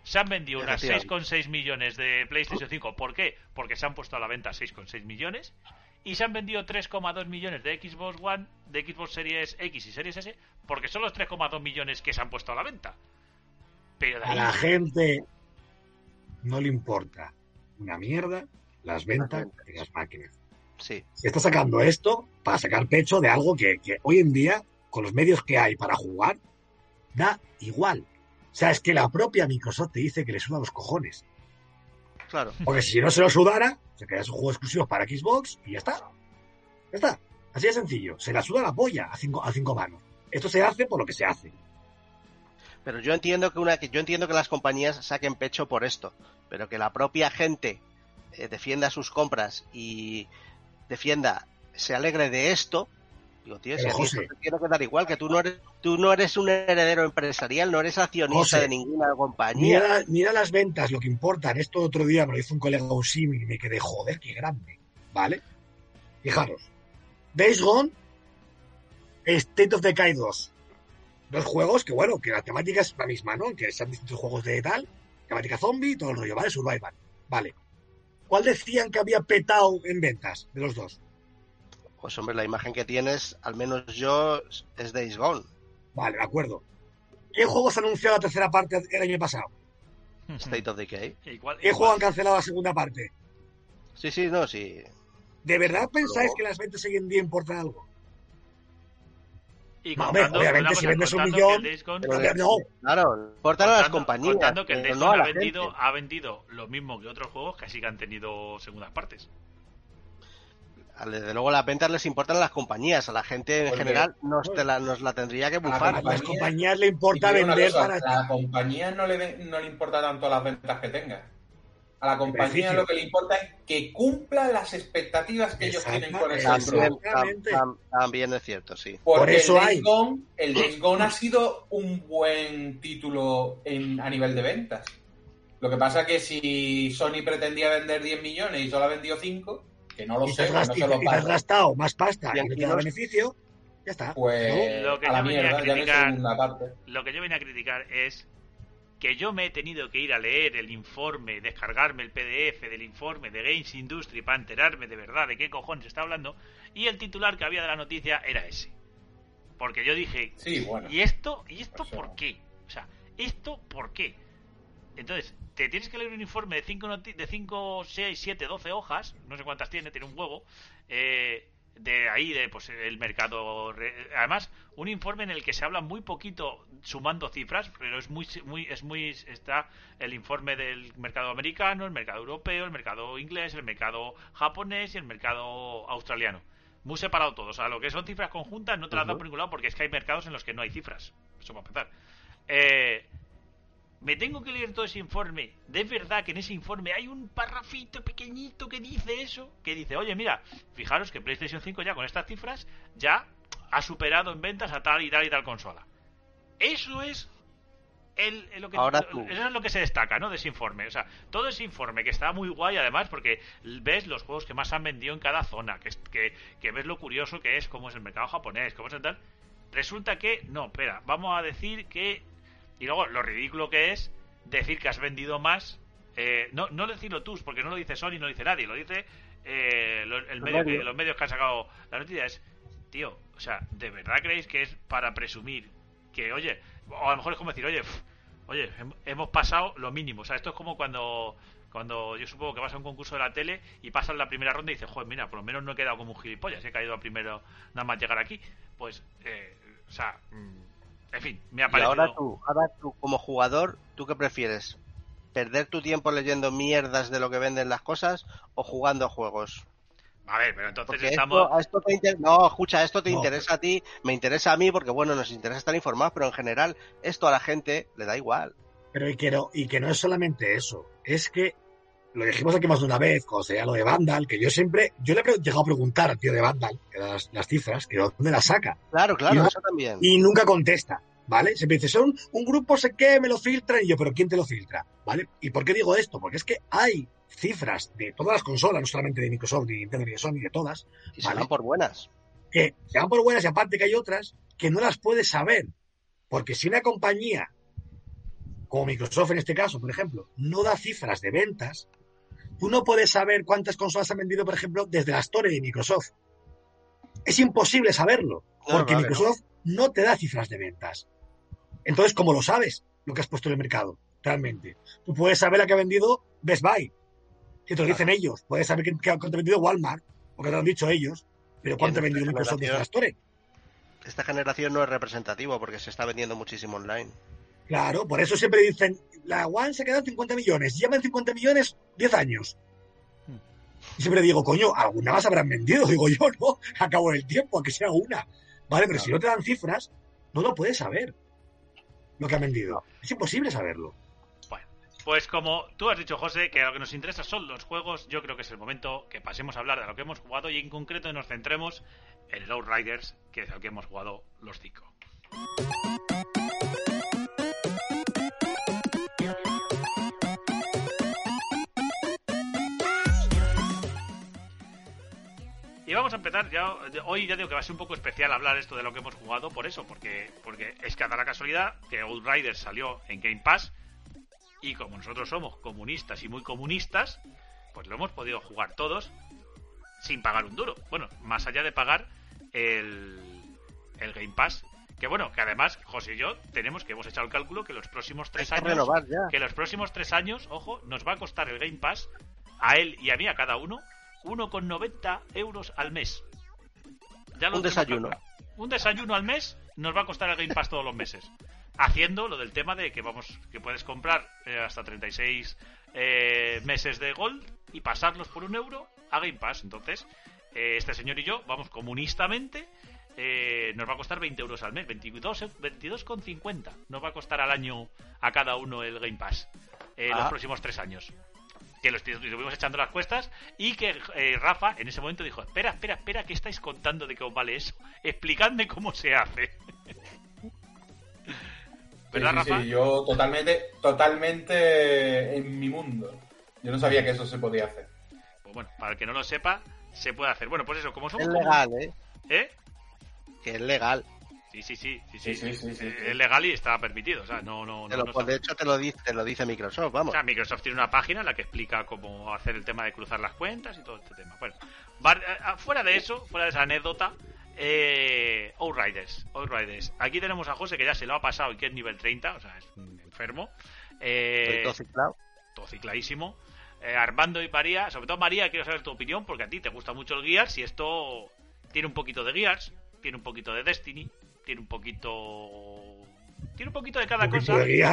Se han vendido unas Efectivamente. 6,6 millones de PlayStation 5. ¿Por qué? Porque se han puesto a la venta 6,6 millones. Y se han vendido 3,2 millones de Xbox One, de Xbox Series X y Series S, porque son los 3,2 millones que se han puesto a la venta. Pero de A ahí... la gente no le importa una mierda las ventas de las máquinas. Sí. Se está sacando esto para sacar pecho de algo que hoy en día, con los medios que hay para jugar, da igual. O sea, es que la propia Microsoft te dice que le suda los cojones. Claro. Porque si no se lo sudara, se quedaría sus juegos exclusivos para Xbox y ya está. Ya está. Así de sencillo. Se la suda la polla a cinco manos. Esto se hace por lo que se hace. Pero yo entiendo que las compañías saquen pecho por esto, pero que la propia gente defienda sus compras y se alegre de esto. Digo, tío, Pero, si a ti José, esto te quiero quedar igual, que tú no eres un heredero empresarial, no eres accionista José, de ninguna compañía. Mira las ventas, lo que importan. Esto otro día me lo hizo un colega un símil y me quedé, joder, qué grande. ¿Vale? Fijaros. Days Gone, State of Decay 2. Dos juegos que, bueno, que la temática es la misma, ¿no? Que sean distintos juegos de tal, temática zombie, todo el rollo, ¿vale? Survival. Vale. ¿Cuál decían que había petado en ventas de los dos? Pues hombre, la imagen que tienes, al menos yo, es Days Gone. Vale, de acuerdo. ¿Qué juegos han anunciado la tercera parte el año pasado? State of Decay. ¿Qué juego han cancelado la segunda parte? Sí, no, sí. ¿De verdad pensáis Luego- que las ventas hoy en día importan algo? Y No, hombre, contando, obviamente, una si cosa, vendes un contando millón, que el Days Gone- Pero No, Claro, importan a las compañías, contando que el pero Days no Gone a ha la vendido, gente. ha vendido lo mismo que otros juegos que así que han tenido segundas partes. Desde luego las ventas les importan a las compañías, a la gente en Porque- general nos la tendría que A la bufar. A las compañía- compañías le importa Y te digo una vender cosa, para... a la compañía no le importa tanto las ventas que tenga. A la compañía beneficio. lo que le importa es que cumpla las expectativas que ellos tienen con ese Exacto. producto. Exactamente. También es cierto, sí. Porque Por eso el Days Gone ha sido un buen título a nivel de ventas. Lo que pasa que si Sony pretendía vender 10 millones y solo ha vendido 5, que no lo Y sé, te has que no se lo paso, gastado más pasta y no te da Tranquilos. beneficio, ya está. pues Lo que a la yo venía mierda, a ya no es criticar- segunda parte. Lo que yo venía a criticar es que yo me he tenido que ir a leer el informe, descargarme el PDF del informe de Games Industry para enterarme de verdad de qué cojones está hablando, y el titular que había de la noticia era ese. Porque yo dije, Sí, bueno. ¿y esto Eso. por qué? O sea, ¿esto por qué? Entonces, te tienes que leer un informe de 5, 6, 7, 12 hojas, no sé cuántas tiene un huevo, de ahí, de pues el mercado. Además, un informe en el que se habla muy poquito sumando cifras, pero está el informe del mercado americano, el mercado europeo, el mercado inglés, el mercado japonés y el mercado australiano. Muy separado todo. O sea, lo que son cifras conjuntas no te las dan por ningún lado porque es que hay mercados en los que no hay cifras. Eso va a empezar. Me tengo que leer todo ese informe. De verdad que en ese informe hay un parrafito pequeñito que dice eso. Que dice, oye, mira, fijaros que PlayStation 5 ya con estas cifras ya ha superado en ventas a tal y tal y tal consola. Eso es lo que, Ahora tú. eso es lo que se destaca, ¿no? De ese informe. O sea, todo ese informe que está muy guay además porque ves los juegos que más han vendido en cada zona. Que ves lo curioso que es, cómo es el mercado japonés, cómo es el tal. Resulta que, no, espera, vamos a decir que... Y luego lo ridículo que es decir que has vendido más. No decirlo tú, porque no lo dice Sony, no lo dice nadie. Lo dice los medios que han sacado la noticia. Es, tío, o sea, ¿de verdad creéis que es para presumir que, oye, o a lo mejor es como decir, oye, hemos pasado lo mínimo? O sea, esto es como cuando yo supongo que vas a un concurso de la tele y pasas la primera ronda y dices, joder, mira, por lo menos no he quedado como un gilipollas, he caído a primero nada más llegar aquí. Pues, o sea... En fin, me ha Y parecido... ahora tú, como jugador, ¿tú qué prefieres? ¿Perder tu tiempo leyendo mierdas de lo que venden las cosas o jugando a juegos? A ver, pero entonces Porque estamos... No, escucha, esto te No, interesa a ti, me interesa a mí, porque bueno, nos interesa estar informados, pero en general esto a la gente le da igual. Pero y que no es solamente eso, es que lo dijimos aquí más de una vez, cuando sería lo de Vandal, que yo le he llegado a preguntar al tío de Vandal, que las cifras, que dónde las saca, Claro, Y no- eso también. y nunca contesta, ¿vale? Siempre dice, son un grupo, sé qué, me lo filtran, y yo, ¿pero quién te lo filtra? ¿Vale? ¿Y por qué digo esto? Porque es que hay cifras de todas las consolas, no solamente de Microsoft, ni de Nintendo, ni de Sony, de todas, Y se ¿vale? dan por buenas. Que se dan por buenas y aparte que hay otras que no las puedes saber. Porque si una compañía como Microsoft en este caso, por ejemplo, no da cifras de ventas, tú no puedes saber cuántas consolas han vendido, por ejemplo, desde la Store de Microsoft. Es imposible saberlo, porque vale, Microsoft no te da cifras de ventas. Entonces, ¿cómo lo sabes lo que has puesto en el mercado? Realmente. Tú puedes saber la que ha vendido Best Buy, que te lo dicen ellos. Puedes saber cuánto ha vendido Walmart, porque te lo han dicho ellos, pero cuánto ha vendido Microsoft desde la Store. Esta generación no es representativo porque se está vendiendo muchísimo online. Claro, por eso siempre dicen, la One se queda en 50 millones, llevan 50 millones 10 años. Y siempre digo, coño, alguna más habrán vendido. Digo yo, no, acabo el tiempo, aunque sea una. Vale, pero si no te dan cifras, no lo puedes saber lo que han vendido. Es imposible saberlo. Bueno, pues como tú has dicho, José, que lo que nos interesa son los juegos, yo creo que es el momento que pasemos a hablar de lo que hemos jugado y en concreto nos centremos en el Outriders, que es el que hemos jugado los 5. Y vamos a empezar ya. Hoy ya digo que va a ser un poco especial hablar esto de lo que hemos jugado, por eso, porque es que da la casualidad que Outriders salió en Game Pass y como nosotros somos comunistas y muy comunistas, pues lo hemos podido jugar todos sin pagar un duro. Bueno, más allá de pagar el Game Pass, que bueno, que además José y yo hemos echado el cálculo que los próximos 3 años, que los próximos 3 años, ojo, nos va a costar el Game Pass a él y a mí, a cada uno, 1,90 euros al mes. Ya lo un desayuno. Un desayuno al mes nos va a costar el Game Pass todos los meses. Haciendo lo del tema de que puedes comprar hasta 36 meses de Gold y pasarlos por €1 a Game Pass. Entonces, este señor y yo vamos comunistamente, nos va a costar 20 euros al mes, 22,50 nos va a costar al año a cada uno el Game Pass los próximos 3 años. Que lo estuvimos echando las cuestas y que Rafa en ese momento dijo, espera, ¿qué estáis contando de que os vale eso? Explicadme cómo se hace. ¿Verdad, Rafa? Sí, yo totalmente en mi mundo. Yo no sabía que eso se podía hacer. Pues bueno, para el que no lo sepa, se puede hacer. Bueno, pues eso, como somos... Es legal, ¿Eh? Que es legal. Sí. Es legal y está permitido. O sea, pues de hecho te lo dice Microsoft, vamos. O sea, Microsoft tiene una página en la que explica cómo hacer el tema de cruzar las cuentas y todo este tema. Bueno, fuera de eso, fuera de esa anécdota, Outriders. Aquí tenemos a José, que ya se lo ha pasado y que es nivel 30, o sea, es un enfermo. Estoy todo ciclado. Todo cicladísimo. Armando y María, sobre todo María, quiero saber tu opinión, porque a ti te gusta mucho el Gears y esto tiene un poquito de Gears, tiene un poquito de Destiny, tiene un poquito de cada cosa.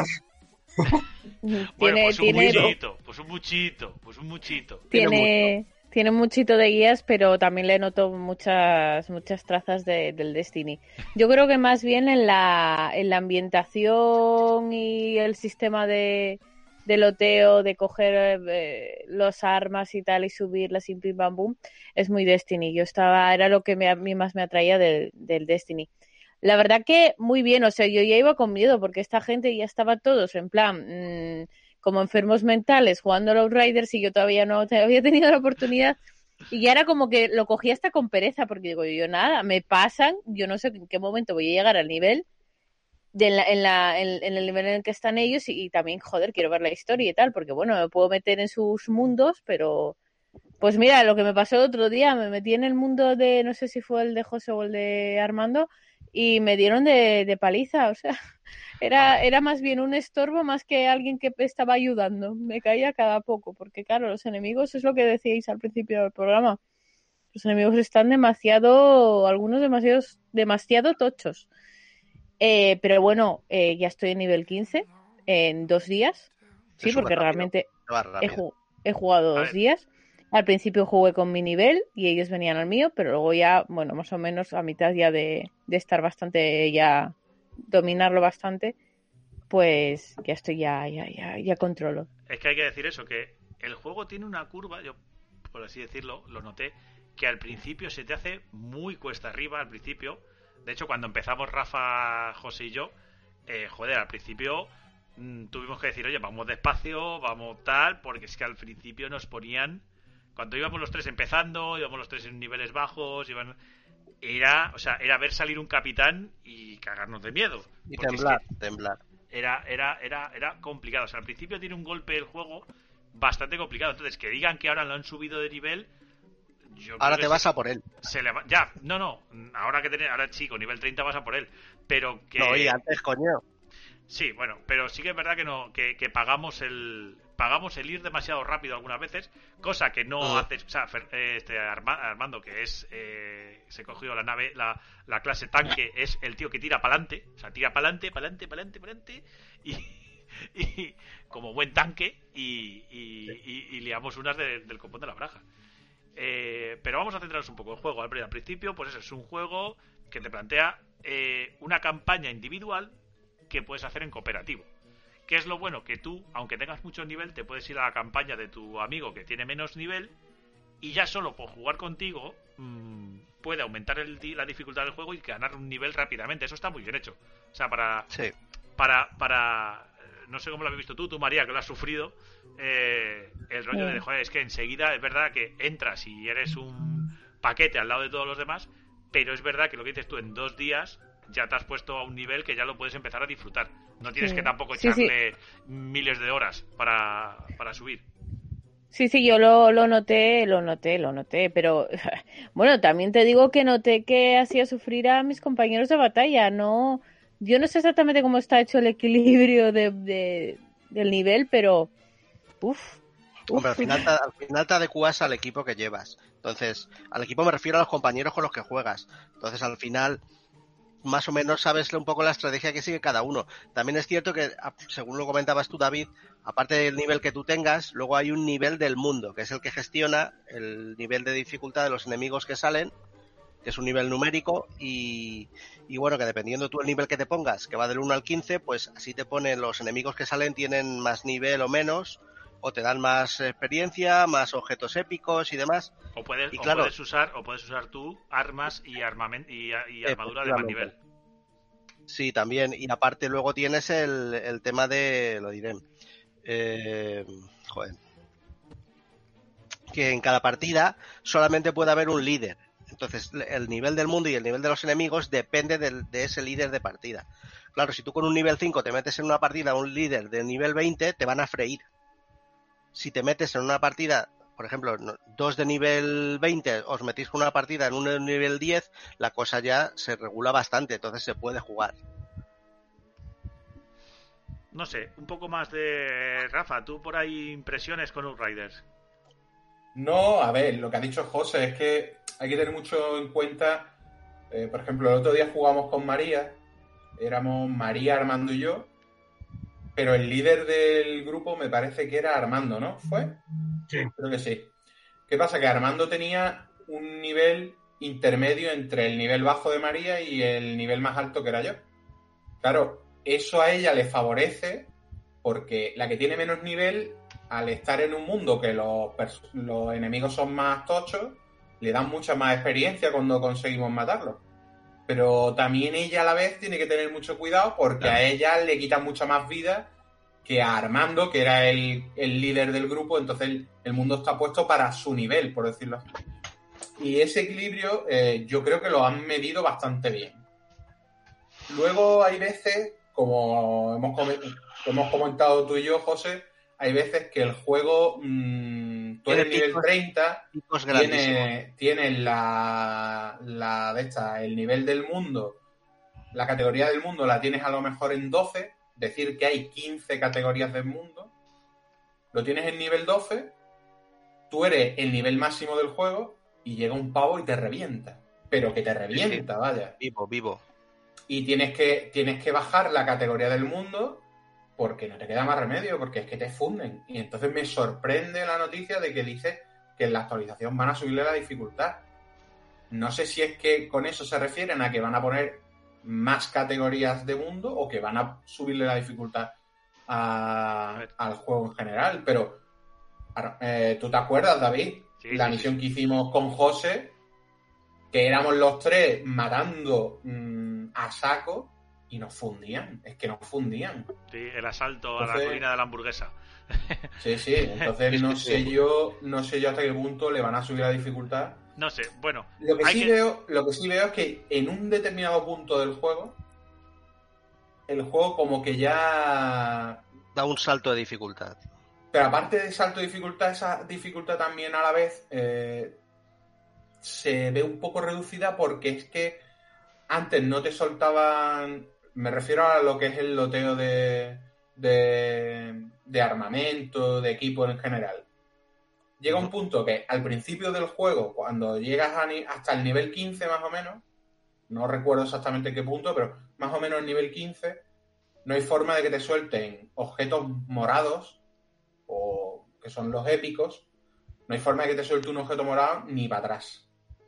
Bueno, pues un muchito. Tiene muchito de guías, pero también le noto muchas trazas del Destiny. Yo creo que más bien en la ambientación y el sistema de loteo, de coger las armas y tal y subirlas y pim pam pum, es muy Destiny. Era lo que a mí más me atraía del Destiny. La verdad que muy bien, o sea, yo ya iba con miedo porque esta gente ya estaba todos en plan como enfermos mentales jugando a los Outriders y yo todavía no había tenido la oportunidad y ya era como que lo cogí hasta con pereza porque digo, yo nada, me pasan, yo no sé en qué momento voy a llegar al nivel en el nivel en el que están ellos y también, joder, quiero ver la historia y tal, porque bueno, me puedo meter en sus mundos, pero pues mira, lo que me pasó el otro día, me metí en el mundo de, no sé si fue el de José o el de Armando, y me dieron de paliza, o sea, era más bien un estorbo más que alguien que estaba ayudando, me caía cada poco, porque claro, los enemigos, es lo que decíais al principio del programa, los enemigos están algunos demasiado tochos, pero bueno, ya estoy en nivel 15 en 2 días, sí, porque realmente he jugado 2 días. Al principio jugué con mi nivel y ellos venían al mío, pero luego ya, bueno, más o menos a mitad ya de estar bastante, ya dominarlo bastante, pues ya estoy, ya controlo. Es que hay que decir eso, que el juego tiene una curva, yo por así decirlo, lo noté, que al principio se te hace muy cuesta arriba, al principio. De hecho, cuando empezamos Rafa, José y yo, al principio tuvimos que decir, oye, vamos despacio, vamos tal, porque es que al principio nos ponían... Cuando íbamos los 3 empezando, íbamos los 3 en niveles bajos, era ver salir un capitán y cagarnos de miedo. Y porque temblar. era complicado. O sea, al principio tiene un golpe el juego bastante complicado. Entonces, que digan que ahora lo han subido de nivel... Ahora te vas a por él. Ya, no. Ahora sí, con nivel 30 vas a por él. Pero que... No, y antes, coño. Sí, bueno, pero sí que es verdad que pagamos el ir demasiado rápido algunas veces, cosa que no hace, o sea, Armando, que es se cogió la nave, la clase tanque, es el tío que tira para adelante, o sea, tira para adelante y como buen tanque y liamos unas del copón de la braja. Pero vamos a centrarnos un poco en el juego. Al principio, pues eso es un juego que te plantea una campaña individual que puedes hacer en cooperativo. ¿Qué es lo bueno? Que tú, aunque tengas mucho nivel, te puedes ir a la campaña de tu amigo que tiene menos nivel y ya solo por jugar contigo puede aumentar la dificultad del juego y ganar un nivel rápidamente. Eso está muy bien hecho. O sea, para no sé cómo lo habéis visto tú, María, que lo has sufrido, el rollo de, joder, es que enseguida es verdad que entras y eres un paquete al lado de todos los demás, pero es verdad que lo que dices tú, en 2 días ya te has puesto a un nivel que ya lo puedes empezar a disfrutar. No tienes que tampoco echarle miles de horas para subir. Sí, yo lo noté, pero bueno, también te digo que noté que hacía sufrir a mis compañeros de batalla, no, yo no sé exactamente cómo está hecho el equilibrio del nivel, pero Hombre, al final te adecuas al equipo que llevas. Entonces, al equipo me refiero a los compañeros con los que juegas. Entonces, al final, más o menos sabes un poco la estrategia que sigue cada uno. También es cierto que, según lo comentabas tú, David, aparte del nivel que tú tengas, luego hay un nivel del mundo, que es el que gestiona el nivel de dificultad de los enemigos que salen, que es un nivel numérico, y bueno, que dependiendo tú el nivel que te pongas, que va del 1 al 15, pues así te ponen los enemigos que salen, tienen más nivel o menos, o te dan más experiencia, más objetos épicos y demás. O puedes usar tú armas y armamento y armadura de más nivel. Sí, también. Y aparte luego tienes el tema de, lo diré, que en cada partida solamente puede haber un líder. Entonces el nivel del mundo y el nivel de los enemigos depende de ese líder de partida. Claro, si tú con un nivel 5 te metes en una partida a un líder de nivel 20, te van a freír. Si te metes en una partida, por ejemplo, 2 de nivel 20, os metís con una partida en un nivel 10, la cosa ya se regula bastante, entonces se puede jugar. No sé, un poco más de Rafa, ¿tú por ahí impresiones con Outriders? No, a ver, lo que ha dicho José es que hay que tener mucho en cuenta, por ejemplo, el otro día jugamos con María, éramos María, Armando y yo, pero el líder del grupo me parece que era Armando, ¿no? ¿Fue? Sí. Creo que sí. ¿Qué pasa? Que Armando tenía un nivel intermedio entre el nivel bajo de María y el nivel más alto que era yo. Claro, eso a ella le favorece porque la que tiene menos nivel, al estar en un mundo que los enemigos son más tochos, le dan mucha más experiencia cuando conseguimos matarlos. Pero también ella a la vez tiene que tener mucho cuidado porque a ella le quita mucha más vida que a Armando, que era el líder del grupo, entonces el mundo está puesto para su nivel, por decirlo así. Y ese equilibrio yo creo que lo han medido bastante bien. Luego hay veces, como hemos comentado tú y yo, José, hay veces que el juego, tú eres nivel 30, tienes el nivel del mundo, la categoría del mundo la tienes a lo mejor en 12, decir que hay 15 categorías del mundo, lo tienes en nivel 12, tú eres el nivel máximo del juego y llega un pavo y te revienta, pero que te revienta, vaya. Vivo. Y tienes que bajar la categoría del mundo porque no te queda más remedio, porque es que te funden. Y entonces me sorprende la noticia de que dice que en la actualización van a subirle la dificultad. No sé si es que con eso se refieren a que van a poner más categorías de mundo o que van a subirle la dificultad al juego en general, pero ¿tú te acuerdas, David? Sí, la misión que hicimos con José, que éramos los 3 matando a saco y nos fundían, es que nos fundían. Sí, el asalto a la colina de la hamburguesa. Sí, entonces no sé yo hasta qué punto le van a subir la dificultad. No sé, bueno. Lo que sí veo es que en un determinado punto del juego el juego como que ya... Da un salto de dificultad. Pero aparte de salto de dificultad, esa dificultad también a la vez se ve un poco reducida porque es que antes no te soltaban... Me refiero a lo que es el loteo de armamento, de equipo en general. Llega un punto que al principio del juego, cuando llegas hasta el nivel 15 más o menos, no recuerdo exactamente qué punto, pero más o menos el nivel 15, no hay forma de que te suelten objetos morados, o que son los épicos, no hay forma de que te suelte un objeto morado ni para atrás.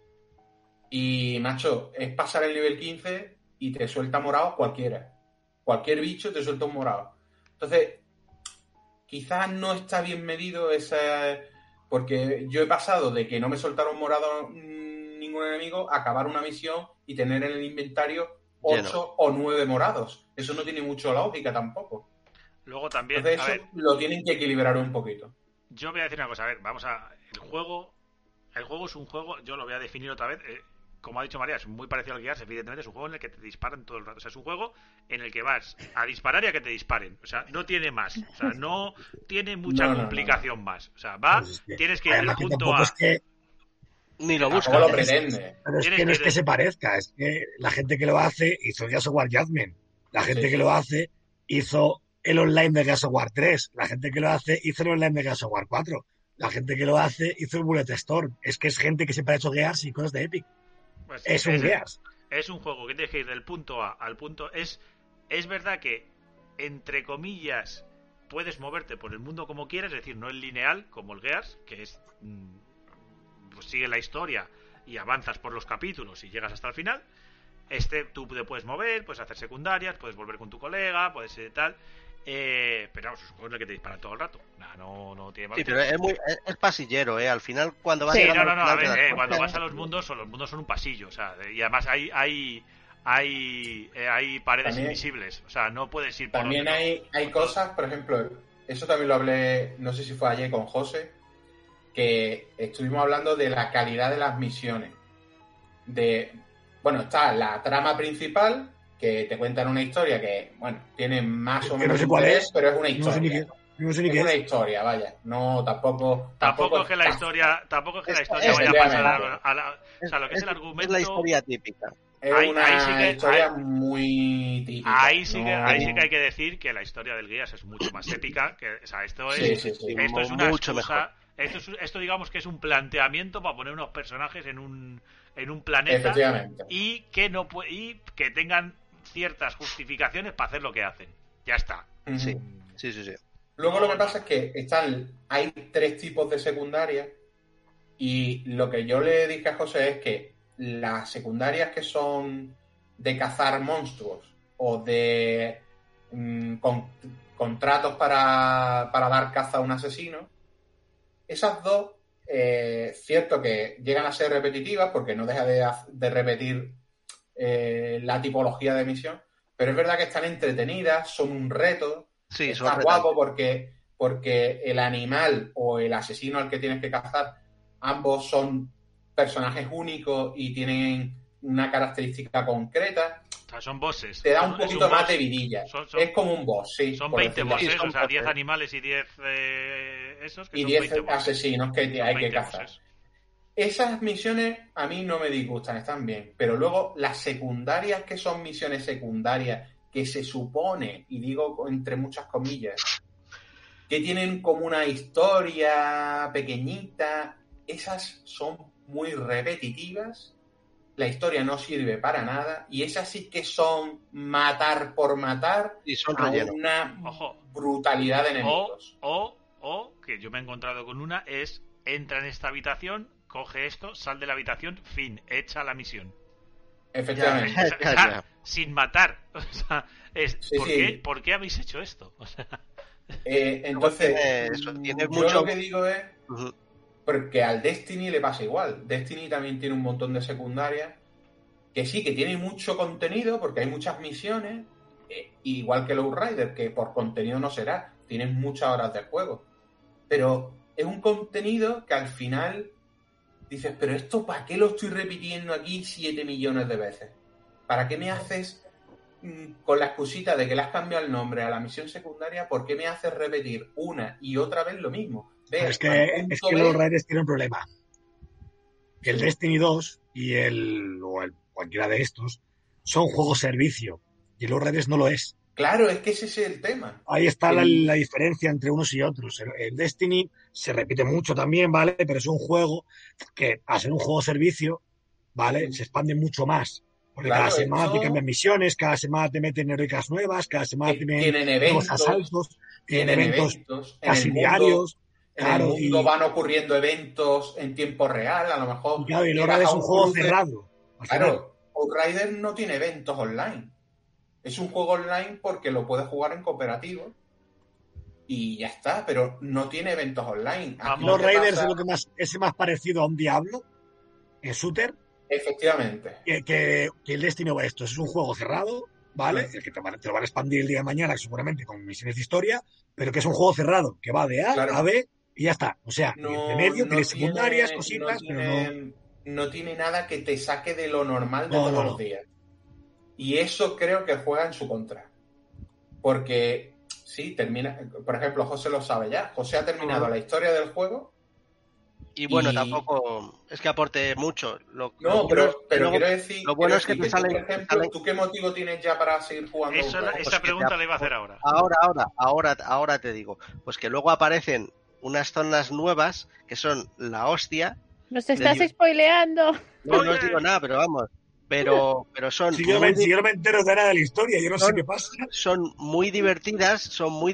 Y, macho, es pasar el nivel 15 y te suelta morado cualquiera. Cualquier bicho te suelta un morado. Entonces, quizás no está bien medido ese... Porque yo he pasado de que no me soltaron morado ningún enemigo a acabar una misión y tener en el inventario 8 o 9 morados. Eso no tiene mucha lógica tampoco. Luego también... Entonces eso lo tienen que equilibrar un poquito. Yo voy a decir una cosa, a ver, vamos a... El juego es un juego, yo lo voy a definir otra vez... como ha dicho María, es muy parecido al Gears, evidentemente es un juego en el que te disparan todo el rato. O sea, es un juego en el que vas a disparar y a que te disparen. O sea, no tiene más. O sea, no tiene mucha complicación más. O sea, va, pues tienes que ir del punto A. Es que... Ni lo buscas. Lo pretende. Pero es que no es que se parezca, es que la gente que lo hace hizo Gears of War Judgment. La gente que lo hace hizo el online de Gears of War 3. La gente que lo hace hizo el online de Gears of War 4. La gente que lo hace hizo el Bulletstorm. Es que es gente que siempre ha hecho Gears y cosas de Epic. Pues es un Gears. Es un juego que tienes que ir del punto A al punto... Es verdad que, entre comillas, puedes moverte por el mundo como quieras, es decir, no es lineal como el Gears, que es... pues sigue la historia y avanzas por los capítulos y llegas hasta el final. Tú te puedes mover, puedes hacer secundarias, puedes volver con tu colega, puedes tal... pero vamos, es un juego en el que te disparan todo el rato. No tiene más. Sí, pero es pasillero, Al final, cuando vas cuando vas a los mundos son un pasillo, o sea, y además hay paredes invisibles, o sea, no puedes ir por también hay cosas, por ejemplo, eso también lo hablé, no sé si fue ayer con José, que estuvimos hablando de la calidad de las misiones. Bueno, está la trama principal, que te cuentan una historia que, bueno, tiene más o menos interés, pero es una historia. No sé ni qué es una es. historia, vaya. No, tampoco es que la historia vaya a pasar a la... O sea, lo que es el argumento... Es la historia típica. Es una historia muy típica. Ahí sí que hay que decir que la historia del Gears es mucho más épica. O sea, esto es una mucho excusa... Esto digamos que es un planteamiento para poner unos personajes en un planeta y que tengan ciertas justificaciones para hacer lo que hacen. Ya está. Sí. Luego lo que pasa es que hay 3 tipos de secundarias y lo que yo le dije a José es que las secundarias que son de cazar monstruos o de contratos para dar caza a un asesino, esas dos, cierto que llegan a ser repetitivas porque no deja de repetir la tipología de misión, pero es verdad que están entretenidas, son un reto. Sí, está guapo porque el animal o el asesino al que tienes que cazar, ambos son personajes únicos y tienen una característica concreta. O sea, son bosses. Te da un poquito más de vidilla. Es como un boss, sí. Son 20 bosses, o sea, 10 animales y 10 esos. Y 10 asesinos que hay que cazar. Bosses. Esas misiones a mí no me disgustan, están bien. Pero luego las secundarias, que son misiones secundarias, que se supone, y digo entre muchas comillas, que tienen como una historia pequeñita, esas son muy repetitivas, la historia no sirve para nada, y esas sí que son matar por matar y son a una brutalidad de enemigos. O que yo me he encontrado con una, es entra en esta habitación, coge esto, sal de la habitación, fin, hecha la misión. Efectivamente. Ya. Sin matar. O sea, ¿por qué habéis hecho esto? O sea... entonces, tiene yo mucho... lo que digo es porque al Destiny le pasa igual. Destiny también tiene un montón de secundarias que sí, que tiene mucho contenido porque hay muchas misiones, igual que Lowrider, que por contenido no será, tienen muchas horas de juego. Pero es un contenido que al final dices, pero esto ¿para qué lo estoy repitiendo aquí 7 millones de veces? ¿Para qué me haces con la excusita de que le has cambiado el nombre a la misión secundaria, ¿por qué me haces repetir una y otra vez lo mismo? Es que los Raiders tienen un problema. El Destiny 2 y cualquiera de estos son juegos servicio y los Raiders no lo es. Claro, es que ese es el tema. Ahí está la diferencia entre unos y otros. El Destiny se repite mucho también, ¿vale? Pero es un juego que, al ser un juego servicio, ¿vale? Se expande mucho más. Porque cada semana te cambian misiones, cada semana te meten heroicas nuevas, cada semana tienen eventos, asaltos, tienen eventos casi diarios. Claro, en el mundo van ocurriendo eventos en tiempo real, a lo mejor. Y claro, y el es un juego cerrado. Claro, Outrider no tiene eventos online. Es un juego online porque lo puedes jugar en cooperativo y ya está, pero no tiene eventos online. Los Raiders es más parecido a un Diablo en shooter. Efectivamente. Que el Destiny o esto. Es un juego cerrado, ¿vale? El que te lo van a expandir el día de mañana, seguramente con misiones de historia, pero que es un juego cerrado, que va de A a B y ya está. O sea, de medio tiene secundarias, cositas, pero no tiene nada que te saque de lo normal de todos los días. Y eso creo que juega en su contra. Porque, sí, termina... Por ejemplo, José lo sabe ya. José ha terminado la historia del juego. Y bueno, tampoco es que aporte mucho. Pero quiero decir... Lo bueno es que te salen... Por ejemplo, ¿tú qué motivo tienes ya para seguir jugando? Esa pregunta la iba a hacer ahora. Ahora te digo. Pues que luego aparecen unas zonas nuevas que son la hostia. Nos estás spoileando. No os digo nada, pero vamos. Pero son... Si yo no me entero de nada de la historia, yo no sé qué pasa. Son muy divertidas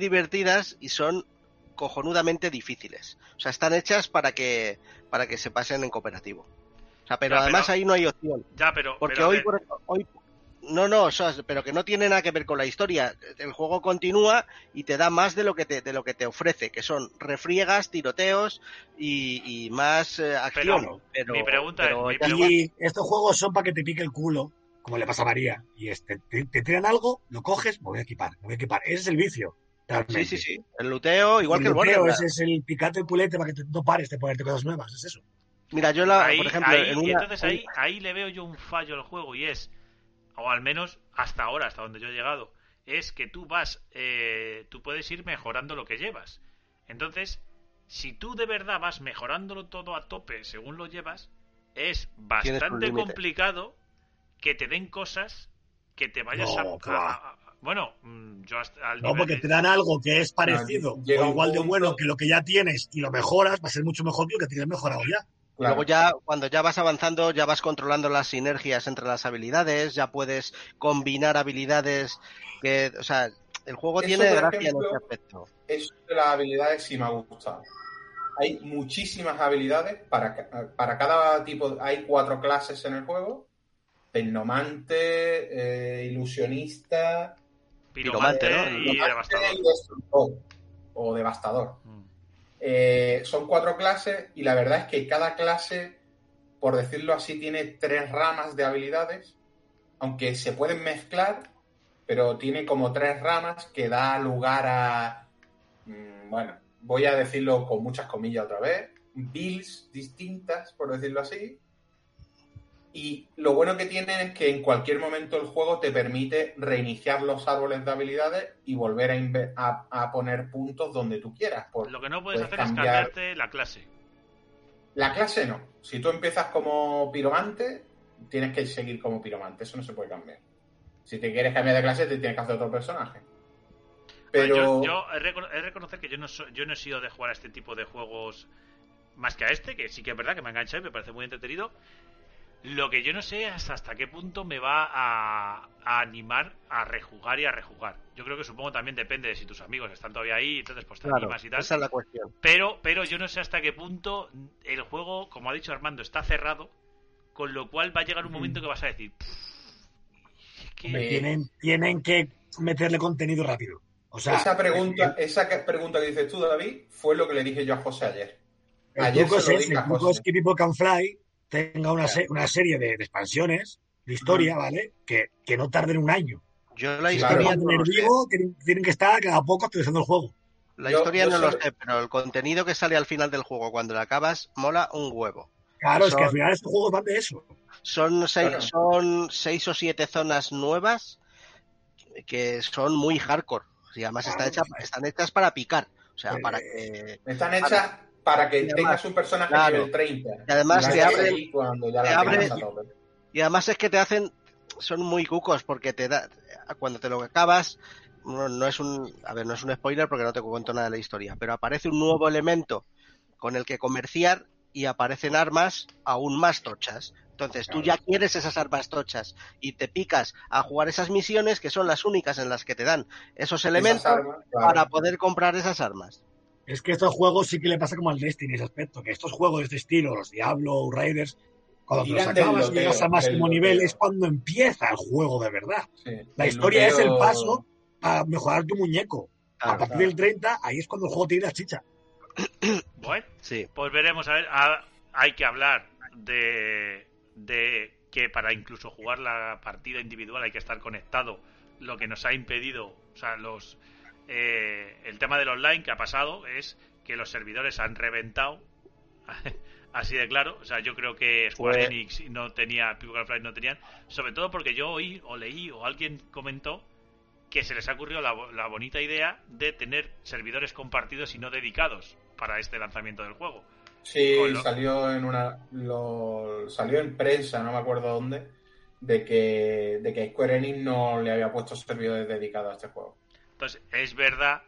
y son cojonudamente difíciles. O sea, están hechas para que se pasen en cooperativo. O sea, pero además ahí no hay opción. Ya, pero... Porque hoy... No, o sea, pero que no tiene nada que ver con la historia. El juego continúa y te da más de lo que te ofrece, que son refriegas, tiroteos y más acción. Pero mi pregunta es... Y estos juegos son para que te pique el culo, como le pasa a María. Y te tiran algo, lo coges, me voy a equipar. Ese es el vicio. Realmente. Sí. El luteo, igual que el luteo, ese es el picate y pulete para que no pares de ponerte cosas nuevas. Es eso. Mira, yo por ejemplo... Entonces ahí le veo yo un fallo al juego y es... O al menos hasta ahora, hasta donde yo he llegado, es que tú puedes ir mejorando lo que llevas. Entonces, si tú de verdad vas mejorándolo todo a tope según lo llevas, es bastante complicado que te den cosas que te vayas bueno, yo hasta al nivel porque te dan algo que es parecido o igual de bueno que lo que ya tienes y lo mejoras, va a ser mucho mejor que lo que tienes mejorado ya. Claro. Luego cuando ya vas avanzando, ya vas controlando las sinergias entre las habilidades, ya puedes combinar habilidades o sea, el juego tiene gracia en ese aspecto. Eso de las habilidades sí me ha gustado. Hay muchísimas habilidades para cada tipo. Hay 4 clases en el juego: Tecnomante, Ilusionista, Piromante, ¿no? Y Devastador. Y Destructor, o Devastador. Son 4 clases y la verdad es que cada clase, por decirlo así, tiene 3 ramas de habilidades, aunque se pueden mezclar, pero tiene como 3 ramas que da lugar a, bueno, voy a decirlo con muchas comillas otra vez, builds distintas, por decirlo así. Y lo bueno que tiene es que en cualquier momento el juego te permite reiniciar los árboles de habilidades y volver a poner puntos donde tú quieras. Lo que no puedes hacer es cambiarte la clase. La clase no. Si tú empiezas como piromante, tienes que seguir como piromante. Eso no se puede cambiar. Si te quieres cambiar de clase, te tienes que hacer otro personaje. Pero yo he de reconocer que yo no he sido de jugar a este tipo de juegos más que a este, que sí que es verdad que me ha enganchado y me parece muy entretenido. Lo que yo no sé es hasta qué punto me va a animar a rejugar y a rejugar. Yo creo que supongo también depende de si tus amigos están todavía ahí, entonces pues te animas y tal. Esa es la cuestión. Pero yo no sé hasta qué punto el juego, como ha dicho Armando, está cerrado, con lo cual va a llegar un momento que vas a decir... Tienen que meterle contenido rápido. O sea, esa pregunta que dices tú, David, fue lo que le dije yo a José ayer. El truco es que People Can Fly tenga una serie de expansiones de historia, ¿vale? Que no tarden un año. Yo la historia tienen que estar cada poco actualizando el juego. La historia no lo sé, pero el contenido que sale al final del juego cuando lo acabas mola un huevo. Claro, es que al final estos juegos van de eso. Son 6 o 7 zonas nuevas que son muy hardcore. Y además están hechas para picar. O sea, para que... Están hechas para que además, tengas un personaje claro, nivel 30. y además te abre cuando ya la tengas a tope. Y además es que te hacen... Son muy cucos porque te da... Cuando te lo acabas... No es un spoiler porque no te cuento nada de la historia, pero aparece un nuevo elemento con el que comerciar y aparecen armas aún más tochas. Entonces tú ya quieres esas armas tochas y te picas a jugar esas misiones que son las únicas en las que te dan esos elementos para poder comprar esas armas. Es que estos juegos sí que le pasa como al Destiny ese aspecto, que estos juegos de este estilo, los Diablo, Raiders, cuando te los acabas y llegas al máximo nivel es cuando empieza el juego de verdad. Sí, la historia es el paso a mejorar tu muñeco. Claro, a partir del 30, ahí es cuando el juego tiene la chicha. Bueno, sí. Pues veremos, a ver, hay que hablar de que para incluso jugar la partida individual hay que estar conectado, lo que nos ha impedido, o sea, el tema del online que ha pasado es que los servidores han reventado, así de claro. O sea, yo creo que Square Enix no tenía, People Flight no tenían, sobre todo porque yo oí o leí o alguien comentó que se les ha ocurrido la bonita idea de tener servidores compartidos y no dedicados para este lanzamiento del juego. Sí, salió salió en prensa, no me acuerdo dónde, de que Square Enix no le había puesto servidores dedicados a este juego. Entonces, es verdad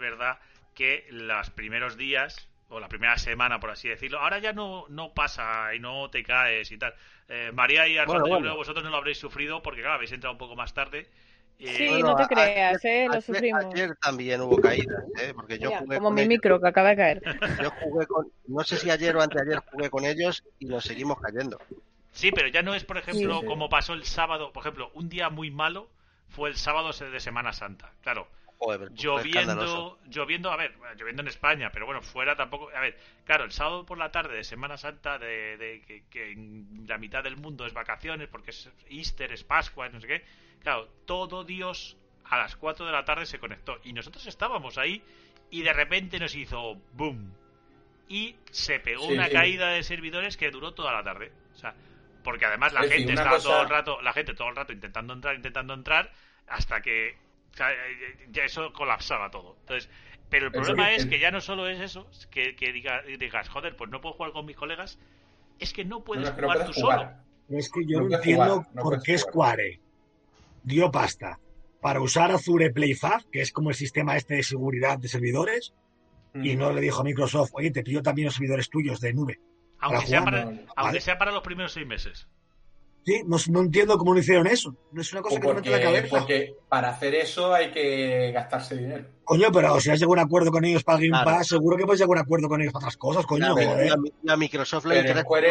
que los primeros días o la primera semana, por así decirlo, ahora ya no pasa y no te caes y tal. María y Armando, yo creo que vosotros no lo habréis sufrido porque, claro, habéis entrado un poco más tarde. Sí, no te creas, lo sufrimos. Ayer también hubo caídas, porque yo jugué como con mi ellos. Micro que acaba de caer. Yo jugué no sé si ayer o anteayer jugué con ellos y nos seguimos cayendo. Sí, pero ya no es, por ejemplo, como pasó el sábado. Por ejemplo, un día muy malo fue el sábado de Semana Santa. Claro, joder, lloviendo, a ver, lloviendo en España, pero bueno, fuera tampoco. A ver, claro, el sábado por la tarde de Semana Santa, que en la mitad del mundo es vacaciones, porque es Easter, es Pascua, no sé qué. Claro, todo Dios a las 4 de la tarde se conectó y nosotros estábamos ahí y de repente nos hizo boom y se pegó una caída de servidores que duró toda la tarde. O sea, porque además la gente estaba todo el rato intentando entrar hasta que, o sea, ya eso colapsaba todo. Entonces, pero el problema es que ya no solo es eso, que digas, joder, pues no puedo jugar con mis colegas, es que no puedes jugar tú solo. Es que yo no entiendo por qué Square dio pasta para usar Azure PlayFab, que es como el sistema este de seguridad de servidores, y no le dijo a Microsoft, oye, te pido también los servidores tuyos de nube. Aunque sea para los primeros 6 meses. Sí, no entiendo cómo no hicieron eso. No es una cosa que no me mete en la cabeza. Porque para hacer eso hay que gastarse dinero. Coño, pero si has llegado a un acuerdo con ellos para Game Pass, seguro que puedes llegar a un acuerdo con ellos para otras cosas, coño. A Microsoft le interesa... Square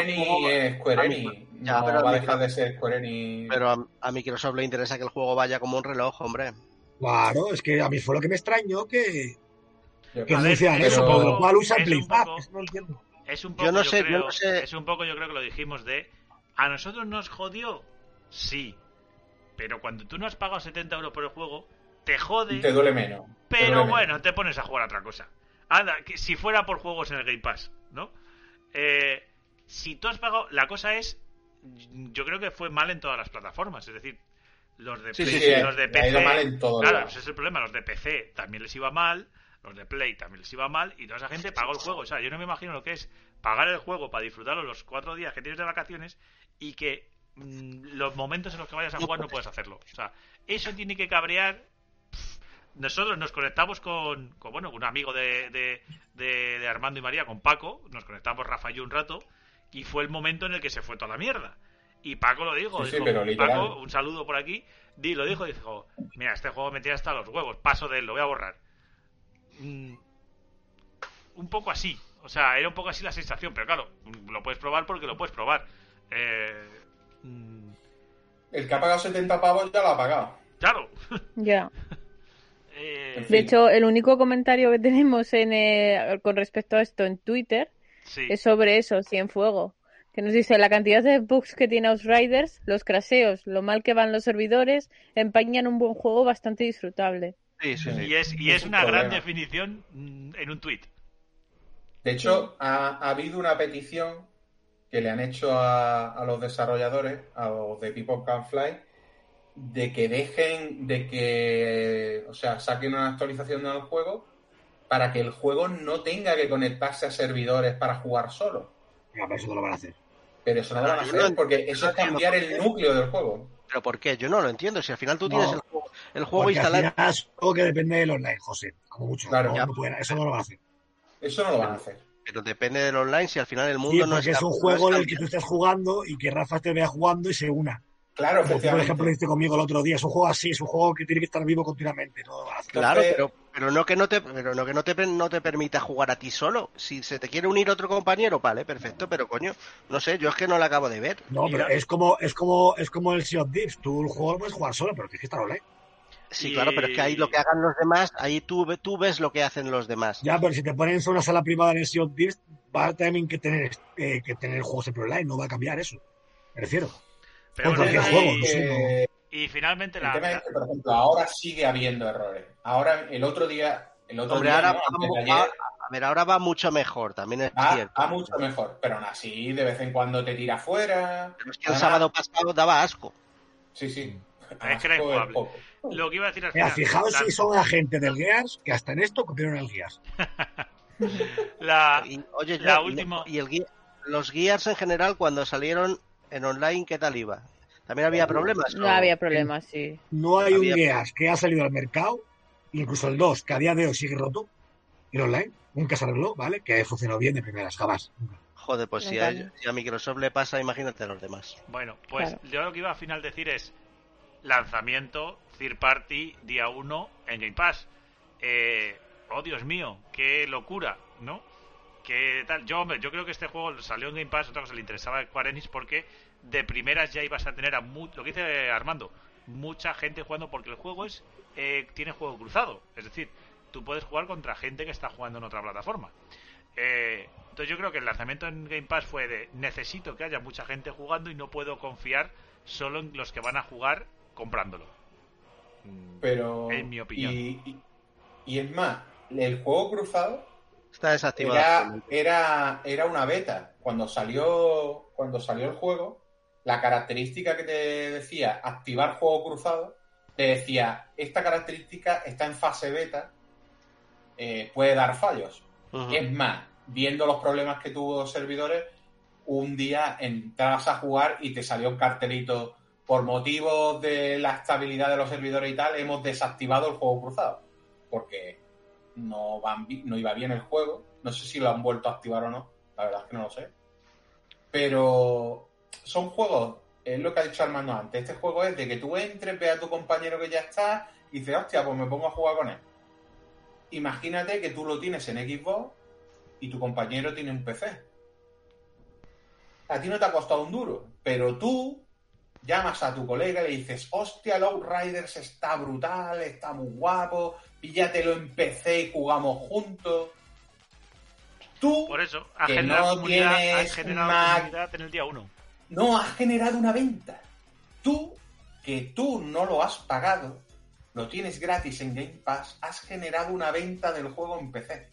Enix. No va a dejar de ser Square Enix. Pero a Microsoft le interesa que el juego vaya como un reloj, hombre. Claro, es que a mí fue lo que me extrañó que anuncian eso, por lo cual usan PlayFab. No entiendo. Es un poco, yo creo que lo dijimos ¿a nosotros nos jodió? Sí. Pero cuando tú no has pagado 70 euros por el juego, te jode. Te duele menos. Pero bueno, te pones a jugar a otra cosa. Anda, que si fuera por juegos en el Game Pass, ¿no? Si tú has pagado... La cosa es... Yo creo que fue mal en todas las plataformas. Es decir, los de Play, los de PC... mal en todo, claro, ese es el problema. Los de PC también les iba mal. Los de Play también les iba mal. Y toda esa gente pagó el juego. O sea, yo no me imagino lo que es pagar el juego para disfrutarlo los 4 días que tienes de vacaciones y que los momentos en los que vayas a jugar no puedes hacerlo. O sea, eso tiene que cabrear. Nosotros nos conectamos con un amigo de Armando y María, con Paco. Nos conectamos Rafa y yo un rato y fue el momento en el que se fue toda la mierda. Y Paco lo dijo, Paco, un saludo por aquí, lo dijo, mira, este juego me tira hasta los huevos, paso de él, lo voy a borrar. Un poco así. O sea, era un poco así la sensación, pero claro, lo puedes probar porque lo puedes probar. El que ha pagado 70 pavos ya lo ha pagado. Claro. Ya. De hecho, el único comentario que tenemos con respecto a esto en Twitter es sobre eso, Cienfuego, que nos dice: la cantidad de bugs que tiene Outriders, los crasheos, lo mal que van los servidores, empañan un buen juego bastante disfrutable. Sí. Y es una gran definición en un tweet. De hecho, ha habido una petición que le han hecho a los desarrolladores, a los de People Can Fly, de que dejen, o sea, saquen una actualización del juego para que el juego no tenga que conectarse a servidores para jugar solo. Venga, pero eso no lo van a hacer. Pero eso no lo van a hacer porque eso es cambiar el núcleo del juego. ¿Pero por qué? Yo no lo entiendo. Si al final tú tienes el juego Porque instalado... al final es algo que depende del online, José. Como mucho. Claro. No pueden, eso no lo van a hacer. Eso no lo van a hacer. Pero depende del online, si al final el Sí, mundo no porque es un no juego en el que cambiado. tú estás jugando y que Rafa te vea jugando y se una. Claro, Como tú, por ejemplo, efectivamente. hiciste conmigo el otro día. Es un juego así, es un juego que tiene que estar vivo continuamente. No lo van a hacer. Claro, Entonces- pero no que no te permita jugar a ti solo. Si se te quiere unir otro compañero, vale, perfecto, pero coño, no sé, yo es que no lo acabo de ver. No, pero Mira. es como el Sea of Thieves. Tú el juego lo puedes jugar solo, pero tienes que estar online. Sí, Y- claro, pero es que ahí lo que hagan los demás, ahí tú ves lo que hacen los demás. Ya, pero si te ponen en una sala privada en el Sea of Thieves, va también que tener juegos siempre online. No va a cambiar eso. Me refiero. Pero Con bueno, cualquier y- juego, no sé, y finalmente El tema es que, por ejemplo, ahora sigue habiendo errores. Ahora, el otro día, Hombre, día, ahora ¿no? Antes de va, ayer, a ver, ahora va mucho mejor, también es cierto. va mucho mejor. Pero aún así, de vez en cuando te tira fuera. Pero es que el Además, sábado pasado daba asco. Sí, sí. Es que era Asco injugable. poco. Lo que iba a decir al Mira, final, fijaos la- si son agentes del Gears, que hasta en esto copiaron el Gears. la- Oye, la y- última- y los Gears en general, cuando salieron en online, ¿qué tal iba? ¿También había problemas? No ¿O- había problemas, sí. No hay Había- un Gears que ha salido al mercado, incluso el 2, que a día de hoy sigue roto, en online, nunca se arregló, ¿vale? Que funcionó bien de primeras, jamás. Nunca. Joder, pues si a Microsoft le pasa, imagínate a los demás. Bueno, pues Claro. yo lo que iba a final decir es lanzamiento Third Party día 1 en Game Pass. Oh, Dios mío, qué locura, ¿no? ¿Qué tal? Hombre, yo creo que este juego salió en Game Pass, otra cosa le interesaba a Square Enix porque de primeras ya ibas a tener lo que dice Armando, mucha gente jugando porque el juego tiene juego cruzado, es decir, tú puedes jugar contra gente que está jugando en otra plataforma. Entonces yo creo que el lanzamiento en Game Pass fue de necesito que haya mucha gente jugando y no puedo confiar solo en los que van a jugar comprándolo. Pero. En mi opinión. Y es más, el juego cruzado Está desactivado. era una beta. Cuando salió el juego, la característica que te decía activar juego cruzado, te decía, esta característica está en fase beta, puede dar fallos. Ujú. Es más, viendo los problemas que tuvo los servidores, un día entrabas a jugar y te salió un cartelito, por motivos de la estabilidad de los servidores y tal, hemos desactivado el juego cruzado. Porque no iba bien el juego. No sé si lo han vuelto a activar o no. La verdad es que no lo sé. Pero son juegos, es lo que ha dicho Armando antes. Este juego es de que tú entres, veas a tu compañero que ya está y dices, hostia, pues me pongo a jugar con él. Imagínate que tú lo tienes en Xbox y tu compañero tiene un PC. A ti no te ha costado un duro, pero tú llamas a tu colega y le dices, hostia, el Outriders está brutal, está muy guapo, píllatelo en PC y jugamos juntos. Tú Por eso, ha que generado no comunidad, tienes has generado Mac. comunidad en el día 1. no has generado una venta. Tú, que tú no lo has pagado, lo tienes gratis en Game Pass, has generado una venta del juego en PC.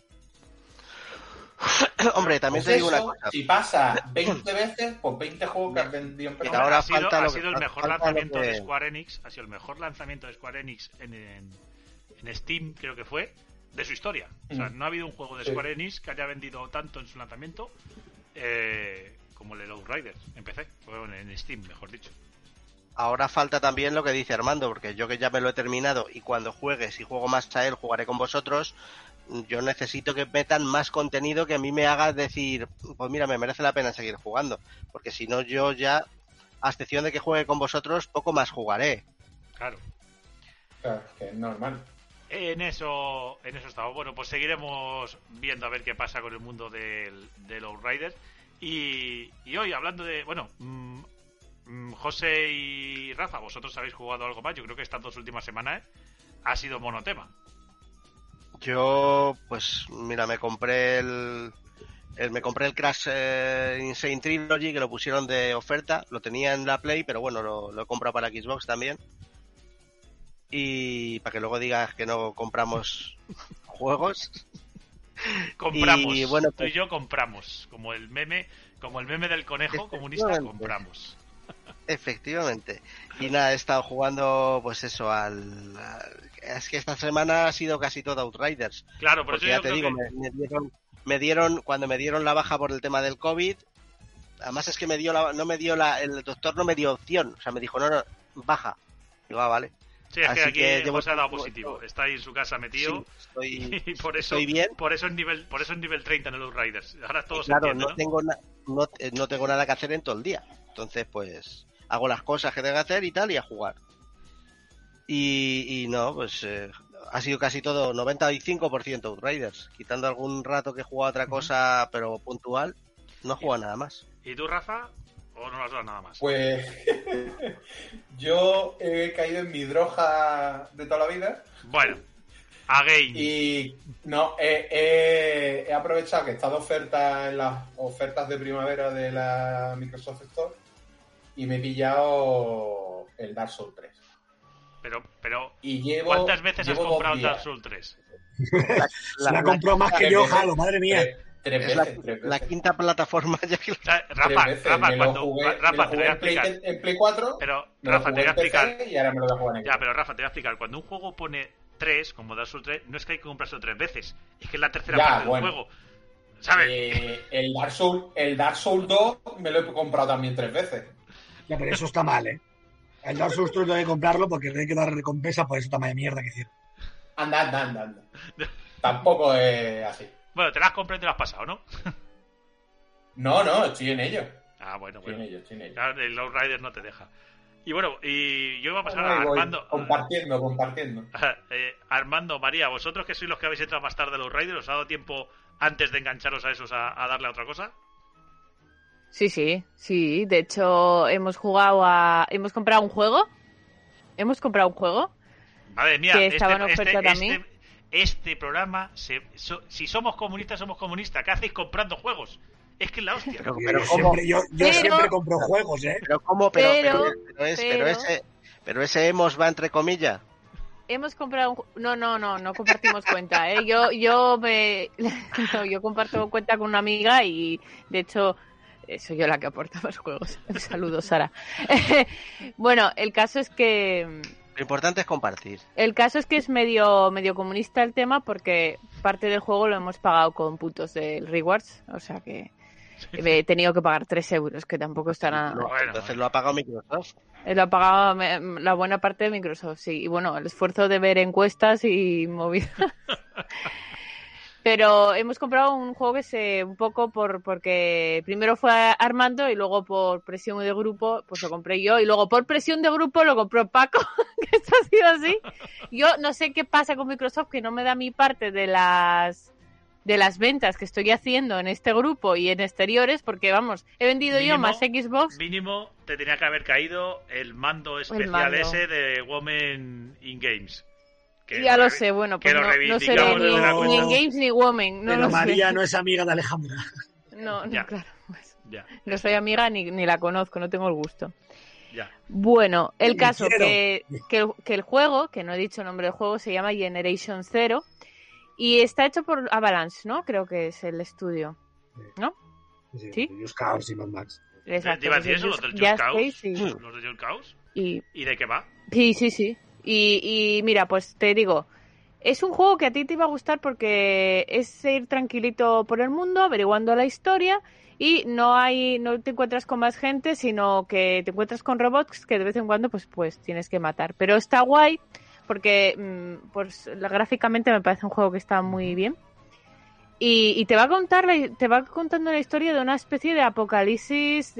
Hombre, también Pues te digo eso, una cosa. si pasa 20 veces, pues 20 juegos que has vendido en PC. Mira, ahora ha sido, falta ha lo sido que- el mejor falta lo lanzamiento que- de Square Enix, ha sido el mejor lanzamiento de Square Enix en Steam, creo que fue, de su historia. O sea, no ha habido un juego de Sí. Square Enix que haya vendido tanto en su lanzamiento como el Outriders en PC, o en Steam, mejor dicho. Ahora falta también lo que dice Armando, porque yo que ya me lo he terminado y cuando juegue, si juego más a él, jugaré con vosotros. Yo necesito que metan más contenido que a mí me haga decir, pues mira, me merece la pena seguir jugando, porque si no yo ya, a excepción de que juegue con vosotros, poco más jugaré. Claro. Claro, que es normal. En eso estamos. Bueno, pues seguiremos viendo a ver qué pasa con el mundo del Outriders. Y hoy, hablando de... Bueno, José y Rafa, vosotros habéis jugado algo más. Yo creo que estas 2 últimas semanas ha sido monotema. Yo, pues mira, me compré el Crash Insane Trilogy, que lo pusieron de oferta. Lo tenía en la Play, pero bueno, lo he comprado para Xbox también. Y para que luego digas que no compramos juegos. Compramos. Y bueno, Tú y yo compramos. Como el meme del conejo comunista, Efectivamente. compramos. Efectivamente. Y nada, he estado jugando, pues eso, es que esta semana ha sido casi todo Outriders. Claro, por eso Porque ya yo te creo digo, que... me dieron, cuando me dieron la baja por el tema del COVID, además es que el doctor no me dio opción, o sea, me dijo, no, baja. Digo, vale. Sí, es que Así aquí que José ha dado positivo. Está ahí en su casa metido. Sí, y por eso, estoy bien. por eso es nivel 30 en el Outriders. Ahora todo se Claro, entiende, no tengo nada que hacer en todo el día. Entonces, pues, hago las cosas que tengo que hacer y tal, y a jugar. Y no, pues, ha sido casi todo 95% Outriders. Quitando algún rato que he jugado otra cosa, pero puntual, no he jugado nada más. ¿Y tú, Rafa? ¿O no has dado nada más? Pues yo he caído en mi droga de toda la vida. Bueno, again. Y no, he aprovechado que está de oferta en las ofertas de primavera de la Microsoft Store y me he pillado el Dark Souls 3. Pero Y ¿cuántas veces has llevo comprado 2 Dark días. Souls 3? La compró más que yo, jalo, madre mía. Tres Es veces. la quinta plataforma ya que... O sea, Rafa, Tres veces. Rafa, Me lo cuando... jugué Rafa, te voy a en Play, explicar. en Play 4, Pero, me lo Rafa, te jugué voy a en PC explicar. y ahora me lo voy a jugar en Ya, pero Rafa, te voy a explicar. Cuando un juego pone 3, como Dark Souls 3, no es que hay que comprarlo 3 veces. Es que es la tercera Ya, parte bueno. del juego. ¿Sabes? El Dark Souls 2 me lo he comprado también 3 veces. Ya, pero eso está mal, ¿eh? El Dark Souls 3 tengo que comprarlo porque tiene que dar recompensa por ese tamaño de mierda que hicieron. Anda. Tampoco es así. Bueno, te las has comprado y te las has pasado, ¿no? No, estoy en ello. Ah, bueno. Estoy en ello. Claro, el Outriders no te deja. Y bueno, y yo iba a pasar Ahí a voy, Armando. compartiendo. Armando, María, vosotros que sois los que habéis entrado más tarde a los Outriders, ¿os ha dado tiempo antes de engancharos a esos a darle a otra cosa? Sí. De hecho, hemos comprado un juego. Madre mía, Que estaba en oferta también. Este programa, si somos comunistas, somos comunistas. ¿Qué hacéis comprando juegos? Es que es la hostia. Yo siempre compro juegos, ¿eh? Pero ese hemos va entre comillas. Hemos comprado no compartimos cuenta, ¿eh? Yo comparto cuenta con una amiga y de hecho soy yo la que aporta más juegos. Saludos, Sara. Bueno, el caso es que Lo importante es compartir. El caso es que es medio comunista el tema porque parte del juego lo hemos pagado con puntos del Rewards, o sea que he tenido que pagar 3 euros, que tampoco está nada. Entonces lo ha pagado Microsoft. Lo ha pagado la buena parte de Microsoft, sí. Y bueno, el esfuerzo de ver encuestas y movidas. Pero hemos comprado un juego que se un poco porque primero fue Armando y luego por presión de grupo pues lo compré yo y luego por presión de grupo lo compró Paco, que esto ha sido así. Yo no sé qué pasa con Microsoft, que no me da mi parte de las ventas que estoy haciendo en este grupo y en exteriores, porque vamos, he vendido mínimo, yo más Xbox. Mínimo te tenía que haber caído el mando especial ese de Women in Games. Ya lo sé, bueno, pues no seré ni en Games ni Women. No pero María no es amiga de Alejandra. No, claro. Pues, ya. No soy amiga ni la conozco, no tengo el gusto. Ya. Bueno, el caso que el juego, que no he dicho el nombre del juego, se llama Generation Zero y está hecho por Avalanche, ¿no? Creo que es el estudio, ¿no? Sí. Just Cause y Mad Max. Exacto. ¿Iba a decir eso, los del Just Cause? ¿Los de Just Cause? ¿Y de qué va? Sí. Y mira, pues te digo, es un juego que a ti te iba a gustar porque es ir tranquilito por el mundo, averiguando la historia y no te encuentras con más gente, sino que te encuentras con robots que de vez en cuando pues tienes que matar. Pero está guay porque pues gráficamente me parece un juego que está muy bien. Y te va contando la historia de una especie de apocalipsis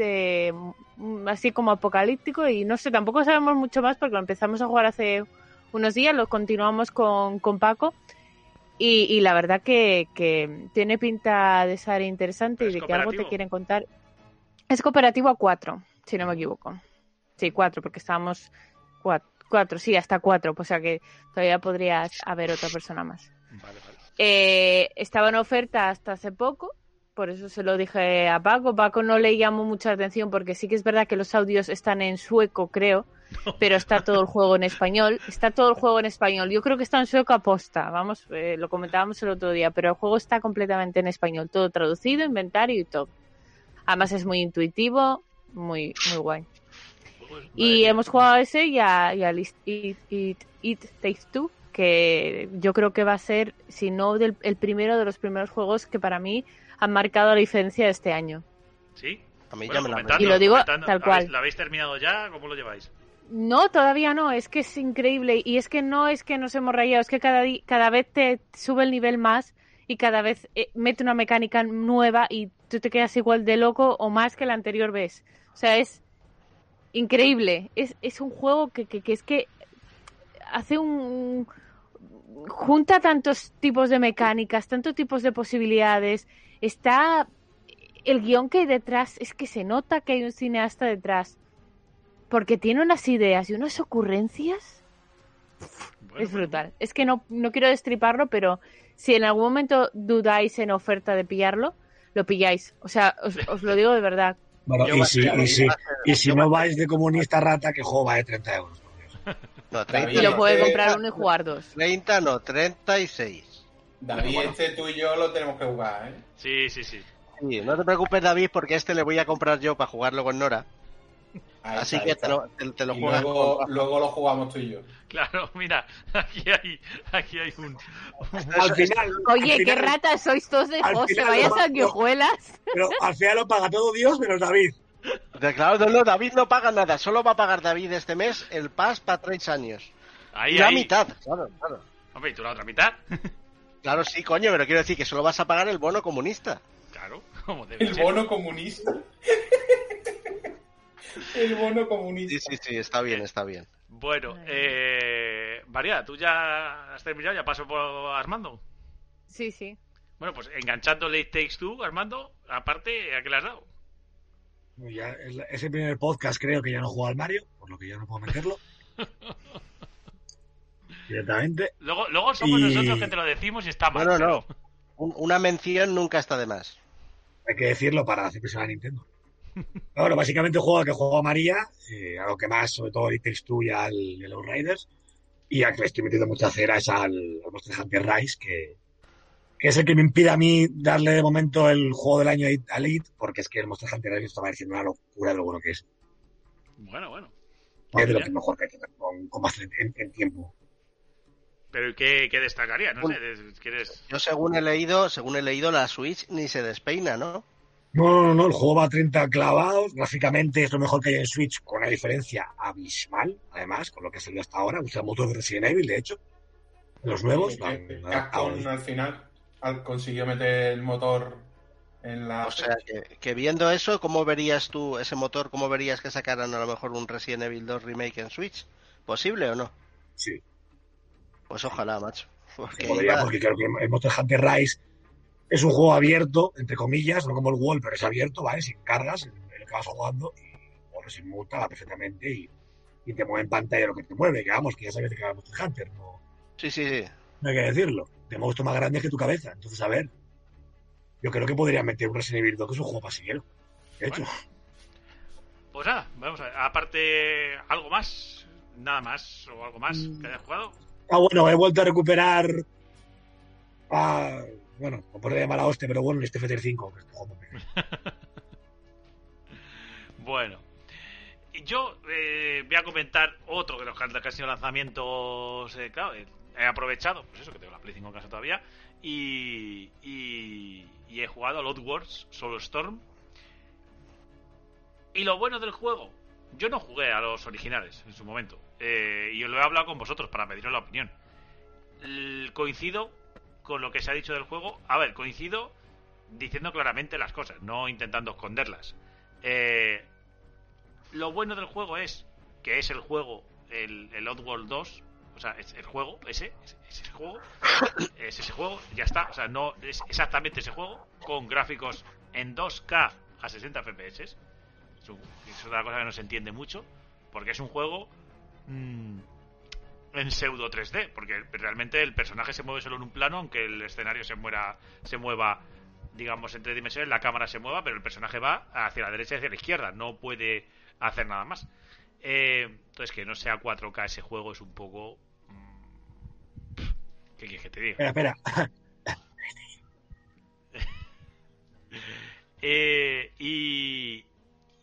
así como apocalíptico y no sé, tampoco sabemos mucho más porque lo empezamos a jugar hace unos días, lo continuamos con Paco y la verdad que tiene pinta de ser interesante y de que algo te quieren contar. Es cooperativo a 4, si no me equivoco. Sí, 4, porque estábamos 4, sí, hasta 4, o sea que todavía podrías haber otra persona más. Vale. Estaba en oferta hasta hace poco, por eso se lo dije a Paco. Paco no le llamó mucha atención porque sí que es verdad que los audios están en sueco, creo, pero está todo el juego en español. Yo creo que está en sueco aposta, vamos, lo comentábamos el otro día, pero el juego está completamente en español, todo traducido, inventario y todo. Además es muy intuitivo, muy, muy guay. Pues, Y hemos jugado a ese y al It Takes Two, que yo creo que va a ser, si no el primero de los primeros juegos que para mí han marcado la diferencia de este año. ¿Sí? A mí Bueno, ya me la comentando, Y lo digo comentando. tal cual. ¿La habéis terminado ya? ¿Cómo lo lleváis? No, todavía no, es que es increíble y es que no es que nos hemos rayado, es que cada vez te sube el nivel más y cada vez mete una mecánica nueva y tú te quedas igual de loco o más que la anterior vez. O sea, es increíble, es un juego que es que hace junta tantos tipos de mecánicas, tantos tipos de posibilidades, está el guión que hay detrás, es que se nota que hay un cineasta detrás. Porque tiene unas ideas y unas ocurrencias. Bueno, Es brutal. Es que no quiero destriparlo, pero si en algún momento dudáis en oferta de pillarlo, lo pilláis. O sea, os lo digo de verdad. Bueno, Yo y si no vais de comunista rata, que juego va de 30 euros. Por Dios. No, 30 Y lo David, puede este- comprar uno y jugar dos. 30 no, 36. David, tú y yo lo tenemos que jugar, ¿eh? Sí, sí, sí. Sí, no te preocupes, David, porque este le voy a comprar yo para jugarlo con Nora. Ahí Así está, que ahí está. te lo Y juegas luego lo jugamos tú y yo. Claro, mira, aquí hay un... Al final. Oye, al qué final- ratas sois todos de al José, final vaya lo- sanguijuelas. Pero al final lo paga todo Dios menos David. Claro, no, David no paga nada, solo va a pagar David este mes el pass para 3 años. Ahí, Y la ahí. mitad, claro. Hombre, ¿y tú la otra mitad? Claro, sí, coño, pero quiero decir que solo vas a pagar el bono comunista. Claro, como debe El ser. bono comunista. El bono comunista. Sí, está bien, está bien. Bueno, María, ¿tú ya has terminado? ¿Ya paso por Armando? Sí, sí. Bueno, pues enganchando Late Takes Two, Armando, aparte, ¿a qué le has dado? Ya, es el primer podcast, creo que ya no juego al Mario, por lo que ya no puedo meterlo. Directamente. Luego somos Y- nosotros que te lo decimos y está mal. No, pero- Una mención nunca está de más. Hay que decirlo para hacer presión a Nintendo. Bueno, básicamente juego al que juego a María, a lo que más, sobre todo el It Takes Two y al Outriders. Y a que le estoy metiendo mucha cera es al Monster Hunter Rise, que es el que me impide a mí darle de momento el juego del año al It, porque es que el Monster Hunter Rise me está pareciendo una locura de lo bueno que es. Bueno. Es de lo Bien. que mejor que hay que hacer con más en tiempo. Pero ¿y qué destacaría? No sé, ¿quieres...? Yo según he leído, la Switch ni se despeina, ¿no? No, el juego va a 30 clavados, gráficamente es lo mejor que hay en Switch, con una diferencia abismal, además, con lo que ha salido hasta ahora, usa el motor de Resident Evil, de hecho, los nuevos. Capcom al final consiguió meter el motor en la... O sea, que viendo eso, ¿cómo verías tú ese motor? ¿Cómo verías que sacaran a lo mejor un Resident Evil 2 Remake en Switch? ¿Posible o no? Sí, Pues ojalá, macho. Porque podría, porque creo que el Monster Hunter Rise es un juego abierto, entre comillas, no como el Wall, pero es abierto, ¿vale? Sin cargas, en el que vas jugando, y bueno, sin multa, va perfectamente, y te mueve en pantalla lo que te mueve, que vamos, que ya sabes de que era Monster Hunter, no Sí. hay que decirlo. Te monstruo más grande que tu cabeza, entonces a ver. Yo creo que podría meter un Resident Evil 2 que es un juego pasillero. De hecho, Pues nada, vamos a ver. Aparte, ¿algo más? ¿Nada más? ¿O algo más que hayas jugado? bueno, he vuelto a recuperar bueno, no podría llamar a hostia, pero bueno, el Street Fighter 5, que es un juego muy pequeño. Bueno, yo voy a comentar otro de los que han sido lanzamientos. Claro, he aprovechado, pues eso, que tengo la Play 5 en casa todavía. Y he jugado al Oddworld Soulstorm. Y lo bueno del juego, yo no jugué a los originales en su momento. Y lo he hablado con vosotros para pediros la opinión. Coincido con lo que se ha dicho del juego. A ver, coincido diciendo claramente las cosas, no intentando esconderlas. Lo bueno del juego es que es el juego, el Oddworld 2. O sea, es el juego, es ese juego. Es ese juego, ya está. O sea, no es exactamente ese juego con gráficos en 2K a 60 FPS. Es una cosa que no se entiende mucho, porque es un juego en pseudo 3D, porque realmente el personaje se mueve solo en un plano, aunque el escenario se mueva, digamos, en 3 dimensiones, la cámara se mueva, pero el personaje va hacia la derecha y hacia la izquierda, no puede hacer nada más. Entonces, que no sea 4K ese juego es un poco... ¿Qué quieres que te diga? Espera.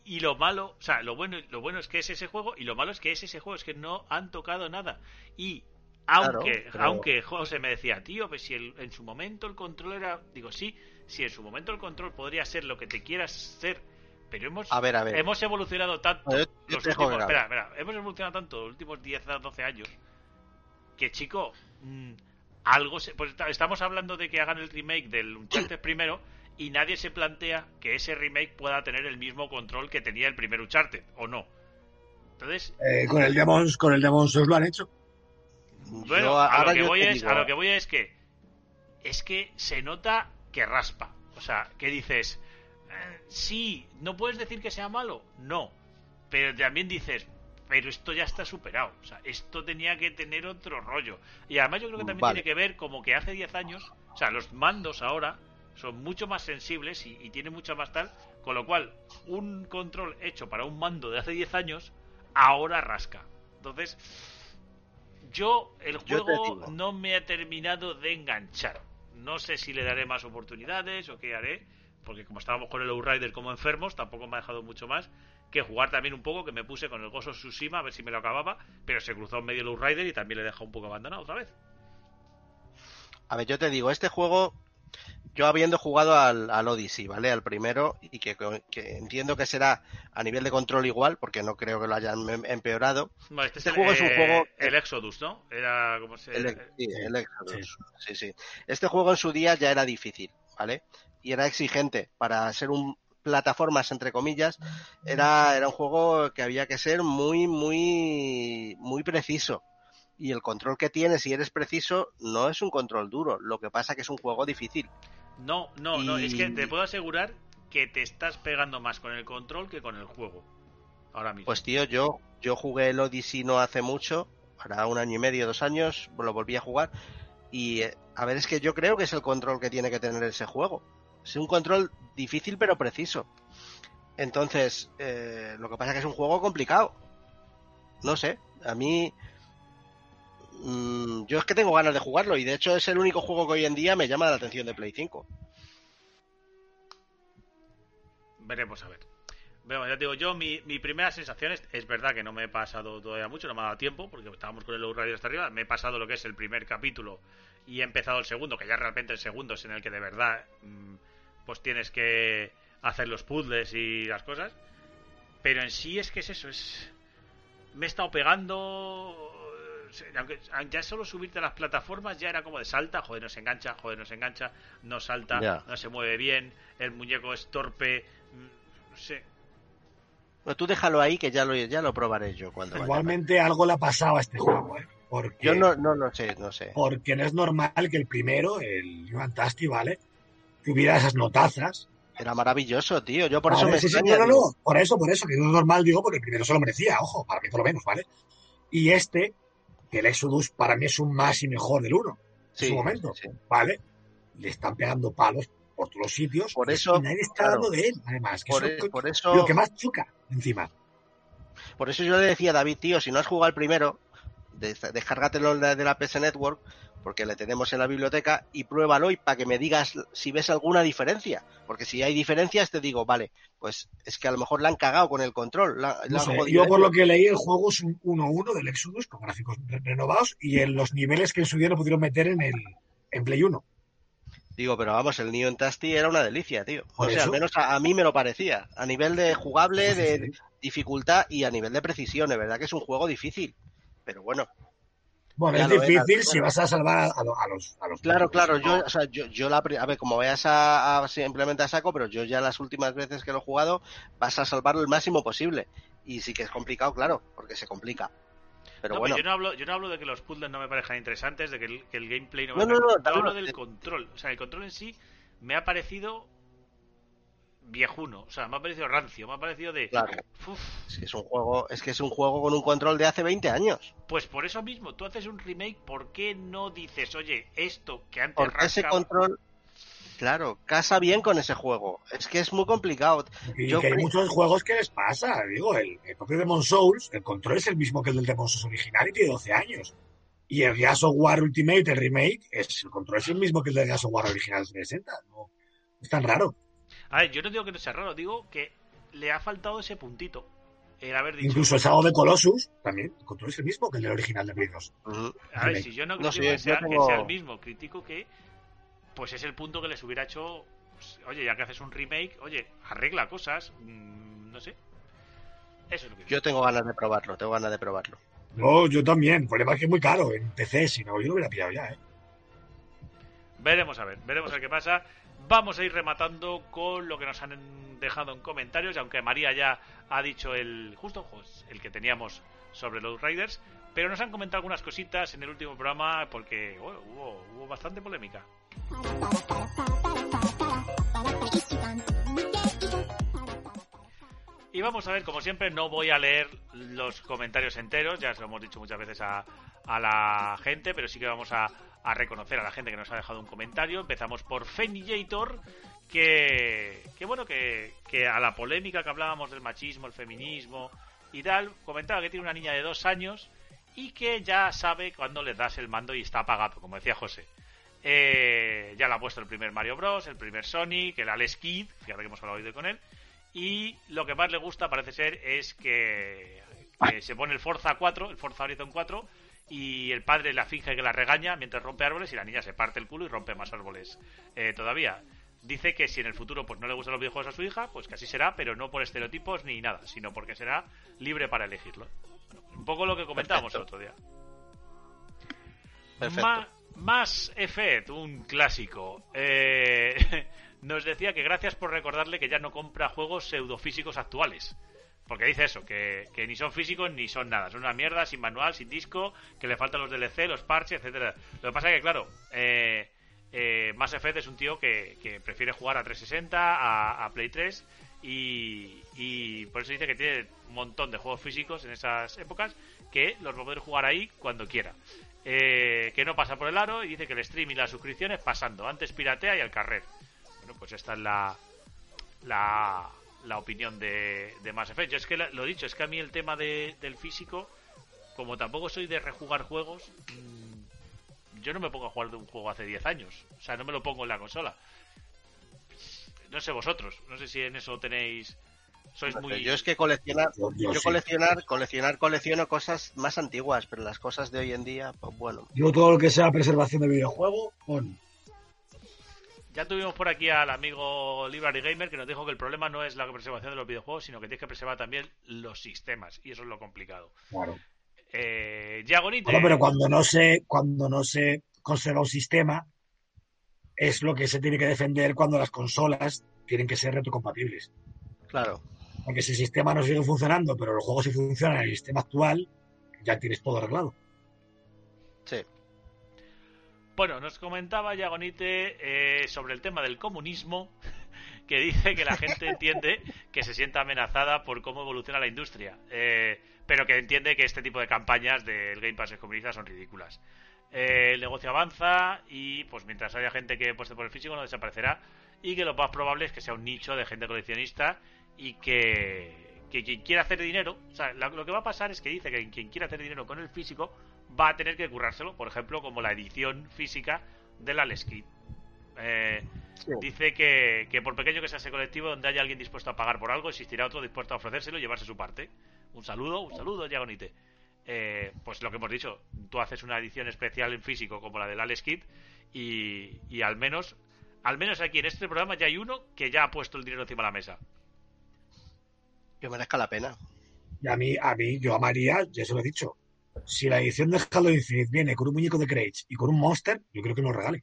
Y lo malo, o sea, lo bueno es que es ese juego, y lo malo es que es ese juego, es que no han tocado nada. Y aunque, Claro, pero- aunque José me decía, tío, pues si en su momento el control era, digo, sí, si en su momento el control podría ser lo que te quieras ser, pero A ver. hemos evolucionado tanto Yo los te dejo últimos, que hable. espera, hemos evolucionado tanto los últimos 10 a 12 años que, chico, algo pues estamos hablando de que hagan el remake del Uncharted primero y nadie se plantea que ese remake pueda tener el mismo control que tenía el primer Uncharted, ¿o no? Entonces, Con el Demon's Souls lo han hecho. bueno, Yo a ahora lo que yo voy te es, digo, a lo que voy es que se nota que raspa. O sea, que dices, sí, no puedes decir que sea malo, no, pero también dices, pero esto ya está superado. O sea, esto tenía que tener otro rollo. Y además yo creo que también Vale. tiene que ver como que hace 10 años, o sea, los mandos ahora son mucho más sensibles y tienen mucho más tal, con lo cual un control hecho para un mando de hace 10 años ahora rasca. Entonces, el Yo te juego digo. no me ha terminado de enganchar. No sé si le daré más oportunidades o qué haré, porque como estábamos con el Outrider como enfermos, tampoco me ha dejado mucho más que jugar también un poco, que me puse con el Ghost of Tsushima a ver si me lo acababa, pero se cruzó en medio el Outrider y también le he dejado un poco abandonado otra vez. A ver, yo te digo, este juego, yo habiendo jugado al Odyssey, ¿vale? Al primero, y que entiendo que será a nivel de control igual, porque no creo que lo hayan empeorado. Bueno, este Este juego es un juego... el Exodus, ¿no? Era como se... El Exodus. Sí. Este juego en su día ya era difícil, ¿vale? Y era exigente. Para ser un plataformas, entre comillas, era un juego que había que ser muy preciso. Y el control que tienes, si eres preciso, no es un control duro. Lo que pasa que es un juego difícil. No, es que te puedo asegurar que te estás pegando más con el control que con el juego. Ahora mismo. Pues tío, yo jugué el Odyssey no hace mucho, para 1 año y medio, 2 años, lo volví a jugar. Y a ver, es que yo creo que es el control que tiene que tener ese juego. Es un control difícil pero preciso. Entonces, lo que pasa es que es un juego complicado. No sé, a mí... yo es que tengo ganas de jugarlo y de hecho es el único juego que hoy en día me llama la atención de Play 5. Veremos a ver. Bueno, ya te digo, yo mi primera sensación es verdad que no me he pasado todavía mucho, no me ha dado tiempo, porque estábamos con el Outrider hasta arriba, me he pasado lo que es el primer capítulo y he empezado el segundo, que ya realmente el segundo es en el que de verdad pues tienes que hacer los puzzles y las cosas, pero en sí es que es eso, me he estado pegando, aunque ya solo subirte a las plataformas ya era como de salta, joder, no se engancha, no salta, Ya. no se mueve bien, el muñeco es torpe, no sé. Bueno, tú déjalo ahí que ya lo probaré yo cuando vaya. Igualmente algo le ha pasado a este juego, ¿eh? Porque, Yo no sé. porque no es normal que el primero, el New Fantastic, ¿vale? Tuviera esas notazas. Era maravilloso, tío. Yo por Vale, eso me sí, extraña. no, digo, por eso, que no es normal, digo, porque el primero se lo merecía, ojo, para mí por lo menos, ¿vale? Y que el Exodus, para mí es un más y mejor del 1, sí, en su momento, sí. ¿vale? Le están pegando palos por todos los sitios. Por eso, y nadie está claro. hablando de él, además. Que Por eso, lo que más choca, encima. por eso yo le decía a David, tío, si no has jugado el primero, descárgatelo de la PS Network, porque le tenemos en la biblioteca, y pruébalo y para que me digas si ves alguna diferencia. Porque si hay diferencias, te digo, vale, pues es que a lo mejor la han cagado con el control. No sé, yo por lo que leí, el juego es un 1-1 del Exodus, con gráficos renovados, y en los niveles que en su día lo pudieron meter en Play 1. Digo, pero vamos, el New Fantastic era una delicia, tío. O Por sea, eso. al menos a mí me lo parecía. A nivel de jugable, Sí. de dificultad y a nivel de precisión. Es verdad que es un juego difícil. Pero bueno. Bueno, Ya es lo era, difícil si bueno. vas a salvar a los Claro, ¿no? a ver, como vayas simplemente a saco, pero yo ya las últimas veces que lo he jugado, vas a salvarlo el máximo posible. Y sí que es complicado, claro, porque se complica. Pero No, bueno. pero yo no hablo de que los puzzles no me parezcan interesantes, de que el gameplay no me No, parezca. no, Yo hablo no, del control. O sea, el control en sí me ha parecido viejuno. O sea, me ha parecido rancio. Me ha parecido de... Claro. Uf. Es que es un juego con un control de hace 20 años. Pues por eso mismo, tú haces un remake, ¿por qué no dices, oye, esto que antes Porque ese rascaba... control, claro, casa bien con ese juego. Es que es muy complicado. Y Yo que hay cre- muchos juegos que les pasa. Digo, el propio Demon's Souls, el control es el mismo que el del Demon's Souls original y tiene 12 años. Y el Gears of War Ultimate, el remake, el control es el mismo que el del Gears of War original de 60. No es tan raro. A ver, yo no digo que no sea raro, digo que le ha faltado ese puntito. El haber dicho... Incluso el Shadow of the Colossus, también, el control es el mismo que el del original de Play 2. A ver, si yo no critico que sea el mismo, critico que pues es el punto que les hubiera hecho... Pues, oye, ya que haces un remake, oye, arregla cosas, no sé. Eso es lo que yo tengo ganas de probarlo, No, yo también. El problema es que es muy caro en PC, si no, yo lo hubiera pillado ya, Veremos a ver qué pasa. Vamos a ir rematando con lo que nos han dejado en comentarios, y aunque María ya ha dicho el que teníamos sobre los Riders, pero nos han comentado algunas cositas en el último programa porque hubo bastante polémica. Y vamos a ver, como siempre, no voy a leer los comentarios enteros, ya se lo hemos dicho muchas veces a la gente, pero sí que vamos a reconocer a la gente que nos ha dejado un comentario. Empezamos por Fenillator, que a la polémica que hablábamos del machismo, el feminismo y tal, comentaba que tiene una niña de 2 años y que ya sabe cuándo le das el mando y está apagado, como decía José. Ya le ha puesto el primer Mario Bros, el primer Sonic, el Alex Kidd, fíjate que hemos hablado hoy con él. Y lo que más le gusta parece ser es que se pone el Forza Horizon 4, y el padre la finge que la regaña mientras rompe árboles y la niña se parte el culo y rompe más árboles todavía. Dice que si en el futuro pues no le gustan los videojuegos a su hija, pues que así será, pero no por estereotipos ni nada, sino porque será libre para elegirlo. Bueno, un poco lo que comentábamos el otro día. Perfecto. Mass Effect, un clásico. Nos decía que gracias por recordarle que ya no compra juegos pseudofísicos actuales. Porque dice eso, que ni son físicos ni son nada. Son una mierda, sin manual, sin disco, que le faltan los DLC, los parches, etcétera. Lo que pasa es que, claro, Mass Effect es un tío que prefiere jugar a 360, a Play 3, y por eso dice que tiene un montón de juegos físicos en esas épocas que los va a poder jugar ahí cuando quiera. Que no pasa por el aro, y dice que el stream y las suscripciones pasando. Antes piratea y al carrer. Bueno, pues esta es la opinión de Mass Effect. Yo es que lo he dicho, es que a mí el tema del físico, como tampoco soy de rejugar juegos, yo no me pongo a jugar de un juego hace 10 años. O sea, no me lo pongo en la consola. No sé vosotros, no sé si en eso tenéis... Sois muy... Yo es que colecciono cosas más antiguas, pero las cosas de hoy en día, pues bueno. Yo todo lo que sea preservación de videojuego, Ya tuvimos por aquí al amigo Library Gamer que nos dijo que el problema no es la preservación de los videojuegos, sino que tienes que preservar también los sistemas, y eso es lo complicado. Claro. Diagonite. Bueno, pero cuando no se conserva un sistema, es lo que se tiene que defender cuando las consolas tienen que ser retrocompatibles. Claro. Porque si el sistema no sigue funcionando, pero los juegos sí funcionan en el sistema actual, ya tienes todo arreglado. Sí. Bueno, nos comentaba Yagonite sobre el tema del comunismo, que dice que la gente entiende que se sienta amenazada por cómo evoluciona la industria, pero que entiende que este tipo de campañas del Game Pass comunista son ridículas. El negocio avanza y pues mientras haya gente que apueste por el físico no desaparecerá, y que lo más probable es que sea un nicho de gente coleccionista y que quien quiera hacer dinero, o sea, lo que va a pasar es que dice que quien quiera hacer dinero con el físico va a tener que currárselo, por ejemplo, como la edición física del Alex Kidd. Sí. Dice que por pequeño que sea ese colectivo, donde haya alguien dispuesto a pagar por algo, existirá otro dispuesto a ofrecérselo y llevarse su parte. Un saludo, Yagonite. Pues lo que hemos dicho, tú haces una edición especial en físico como la del Alex Kidd y al menos aquí en este programa ya hay uno que ya ha puesto el dinero encima de la mesa. Que merezca la pena. Y a mí, yo a María, ya se lo he dicho, si la edición de Halo Infinite viene con un muñeco de Craig y con un Monster, yo creo que nos regale.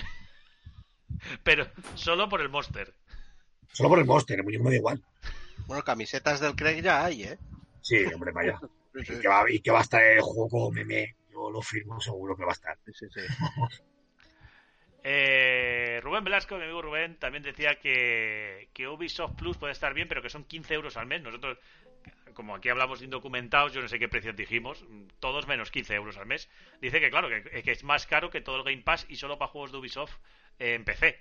Pero solo por el Monster. Solo por el Monster, el muñeco me da igual. Bueno, camisetas del Craig ya hay, ¿eh? Sí, hombre, vaya. Sí. Y que va a estar el juego como meme. Yo lo firmo, seguro que va a estar. Sí. Rubén Velasco, mi amigo Rubén, también decía que Ubisoft Plus puede estar bien, pero que son 15 euros al mes. Nosotros, como aquí hablamos de indocumentados, yo no sé qué precios dijimos, todos menos 15 euros al mes. Dice que claro, que es más caro que todo el Game Pass y solo para juegos de Ubisoft en PC.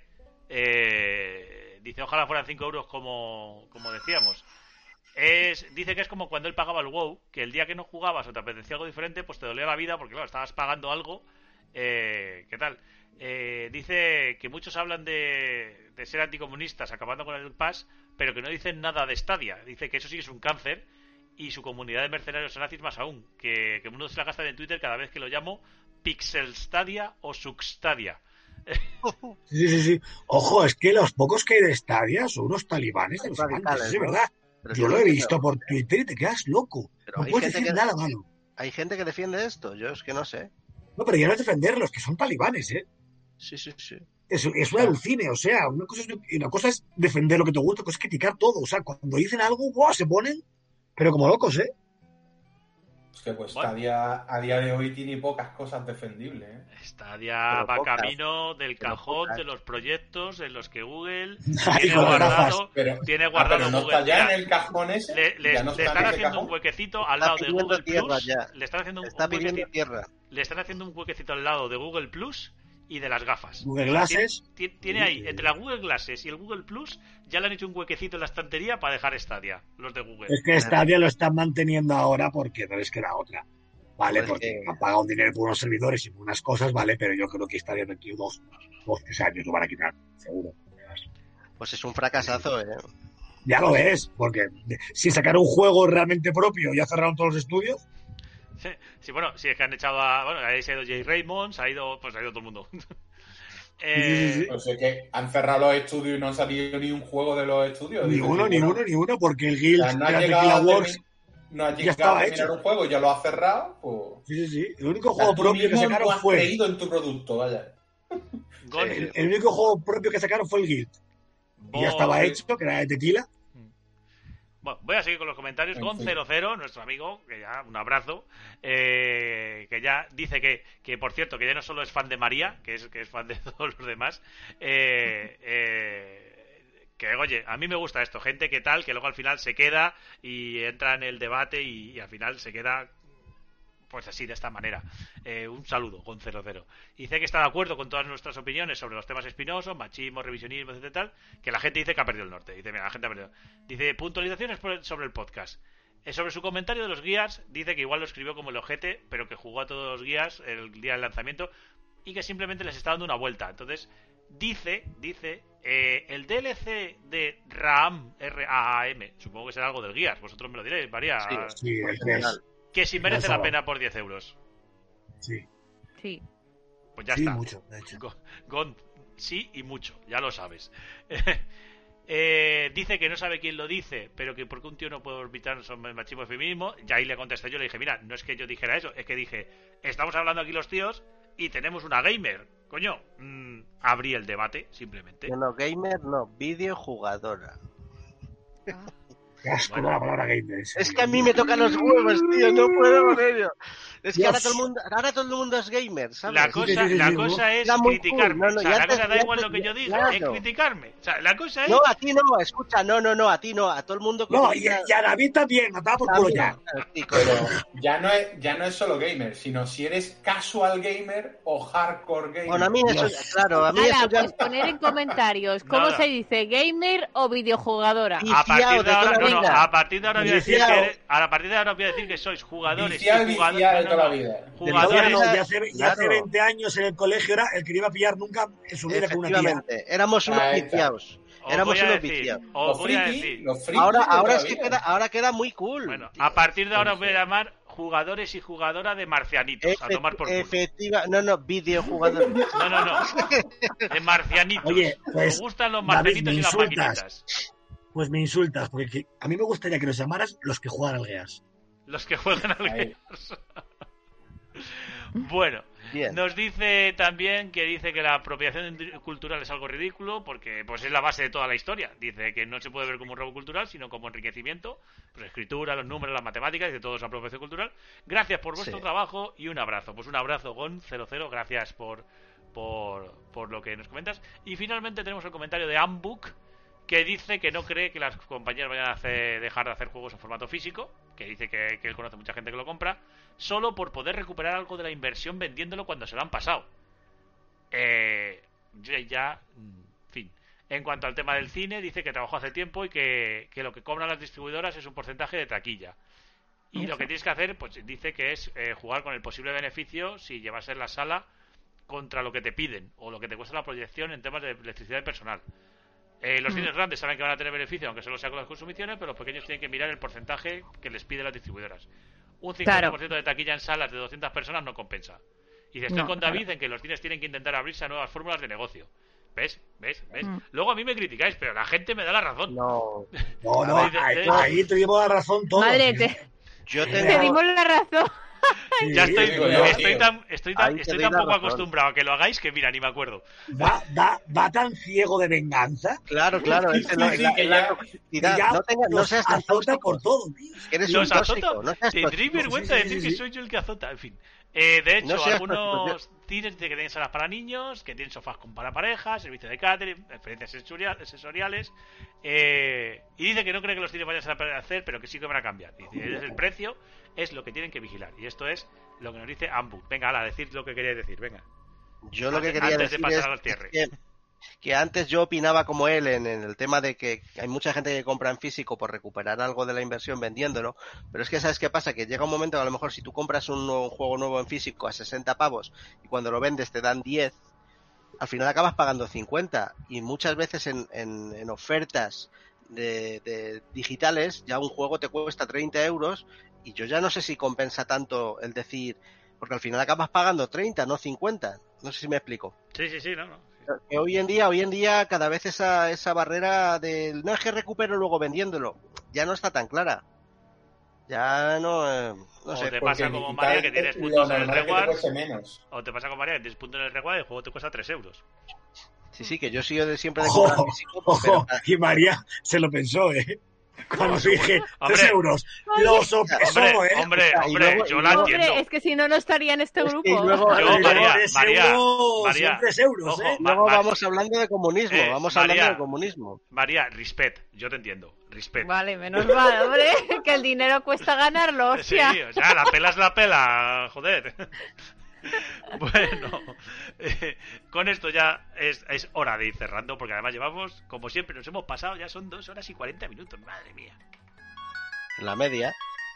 Dice, ojalá fueran 5 euros como decíamos. Dice que es como cuando él pagaba el WoW, que el día que no jugabas o te apetecía algo diferente, pues te dolía la vida porque claro, estabas pagando algo ¿Qué tal? Dice que muchos hablan de ser anticomunistas acabando con el Pass, pero que no dicen nada de Stadia. Dice que eso sí es un cáncer y su comunidad de mercenarios nazis más aún. Que uno se la gasta en Twitter cada vez que lo llamo Pixel Stadia o Substadia. Sí. Ojo, es que los pocos que hay de Stadia son unos talibanes alucinantes, es verdad. Pero Yo lo he visto por Twitter y te quedas loco. Pero No hay puedes gente decir que- nada, mano. Hay gente que defiende esto, yo es que no sé. No, pero ya no es defenderlos, que son talibanes, ¿eh? Sí. Es un alucine, o sea, una cosa es defender lo que te gusta, otra cosa es criticar todo. O sea, cuando dicen algo, ¡buah! Se ponen, pero como locos, ¿eh? Es que pues Bueno. Stadia a día de hoy tiene pocas cosas defendibles, ¿eh? Stadia Pero va pocas, camino del pero cajón pocas. de los proyectos en los que Google Ahí tiene con las guardado, Pero, tiene guardado pero no Google. está ya Mira, en el cajón ese. le Ya no están está en ese haciendo un cajón. huequecito al Está lado de pidiendo Google tierra Plus. ya. Le están haciendo Está un pidiendo huequecito, tierra. le están haciendo un huequecito al lado de Google Plus y de las gafas. Google Glasses. Tiene ahí, entre la Google Glasses y el Google Plus, ya le han hecho un huequecito en la estantería para dejar Stadia, los de Google. Es que Stadia lo están manteniendo ahora porque no les queda otra. Vale, Pues porque que- han pagado un dinero por unos servidores y por unas cosas, vale, pero yo creo que Stadia de aquí 2-3 años lo van a quitar, seguro. Pues es un fracasazo, ¿eh? Ya lo ves, porque sin sacar un juego realmente propio ya cerraron todos los estudios. Sí, bueno, sí, es que han echado a... Bueno, ahí se ha ido Jay Raymond, ha ido todo el mundo. Sí. Pues es que han cerrado los estudios y no ha salido ni un juego de los estudios. Ni Digo, uno, porque el O Guild sea, no de ha la llegado Tequila a Wars. no ha ya llegado estaba a terminar hecho. un juego, ya lo ha cerrado, pues... Sí. El único O sea, juego tú propio que mismo sacaron no has fue. creído en tu producto, vaya. Gon- El único juego propio que sacaron fue el Guild. Y ya estaba sí. hecho, que era de tequila. Bueno, voy a seguir con los comentarios. En fin. Gon00, nuestro amigo, que ya, un abrazo, que ya dice que, por cierto, que ya no solo es fan de María, que es fan de todos los demás, que, oye, a mí me gusta esto, gente que tal, que luego al final se queda y entra en el debate y al final se queda... Pues así, de esta manera. Un saludo con 00. Dice que está de acuerdo con todas nuestras opiniones sobre los temas espinosos, machismo, revisionismo, etcétera, tal, que la gente dice que ha perdido el norte. Dice, mira, la gente ha perdido. Dice, puntualizaciones sobre el podcast. Sobre su comentario de los guías, dice que igual lo escribió como el ojete, pero que jugó a todos los guías el día del lanzamiento y que simplemente les está dando una vuelta. Entonces, dice, el DLC de RAM, R-A-A-M, supongo que será algo del guías, vosotros me lo diréis, María, Sí, el 3. que si merece Por la favor. pena por 10 euros. Sí, Sí. Pues ya sí, está. mucho, de hecho. Gon, sí y mucho, ya lo sabes. Dice que no sabe quién lo dice, pero que porque un tío no puede orbitar sobre el machismo y feminismo. Y ahí le contesté yo, le dije, mira, no es que yo dijera eso, es que dije, estamos hablando aquí los tíos y tenemos una gamer. Coño, abrí el debate, simplemente. No, gamer no, videojugadora. Qué asco Bueno. la palabra gamer. Es que a mí me tocan los huevos, tío, no puedo con ello. Es que Dios. ahora todo el mundo es gamer, ¿sabes? La cosa, sí, la sí, cosa es Era muy criticarme. cool, no, o sea, y la antes- cosa da y igual antes- lo que yo diga, claro. es criticarme. O sea, la cosa es... No, a ti no, escucha, no, a ti no, a todo el mundo que No, y utiliza- a David también, mataba por culo ya. Sí, Pero ya no es solo gamer, sino si eres casual gamer o hardcore gamer. Bueno, a mí eso, Dios. claro, a mí Hala, eso ya... pues poner en comentarios cómo Nada. se dice, gamer o videojugadora. Y- A partir Viciado de de ahora, toda la vida. a partir de ahora voy a decir Viciado. a partir de ahora voy a decir que sois jugadores Viciado, y jugadores. viciado de toda la vida. Jugadores. No, Ya hace claro. 20 años en el colegio era el que no iba a pillar nunca en su vida con una tía. Efectivamente, éramos unos Ahí está. viciados. Os Éramos voy a unos decir, viciados. os Los voy a frikis, decir. los frikis Ahora, de toda ahora la es que vida. ahora queda muy cool. Bueno, a partir de ahora os voy a llamar jugadores y jugadora de marcianitos. A tomar por culo. Efectiva, no, videojugador. No. De marcianitos. Oye, pues, Me gustan los David, marcianitos me y las insultas. maquinitas. Pues me insultas, porque a mí me gustaría que nos llamaras los que juegan al Geas. Los que juegan al Ahí. Gears. Bueno, Bien. nos dice también que dice que la apropiación cultural es algo ridículo porque pues es la base de toda la historia. Dice que no se puede ver como un robo cultural, sino como enriquecimiento. Pues escritura, los números, las matemáticas, dice todo es apropiación cultural. Gracias por vuestro Sí. trabajo y un abrazo. Pues un abrazo, Gon00, gracias por lo que nos comentas. Y finalmente tenemos el comentario de Ambuk, que dice que no cree que las compañías vayan a dejar de hacer juegos en formato físico, que dice que él conoce mucha gente que lo compra, solo por poder recuperar algo de la inversión vendiéndolo cuando se lo han pasado. Yo ya, en fin. En cuanto al tema del cine, dice que trabajó hace tiempo y que lo que cobran las distribuidoras es un porcentaje de taquilla. Y lo que tienes que hacer, pues dice que es jugar con el posible beneficio si llevas en la sala contra lo que te piden o lo que te cuesta la proyección en temas de electricidad y personal. Los cines grandes saben que van a tener beneficio, aunque solo sea con las consumiciones, pero los pequeños tienen que mirar el porcentaje que les piden las distribuidoras. Un 50% de taquilla en salas de 200 personas no compensa. Y estoy con David en que los cines tienen que intentar abrirse a nuevas fórmulas de negocio. ¿Ves? Luego a mí me criticáis, pero la gente me da la razón. No, ahí te dimos la razón todos. Madre, te dimos la razón. Ya estoy tan poco razón. acostumbrado a que lo hagáis que mira, ni me acuerdo. Va tan ciego de venganza. Claro, no seas tan azota tóxico. por todo, tío. Eres un Los tóxico, azoto. no seas Tendréis tóxico. vergüenza de decir sí. que soy yo el que azota. En fin. De hecho, No seas algunos cines que tienen salas para niños, que tienen sofás para parejas, servicio de catering, experiencias sensoriales. Y dice que no cree que los cines vayan a hacer, pero que sí que van a cambiar. Dice, el precio es lo que tienen que vigilar. Y esto es lo que nos dice Ambu. Venga, ala, decid lo que queréis decir, venga. Yo lo que quería Antes de decir pasar es al cierre. que antes yo opinaba como él en el tema de que hay mucha gente que compra en físico por recuperar algo de la inversión vendiéndolo, pero es que ¿sabes qué pasa? Que llega un momento que a lo mejor si tú compras un juego nuevo en físico a 60 pavos y cuando lo vendes te dan 10, al final acabas pagando 50 y muchas veces en ofertas de digitales ya un juego te cuesta 30 euros y yo ya no sé si compensa tanto el decir, porque al final acabas pagando 30, no 50, no sé si me explico. Sí, no. Que hoy en día cada vez esa barrera del no es que recupero luego vendiéndolo ya no está tan clara. Ya no sé. O te Porque pasa como digital, María que tienes lo puntos en el normal es que te reward. cueste menos. O te pasa con María que tienes puntos en el reward y el juego te cuesta 3 euros. Sí, que yo he sido siempre de comprar físico, Ojo, pero y María se lo pensó, Cuando dije Hombre. 3 euros, lo sopesó, Hombre, Y luego- yo la entiendo. Hombre, es que si no, no estaría en este grupo. y luego, Yo, María, 3 euros, ojo, luego vamos hablando de comunismo, María. hablando de comunismo. María, respect, yo te entiendo, respect. Vale, menos mal, hombre, que el dinero cuesta ganarlo, Sí, hostia. o sea, la pela es la pela, joder. Bueno, con esto ya es hora de ir cerrando, porque además llevamos, como siempre, nos hemos pasado, ya son 2 horas y 40 minutos, madre mía. La media.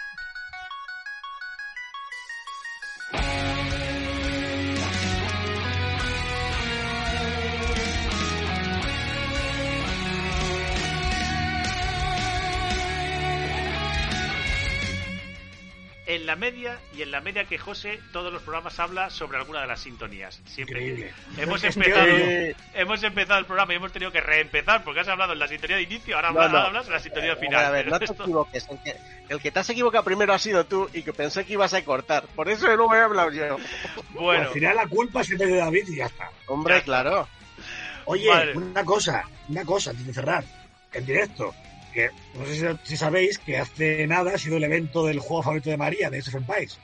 En la media y en la media que José todos los programas habla sobre alguna de las sintonías. Siempre Increíble. hemos Es que empezado el programa y hemos tenido que reempezar porque has hablado en la sintonía de inicio, ahora No. hablas en la sintonía final. A ver, no te Esto- equivoques. El que te has equivocado primero ha sido tú y que pensé que ibas a cortar. Por eso luego he hablado yo. Bueno, Al final la culpa es de David y ya está. Hombre, Ya está. claro. Oye, Vale. una cosa, antes de cerrar, en directo, que no sé si sabéis que hace nada ha sido el evento del juego favorito de María, de Age of Empires.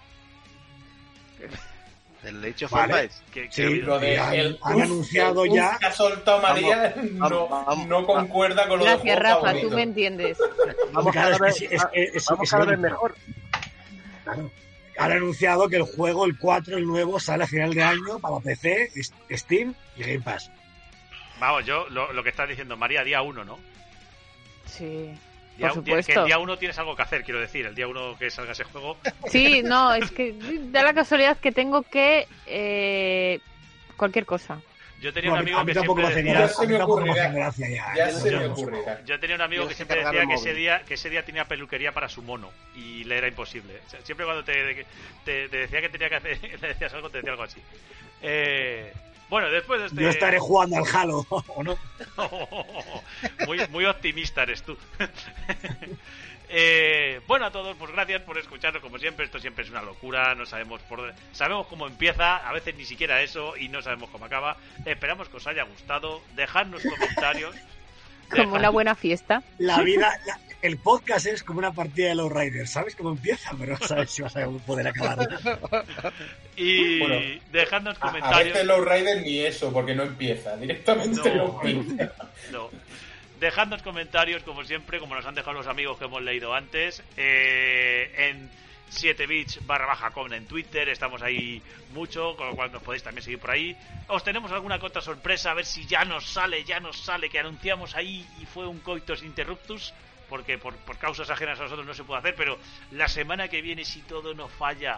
El Age of Vale. Empires. que Sí, Lo de han- el han uf, anunciado el uf ya- que ha soltado María vamos, no concuerda con lo del Gracias, juego Rafa, favorito. tú me entiendes. Vamos Claro, cada es que vez, vamos es cada vez irónico. mejor. Claro. Han anunciado que el juego, el 4, el nuevo, sale a final de año para PC, Steam y Game Pass. vamos, yo lo que estás diciendo, María, día 1, ¿no? Sí, Que por supuesto. el día 1 tienes algo que hacer, quiero decir, el día 1 que salga ese juego. Sí, no, es que da la casualidad que tengo que... cualquier cosa. Yo tenía No, un a amigo mí que tampoco me siempre hace decía... Ya se gracia, a mí me tampoco me ocurrirá. hace gracia ya. Ya se me Ya. ocurrirá. Yo tenía un amigo que Tienes siempre que cargar decía el móvil. que ese día tenía peluquería para su mono y le era imposible. O sea, siempre cuando te decía que tenía que hacer, le decías algo, te decía algo así. Bueno, después de este... Yo estaré jugando al Halo, ¿o no? muy optimista eres tú. Bueno, a todos, pues gracias por escucharnos como siempre. Esto siempre es una locura, no sabemos sabemos cómo empieza, a veces ni siquiera eso, y no sabemos cómo acaba. Esperamos que os haya gustado. Dejadnos comentarios. Como una buena fiesta. La vida, el podcast es como una partida de los Riders. ¿Sabes cómo empieza? Pero no sabes si vas a poder acabar. Y Bueno, dejadnos A comentarios. veces los Raiders ni eso, porque no empieza. Directamente No. no empieza. No. Dejadnos comentarios, como siempre, como nos han dejado los amigos que hemos leído antes, en 7bits_com en Twitter, estamos ahí mucho, con lo cual nos podéis también seguir por ahí. Os tenemos alguna que otra sorpresa, a ver si ya nos sale, que anunciamos ahí y fue un coitus interruptus, porque por causas ajenas a nosotros no se puede hacer, pero la semana que viene, si todo no falla,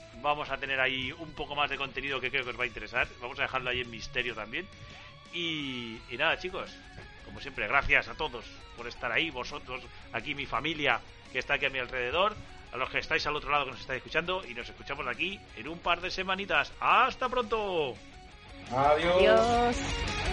vamos a tener ahí un poco más de contenido que creo que os va a interesar. Vamos a dejarlo ahí en misterio también. Y nada, chicos, como siempre, gracias a todos por estar ahí, vosotros, aquí mi familia que está aquí a mi alrededor, a los que estáis al otro lado que nos estáis escuchando, y nos escuchamos aquí en un par de semanitas. ¡Hasta pronto! Adiós. Adiós.